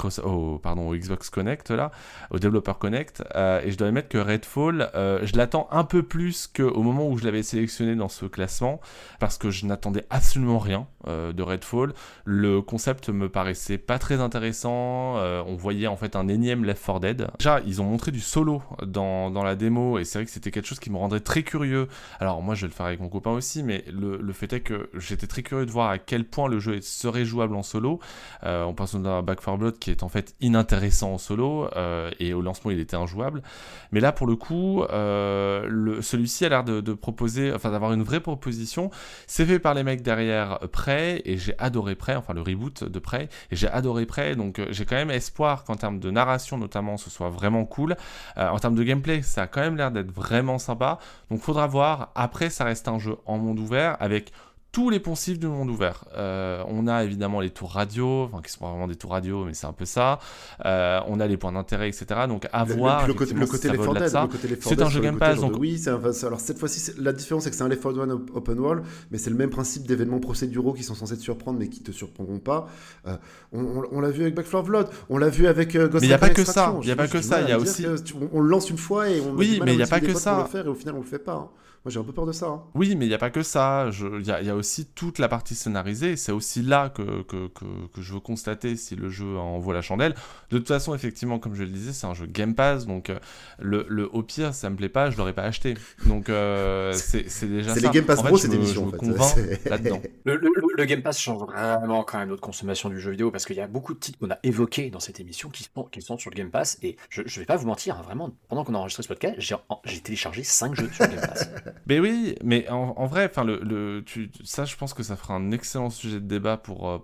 Xbox Connect, là, au Developer Connect, et je dois admettre que Redfall, je l'attends un peu plus qu'au moment où je l'avais sélectionné dans ce classement, parce que je n'attendais absolument rien de Redfall. Le concept me paraissait pas très intéressant, on voyait en fait un énième Left 4 Dead. Déjà, ils ont montré du solo dans la démo, et c'est vrai que c'était quelque chose qui me rendrait très curieux. Alors moi je vais le faire avec mon copain aussi, mais le fait est que j'étais très curieux de voir à quel point le jeu serait jouable en solo. On pense à Back 4 Blood qui est en fait inintéressant en solo, et au lancement il était injouable. Mais là pour le coup, celui-ci a l'air de proposer, enfin d'avoir une vraie proposition. C'est fait par les mecs derrière Prey, et j'ai adoré Prey, enfin le reboot de Prey, et j'ai adoré Prey, donc j'ai quand même espoir qu'en termes de narration notamment ce soit vraiment cool. En termes de gameplay, ça a quand même l'air d'être vraiment sympa, donc faudra voir. Après, ça reste un jeu en monde ouvert avec tous les poncifs du monde ouvert. On a évidemment les tours radio, enfin qui sont pas vraiment des tours radio, mais c'est un peu ça. On a les points d'intérêt, etc. Donc à voir. Le côté Left 4 Dead, c'est un jeu Game Pass. Donc oui, alors cette fois-ci, la différence c'est que c'est un Left 4 Dead open world, mais c'est le même principe d'événements procéduraux qui sont censés te surprendre, mais qui te surprendront pas. On l'a vu avec Back 4 Blood, on l'a vu avec Ghost Recon. Mais il y a pas que ça. Il y a pas que ça. Il y a aussi. On le lance une fois et on. Oui, mais il y a pas que ça. Pour le faire, et au final on le fait pas. Hein. Moi, j'ai un peu peur de ça. Hein. Oui, mais il n'y a pas que ça. Il y a aussi toute la partie scénarisée. C'est aussi là que je veux constater si le jeu en vaut la chandelle. De toute façon, effectivement, comme je le disais, c'est un jeu Game Pass. Donc, au pire, ça me plaît pas, je l'aurais pas acheté. Donc, c'est déjà ça. C'est les Game Pass Pro, cette émission. Je me convainc là-dedans. Le Game Pass change vraiment quand même notre consommation du jeu vidéo, parce qu'il y a beaucoup de titres qu'on a évoqués dans cette émission qui sont sur le Game Pass. Et je vais pas vous mentir, hein, vraiment, pendant qu'on a enregistré ce podcast, j'ai téléchargé 5 jeux sur le Game Pass. Mais oui, mais en vrai, enfin ça, je pense que ça fera un excellent sujet de débat pour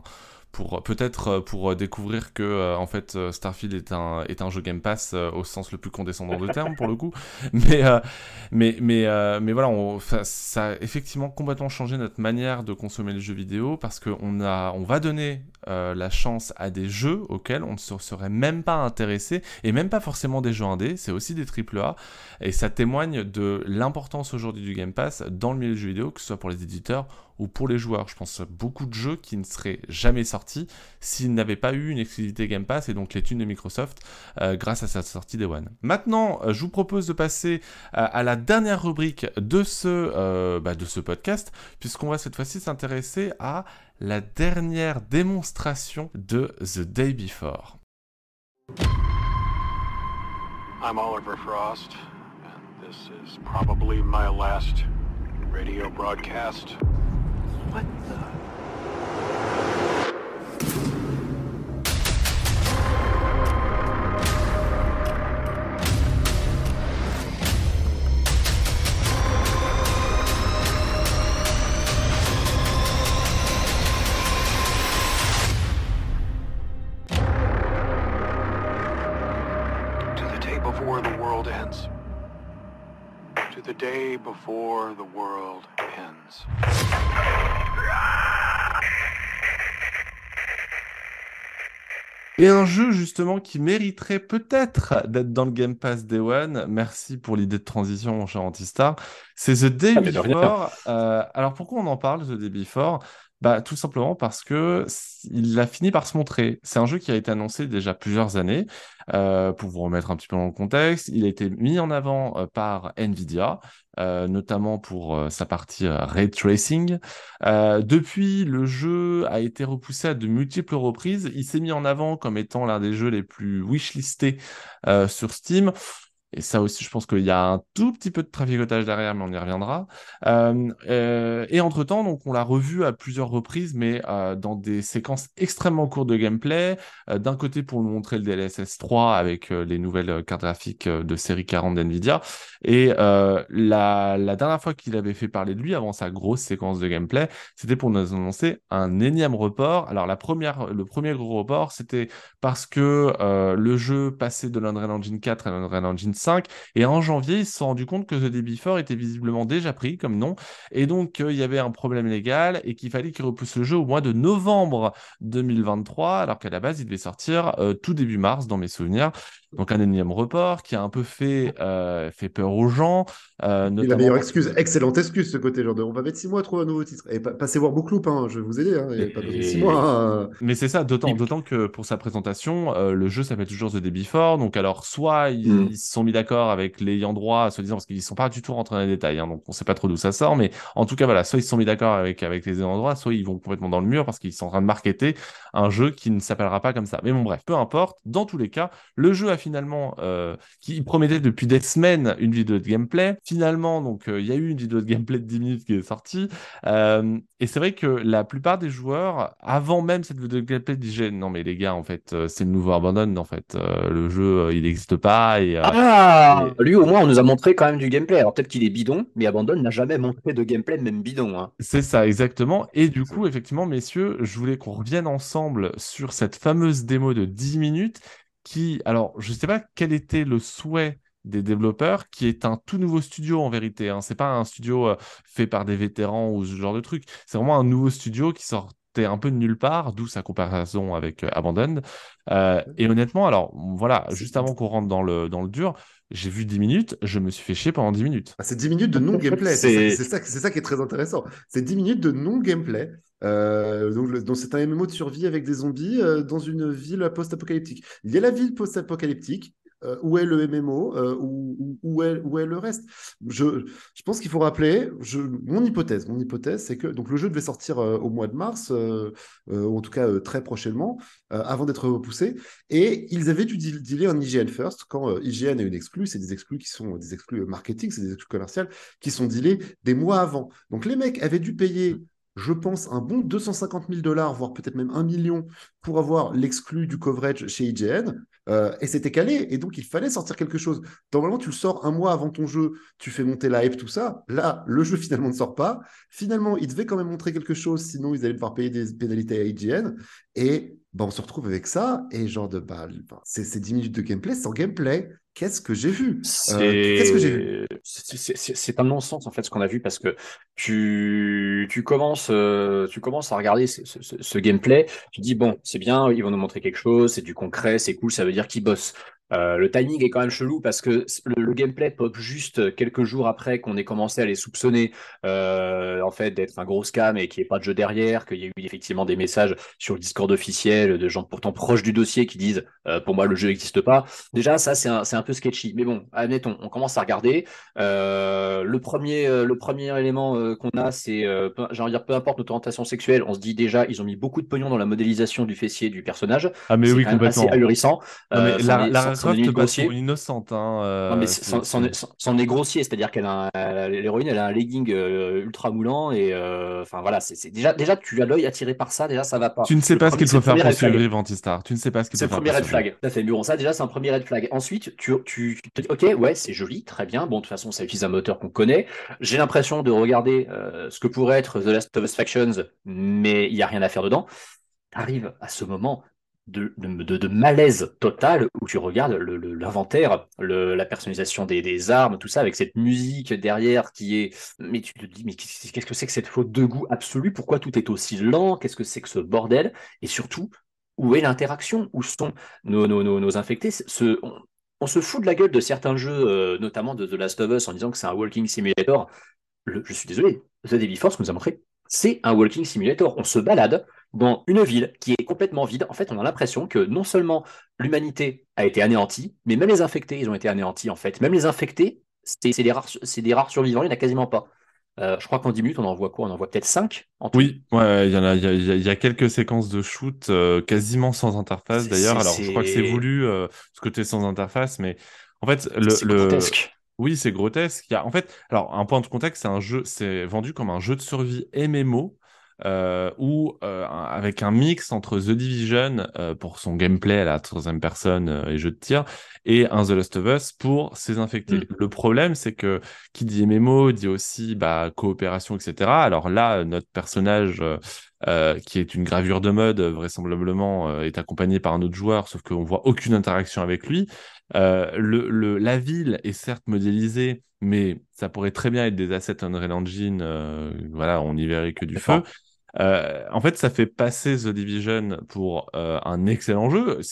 découvrir que en fait Starfield est un jeu Game Pass au sens le plus condescendant de terme pour le coup. Mais voilà, ça a effectivement complètement changé notre manière de consommer les jeux vidéo, parce que on va donner la chance à des jeux auxquels on ne se serait même pas intéressé, et même pas forcément des jeux indés, c'est aussi des AAA, et ça témoigne de l'importance aujourd'hui du Game Pass dans le milieu du jeu vidéo, que ce soit pour les éditeurs ou pour les joueurs. Je pense à beaucoup de jeux qui ne seraient jamais sortis sorti s'il n'avait pas eu une exclusivité Game Pass et donc les thunes de Microsoft grâce à sa sortie Day One. Maintenant, je vous propose de passer à la dernière rubrique de ce podcast, puisqu'on va cette fois-ci s'intéresser à la dernière démonstration de The Day Before. I'm Oliver Frost, and this is probably my last radio broadcast. What the? Before the world ends. To the day before the world ends. Et un jeu justement qui mériterait peut-être d'être dans le Game Pass Day One, merci pour l'idée de transition mon cher Antistar, c'est The Day Before. Alors pourquoi on en parle, The Day Before? Tout simplement parce que il a fini par se montrer. C'est un jeu qui a été annoncé déjà plusieurs années. Pour vous remettre un petit peu dans le contexte, il a été mis en avant par Nvidia, notamment pour sa partie ray tracing. Depuis, le jeu a été repoussé à de multiples reprises. Il s'est mis en avant comme étant l'un des jeux les plus wishlistés sur Steam. Et ça aussi, je pense qu'il y a un tout petit peu de traficotage derrière, mais on y reviendra. Et entre-temps, donc, on l'a revu à plusieurs reprises, mais dans des séquences extrêmement courtes de gameplay. D'un côté, pour nous montrer le DLSS 3 avec les nouvelles cartes graphiques de série 40 d'NVIDIA. Et la dernière fois qu'il avait fait parler de lui, avant sa grosse séquence de gameplay, c'était pour nous annoncer un énième report. Alors, le premier gros report, c'était parce que le jeu passait de l'Unreal Engine 4 à l'Unreal Engine 5, et en janvier, ils se sont rendus compte que The Day Before était visiblement déjà pris comme nom, et donc il y avait un problème légal, et qu'il fallait qu'ils repoussent le jeu au mois de novembre 2023, alors qu'à la base, il devait sortir tout début mars, dans mes souvenirs. Donc un énième report qui a un peu fait peur aux gens. Et la meilleure excuse, excellente excuse, ce côté genre de on va mettre 6 mois à trouver un nouveau titre. Et passez voir Bookloop, hein, je vais vous aider, hein, il n'y avait pas besoin de 6 mois. Hein. Mais c'est ça, d'autant que pour sa présentation, le jeu s'appelle toujours The Day Before. Donc alors, soit ils se sont mis d'accord avec l'ayant droit, soi-disant, parce qu'ils ne sont pas du tout rentrés dans les détails, hein, donc on ne sait pas trop d'où ça sort. Mais en tout cas, voilà, soit ils se sont mis d'accord avec les ayants droit, soit ils vont complètement dans le mur parce qu'ils sont en train de marketer un jeu qui ne s'appellera pas comme ça. Mais bon, bref, peu importe. Dans tous les cas, le jeu a finalement, qui promettait depuis des semaines une vidéo de gameplay. Finalement, donc, il y a eu une vidéo de gameplay de 10 minutes qui est sortie. Et c'est vrai que la plupart des joueurs, avant même cette vidéo de gameplay, disaient non mais les gars, en fait, c'est le nouveau Abandon, en fait, le jeu, il n'existe pas. Lui au moins on nous a montré quand même du gameplay. Alors peut-être qu'il est bidon, mais Abandon n'a jamais montré de gameplay de même bidon. Hein. C'est ça, exactement. Et du coup, effectivement, messieurs, je voulais qu'on revienne ensemble sur cette fameuse démo de 10 minutes qui, alors, je ne sais pas quel était le souhait des développeurs, qui est un tout nouveau studio en vérité. Hein. C'est pas un studio fait par des vétérans ou ce genre de truc. C'est vraiment un nouveau studio qui sortait un peu de nulle part, d'où sa comparaison avec Abandoned. Et honnêtement, alors voilà, juste avant qu'on rentre dans le dur, j'ai vu 10 minutes, je me suis fait chier pendant 10 minutes. C'est 10 minutes de non-gameplay, c'est ça qui est très intéressant. C'est 10 minutes de non-gameplay. Donc c'est un MMO de survie avec des zombies dans une ville post-apocalyptique. Il y a la ville post-apocalyptique. Où est le MMO où est le reste je pense qu'il faut rappeler mon hypothèse c'est que donc le jeu devait sortir au mois de mars ou en tout cas très prochainement avant d'être repoussé, et ils avaient dû dealer en IGN first quand IGN a une exclue. C'est des exclus qui sont des exclus marketing, c'est des exclus commerciales qui sont dealés des mois avant. Donc les mecs avaient dû payer, je pense, un bon 250 000 $, voire peut-être même 1 million, pour avoir l'exclu du coverage chez IGN. Et c'était calé, et donc il fallait sortir quelque chose. Normalement, tu le sors un mois avant ton jeu, tu fais monter la hype, tout ça. Là, le jeu finalement ne sort pas. Finalement, il devait quand même montrer quelque chose, sinon ils allaient devoir payer des pénalités à IGN. Et on se retrouve avec ça, et c'est 10 minutes de gameplay sans gameplay. Qu'est-ce que j'ai vu Qu'est-ce que j'ai vu C'est un non-sens en fait ce qu'on a vu, parce que tu commences à regarder ce gameplay, tu dis bon, c'est bien, ils vont nous montrer quelque chose, c'est du concret, c'est cool, ça veut dire qu'ils bossent. Le timing est quand même chelou parce que le gameplay pop juste quelques jours après qu'on ait commencé à les soupçonner en fait d'être un gros scam et qu'il n'y ait pas de jeu derrière, qu'il y ait eu effectivement des messages sur le Discord officiel de gens pourtant proches du dossier qui disent pour moi le jeu n'existe pas. Déjà ça c'est un peu sketchy, mais bon admettons, on commence à regarder. Le premier élément qu'on a c'est j'ai envie de dire peu importe notre orientation sexuelle, on se dit déjà ils ont mis beaucoup de pognon dans la modélisation du fessier du personnage, Ah mais c'est oui, quand même assez complètement. ahurissant. Non mais Lara C'en est Croft te limite passe pour grossier. une innocente, hein. Non, mais c'en est grossier, c'est-à-dire l'héroïne, elle a un legging ultra moulant et enfin voilà, déjà tu as l'œil attiré par ça, déjà ça va pas. Tu ne sais pas ce qu'il C'est faut le faire premier pour red flag. survivre, Antistar. Tu ne sais pas ce qu'il C'est faut le faire premier pour red survivre. flag. Tout à fait. Mais bon, ça déjà c'est un premier red flag. Ensuite, tu te dis, ok, ouais, c'est joli, très bien. Bon, de toute façon, ça utilise un moteur qu'on connaît. J'ai l'impression de regarder ce que pourrait être The Last of Us Factions, mais il y a rien à faire dedans. T'arrives à ce moment de malaise total où tu regardes l'inventaire, la personnalisation des armes, tout ça, avec cette musique derrière qui est. Mais tu te dis, mais qu'est-ce que c'est que cette faute de goût absolue? Pourquoi tout est aussi lent? Qu'est-ce que c'est que ce bordel? Et surtout, où est l'interaction? Où sont nos infectés? On se fout de la gueule de certains jeux, notamment de The Last of Us, en disant que c'est un walking simulator. Je suis désolé, The Deadly Force nous a montré, c'est un walking simulator. On se balade dans une ville qui est complètement vide. En fait, on a l'impression que non seulement l'humanité a été anéantie, mais même les infectés, ils ont été anéantis, en fait. Même les infectés, c'est des rares survivants, il n'y en a quasiment pas. Je crois qu'en 10 minutes, on en voit quoi? On en voit peut-être 5 en tout. Oui, ouais, il y a quelques séquences de shoot quasiment sans interface d'ailleurs. Alors, je crois que c'est voulu ce côté sans interface, mais en fait, c'est grotesque. oui, c'est grotesque. Il y a, en fait, alors un point de contexte, c'est un jeu, c'est vendu comme un jeu de survie MMO. Ou avec un mix entre The Division pour son gameplay à la troisième personne et jeu de tir et un The Last of Us pour ses infectés. Mm. Le problème, c'est que qui dit MMO dit aussi bah, coopération, etc. Alors là, notre personnage qui est une gravure de mode, vraisemblablement, est accompagné par un autre joueur, sauf qu'on voit aucune interaction avec lui. La ville est certes modélisée, mais ça pourrait très bien être des assets Unreal Engine. Voilà, on n'y verrait que du feu. D'accord. En fait, ça fait passer The Division pour un excellent jeu,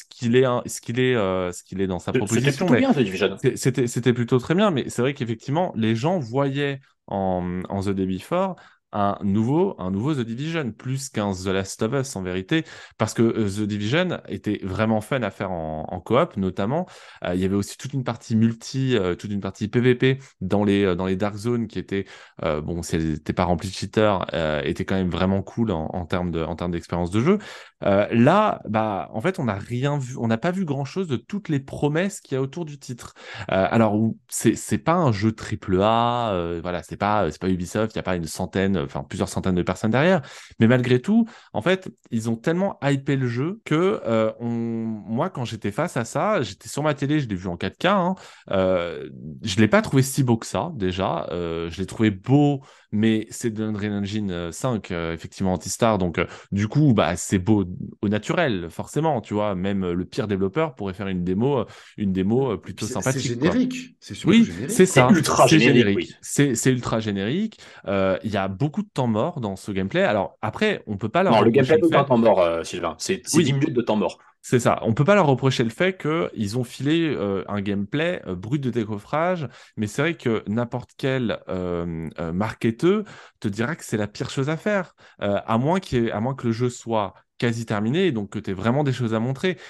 ce qu'il est dans sa C'était proposition, plutôt mais bien, The Division. c'était plutôt très bien. Mais c'est vrai qu'effectivement, les gens voyaient en The Day Before un nouveau The Division, plus qu'un The Last of Us en vérité, parce que The Division était vraiment fun à faire en coop, notamment. Il y avait aussi toute une partie toute une partie PVP dans les Dark Zones qui étaient bon, si elles n'étaient pas remplies de cheaters, étaient quand même vraiment cool en termes d'expérience de jeu. Là, bah, en fait, on n'a rien vu, on n'a pas vu grand-chose de toutes les promesses qu'il y a autour du titre. Alors, c'est pas un jeu triple A, voilà, c'est pas Ubisoft, il n'y a pas une centaine, enfin plusieurs centaines de personnes derrière, mais malgré tout, en fait, ils ont tellement hypé le jeu que moi, quand j'étais face à ça, j'étais sur ma télé, je l'ai vu en 4K, hein, je l'ai pas trouvé si beau que ça, déjà. Je l'ai trouvé beau, mais c'est de l'Unreal Engine 5, effectivement, Antistar. Donc, du coup, bah, c'est beau au naturel, forcément, tu vois. Même le pire développeur pourrait faire une démo Et puis plutôt c'est sympathique, quoi. générique, c'est surtout Oui, c'est générique, C'est quoi. ça, ultra c'est générique, oui. générique, c'est ultra générique. Il y a beaucoup de temps mort dans ce gameplay. Alors après, on peut pas leur Non, le reprocher gameplay le est aucun fait. temps mort, Sylvain. C'est 10 Oui, minutes de temps mort. c'est ça. On peut pas leur reprocher le fait qu'ils ont filé un gameplay brut de décoffrage, mais c'est vrai que n'importe quel marketeur te dira que c'est la pire chose à faire, à moins que le jeu soit quasi terminé et donc que tu aies vraiment des choses à montrer.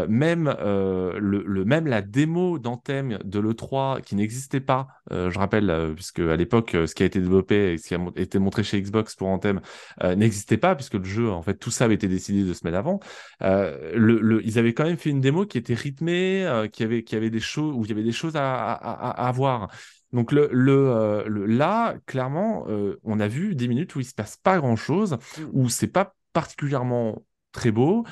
Même la démo d'Anthem de l'E3 qui n'existait pas, je rappelle, puisque à l'époque, ce qui a été développé et ce qui a été montré chez Xbox pour Anthem n'existait pas, puisque le jeu, en fait, tout ça avait été décidé 2 semaines avant. Ils avaient quand même fait une démo qui était rythmée, qui avait des choses où il y avait des choses à voir. Donc là, clairement, on a vu 10 minutes où il se passe pas grand-chose, où c'est pas particulièrement très beau,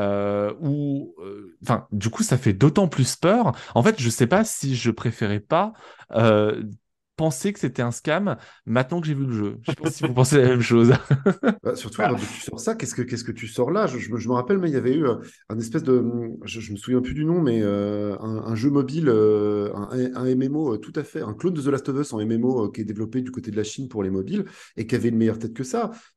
enfin, du coup, ça fait d'autant plus peur. En fait, je sais pas si je préférais pas euh, penser que c'était un scam maintenant que j'ai vu le jeu. Je sais pas si vous pensez la même chose. Bah, surtout, Voilà. avant que tu sors ça, qu'est-ce que tu sors là? Je me rappelle, mais il y avait eu un espèce de. Je me souviens plus du nom, mais un jeu mobile, un MMO tout à fait, un clone de The Last of Us en MMO qui est développé du côté de la Chine pour les mobiles et qui avait une meilleure tête que ça.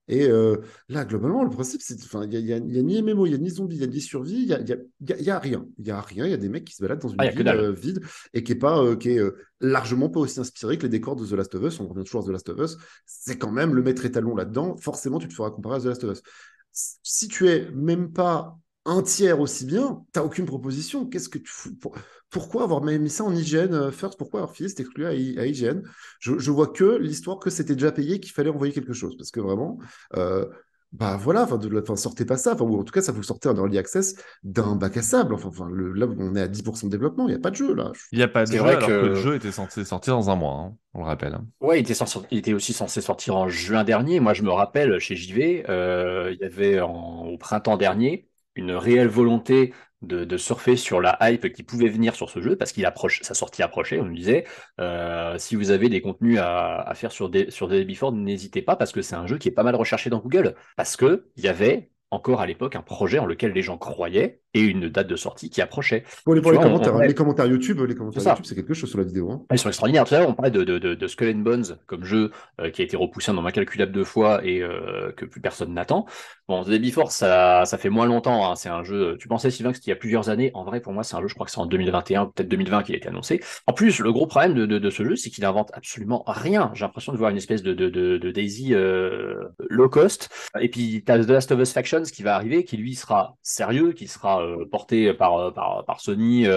Et là, globalement, le principe, c'est, enfin, il y a ni MMO, il y a ni zombie, il y a ni survie, il y a rien. Il y a rien. Il y a des mecs qui se baladent dans Ah, une il y a que ville dalle. vide et qui est largement pas aussi inspiré que les décors de The Last of Us. On revient toujours à The Last of Us. C'est quand même le maître étalon là-dedans. Forcément, tu te feras comparer à The Last of Us. Si tu es même pas un tiers aussi bien, t'as aucune proposition. Qu'est-ce que tu fous Pourquoi avoir même mis ça en hygiène first? Pourquoi avoir filé cet exclu à hygiène? Je vois que l'histoire que c'était déjà payé, qu'il fallait envoyer quelque chose. Parce que vraiment, euh, bah voilà, sortez pas ça. Enfin, ou en tout cas, ça vous sortait un early access d'un bac à sable. Là, on est à 10% de développement, il n'y a pas de jeu là. Il n'y a pas de C'est jeu vrai alors que le que jeu était censé sortir dans un mois, hein, on le rappelle. Hein. ouais, il était aussi censé sortir en juin dernier. Moi, je me rappelle, chez JV, il y avait au printemps dernier une réelle volonté de surfer sur la hype qui pouvait venir sur ce jeu parce qu'il approche, sa sortie approchait. On nous disait, si vous avez des contenus à faire sur des Before, n'hésitez pas parce que c'est un jeu qui est pas mal recherché dans Google. Parce que il y avait encore à l'époque un projet en lequel les gens croyaient et une date de sortie qui approchait. Pour les, Et pour tu les vois, commentaires, hein. Les ouais, commentaires YouTube, c'est ça. c'est quelque chose sur la vidéo, hein. Ils sont extraordinaires. Tout à l'heure, on parlait de Skull and Bones comme jeu qui a été repoussé un nombre incalculable de fois et que plus personne n'attend. Bon, The Day Before, ça fait moins longtemps. Hein. C'est un jeu. Tu pensais, Sylvain, que c'était il y a plusieurs années. En vrai, pour moi, c'est un jeu, je crois que c'est en 2021, peut-être 2020 qu'il a été annoncé. En plus, le gros problème de ce jeu, c'est qu'il invente absolument rien. J'ai l'impression de voir une espèce de Daisy low cost. Et puis, tu as The Last of Us Factions qui va arriver, qui lui sera sérieux, qui sera porté par Sony.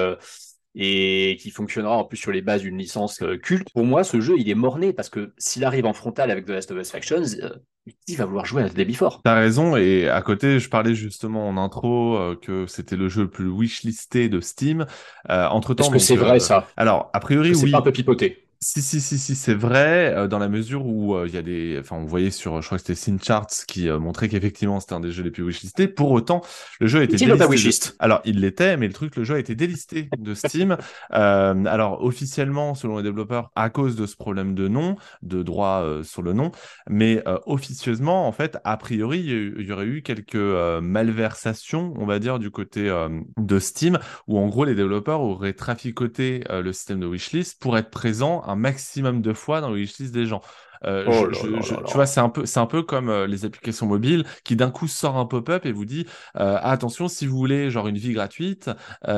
Et qui fonctionnera en plus sur les bases d'une licence culte. Pour moi, ce jeu, il est mort-né parce que s'il arrive en frontal avec The Last of Us Factions, qui va vouloir jouer à The Day Before? T'as raison, et à côté, je parlais justement en intro que c'était le jeu le plus wishlisté de Steam. Est-ce Entre-temps, que donc, c'est vrai ça? alors, a Est-ce priori, que c'est pas un oui. peu pipoté? Si, c'est vrai, dans la mesure où il y a des... Enfin, on voyait sur, je crois que c'était Syncharts qui montrait qu'effectivement, c'était un des jeux les plus wishlistés. Pour autant, le jeu a été Est-il dans ta délisté de... wishlist? Alors, il l'était, mais le jeu a été délisté de Steam. Alors, officiellement, selon les développeurs, à cause de ce problème de nom, de droit sur le nom, mais officieusement, en fait, a priori, il y aurait eu quelques malversations, on va dire, du côté de Steam, où en gros les développeurs auraient traficoté le système de wishlist pour être présents un maximum de fois dans le wishlist des gens. Oh là là là Tu vois, là. c'est un peu comme les applications mobiles qui d'un coup sort un pop-up et vous dit ah, attention, si vous voulez genre une vie gratuite,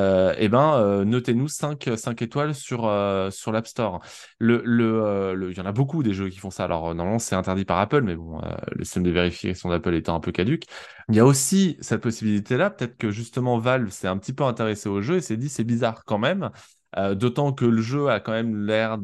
notez-nous 5 étoiles sur l'App Store. Il y en a beaucoup des jeux qui font ça. Alors normalement c'est interdit par Apple, mais bon, le système de vérification d'Apple étant un peu caduque. Il y a aussi cette possibilité-là, peut-être que justement Valve s'est un petit peu intéressé au jeu et s'est dit c'est bizarre quand même. D'autant que le jeu a quand même l'air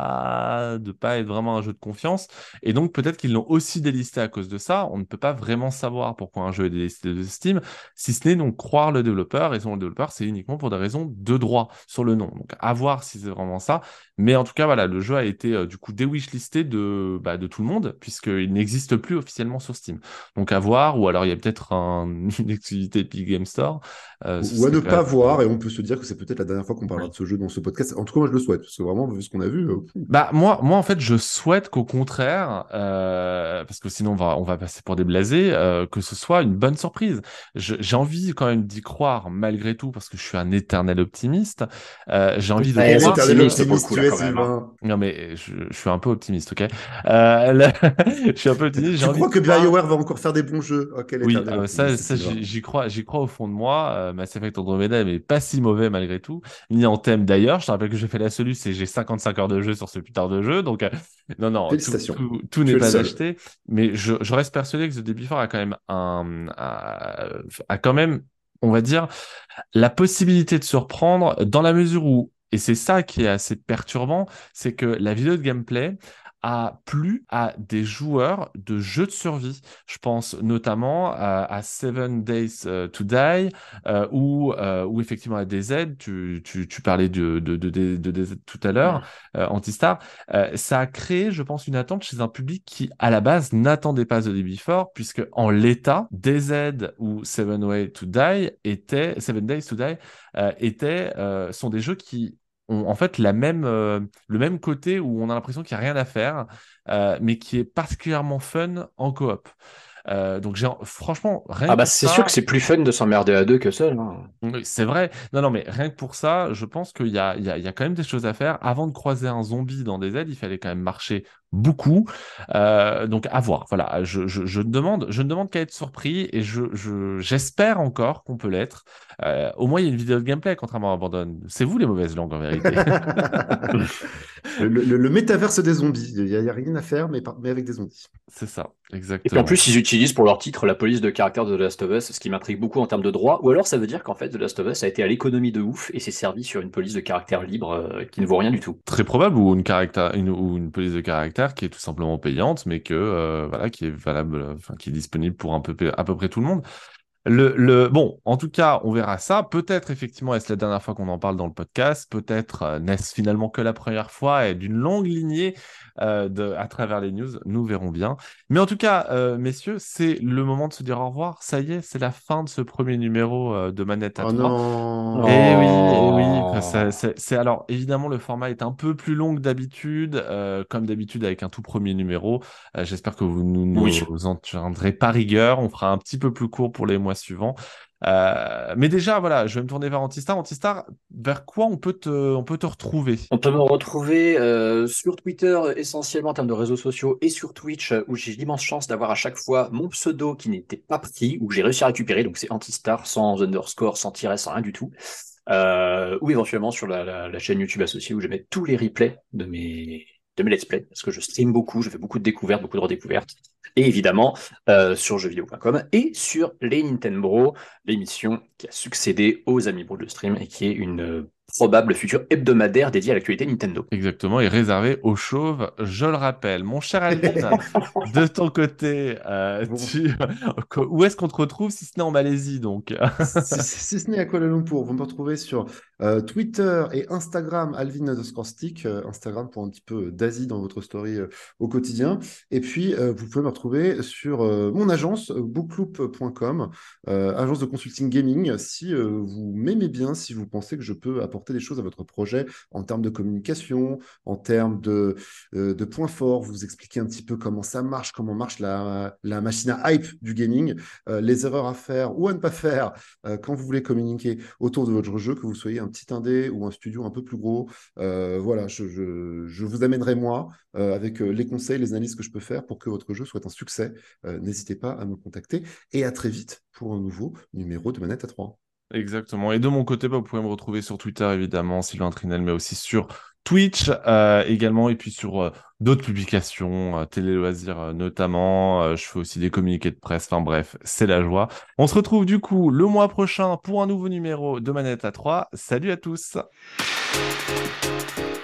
de pas être vraiment un jeu de confiance. Et donc peut-être qu'ils l'ont aussi délisté à cause de ça. On ne peut pas vraiment savoir pourquoi un jeu est délisté de Steam, si ce n'est donc croire le développeur. Et selon le développeur, c'est uniquement pour des raisons de droit sur le nom. Donc à voir si c'est vraiment ça. Mais en tout cas, voilà, le jeu a été du coup déwishlisté de tout le monde, puisqu'il n'existe plus officiellement sur Steam. Donc à voir, ou alors il y a peut-être une exclusivité Epic Game Store. Ce Ou à serait ne quand pas même... voir, et on peut se dire que c'est peut-être la dernière fois qu'on parlera Oui. de ce jeu dans ce podcast. En tout cas, moi, je le souhaite, parce que vraiment, vu ce qu'on a vu, Bah en fait je souhaite qu'au contraire parce que sinon on va passer pour des blasés que ce soit une bonne surprise. J'ai envie quand même d'y croire malgré tout parce que je suis un éternel optimiste. J'ai envie de Très quel croire éternel optimiste que pour le optimiste coup tu là es, quand même. Hein. Sylvain. non mais je suis un peu optimiste, ok. Je suis un peu optimiste. J'ai Tu envie crois de que croire. BioWare va encore faire des bons jeux? Oh, quel Oui, éternel optimiste, Sylvain. j'y crois au fond de moi. Mass Effect Andromeda mais pas si mauvais malgré tout, ni en thème d'ailleurs. Je te rappelle que j'ai fait la soluce et j'ai 55 heures de jeu sur ce putain de jeu, donc non, Félicitations. tout Tu n'est es le pas seul. acheté. Mais je reste persuadé que The Day Before a quand même a quand même, on va dire, la possibilité de surprendre dans la mesure où, et c'est ça qui est assez perturbant, c'est que la vidéo de gameplay a plu à des joueurs de jeux de survie. Je pense notamment à Seven Days to Die ou effectivement à DZ. Tu parlais de DZ tout à l'heure, Antistar. Ça a créé, je pense, une attente chez un public qui, à la base, n'attendait pas The Day Before, puisque en l'état, DZ ou Seven Days to Die sont des jeux qui ont en fait le même côté où on a l'impression qu'il n'y a rien à faire, mais qui est particulièrement fun en coop. Donc franchement, rien Ah que bah pour c'est ça, sûr que c'est plus fun de s'emmerder à deux que seul, hein. oui, c'est vrai. Non, mais rien que pour ça, je pense qu'il y a quand même des choses à faire. Avant de croiser un zombie dans des ailes, il fallait quand même marcher beaucoup. Donc à voir. Voilà, je ne demande qu'à être surpris et j'espère encore qu'on peut l'être. Au moins, il y a une vidéo de gameplay, contrairement à Abandon. C'est vous les mauvaises langues en vérité. Le métaverse des zombies. Il y a rien à faire, mais avec des zombies. C'est ça, Et puis en exactement. plus, ils utilisent pour leur titre la police de caractère de The Last of Us, ce qui m'intrigue beaucoup en termes de droit. Ou alors ça veut dire qu'en fait, The Last of Us a été à l'économie de ouf et s'est servi sur une police de caractère libre qui ne vaut rien du tout. Très probable, ou une police de caractère qui est tout simplement payante, mais voilà, qui est valable, enfin, qui est disponible pour à peu près tout le monde. Bon, en tout cas, on verra ça. Peut-être, effectivement, est-ce la dernière fois qu'on en parle dans le podcast? Peut-être n'est-ce finalement que la première fois et d'une longue lignée à travers les news. Nous verrons bien. Mais en tout cas, messieurs, c'est le moment de se dire au revoir. Ça y est, c'est la fin de ce premier numéro de Manette à Oh 3. non. Eh oui, enfin, Oh. alors évidemment le format est un peu plus long que d'habitude, comme d'habitude avec un tout premier numéro. J'espère que vous ne Oui. nous en tiendrez pas rigueur. On fera un petit peu plus court pour les mois suivants. Mais déjà, voilà, je vais me tourner vers Antistar. Antistar, vers quoi on peut te retrouver? On peut me retrouver sur Twitter essentiellement en termes de réseaux sociaux et sur Twitch où j'ai l'immense chance d'avoir à chaque fois mon pseudo qui n'était pas pris, où j'ai réussi à récupérer, donc c'est Antistar sans underscore, sans tiret, sans rien du tout. Ou éventuellement sur la chaîne YouTube associée où je mets tous les replays de mes let's play, parce que je stream beaucoup, je fais beaucoup de découvertes, beaucoup de redécouvertes, et évidemment sur jeuxvideo.com et sur les Nintendo, l'émission qui a succédé aux Amis Bro de Stream et qui est une probable future hebdomadaire dédiée à l'actualité Nintendo. Exactement, et réservé aux chauves, je le rappelle. Mon cher Alvin, de ton côté, Bon, où est-ce qu'on te retrouve si ce n'est en Malaisie, donc? si ce n'est à Kuala Lumpur, vous me retrouvez sur Twitter et Instagram, Alvin_stick, Instagram pour un petit peu d'Asie dans votre story au quotidien. Et puis, vous pouvez me retrouver sur mon agence, bookloop.com, agence de consulting gaming. Si vous m'aimez bien, si vous pensez que je peux apporter des choses à votre projet en termes de communication, en termes de points forts, vous expliquer un petit peu comment ça marche, comment marche la machine à hype du gaming, les erreurs à faire ou à ne pas faire quand vous voulez communiquer autour de votre jeu, que vous soyez un petit indé ou un studio un peu plus gros. Voilà, je vous amènerai moi avec les conseils, les analyses que je peux faire pour que votre jeu soit un succès. N'hésitez pas à me contacter et à très vite pour un nouveau numéro de Manette à 3. Exactement. Et de mon côté, vous pouvez me retrouver sur Twitter, évidemment, Sylvain Trinel, mais aussi sur Twitch également, et puis sur d'autres publications, Télé Loisirs notamment. Je fais aussi des communiqués de presse. Enfin bref, c'est la joie. On se retrouve du coup le mois prochain pour un nouveau numéro de Manette à 3. Salut à tous!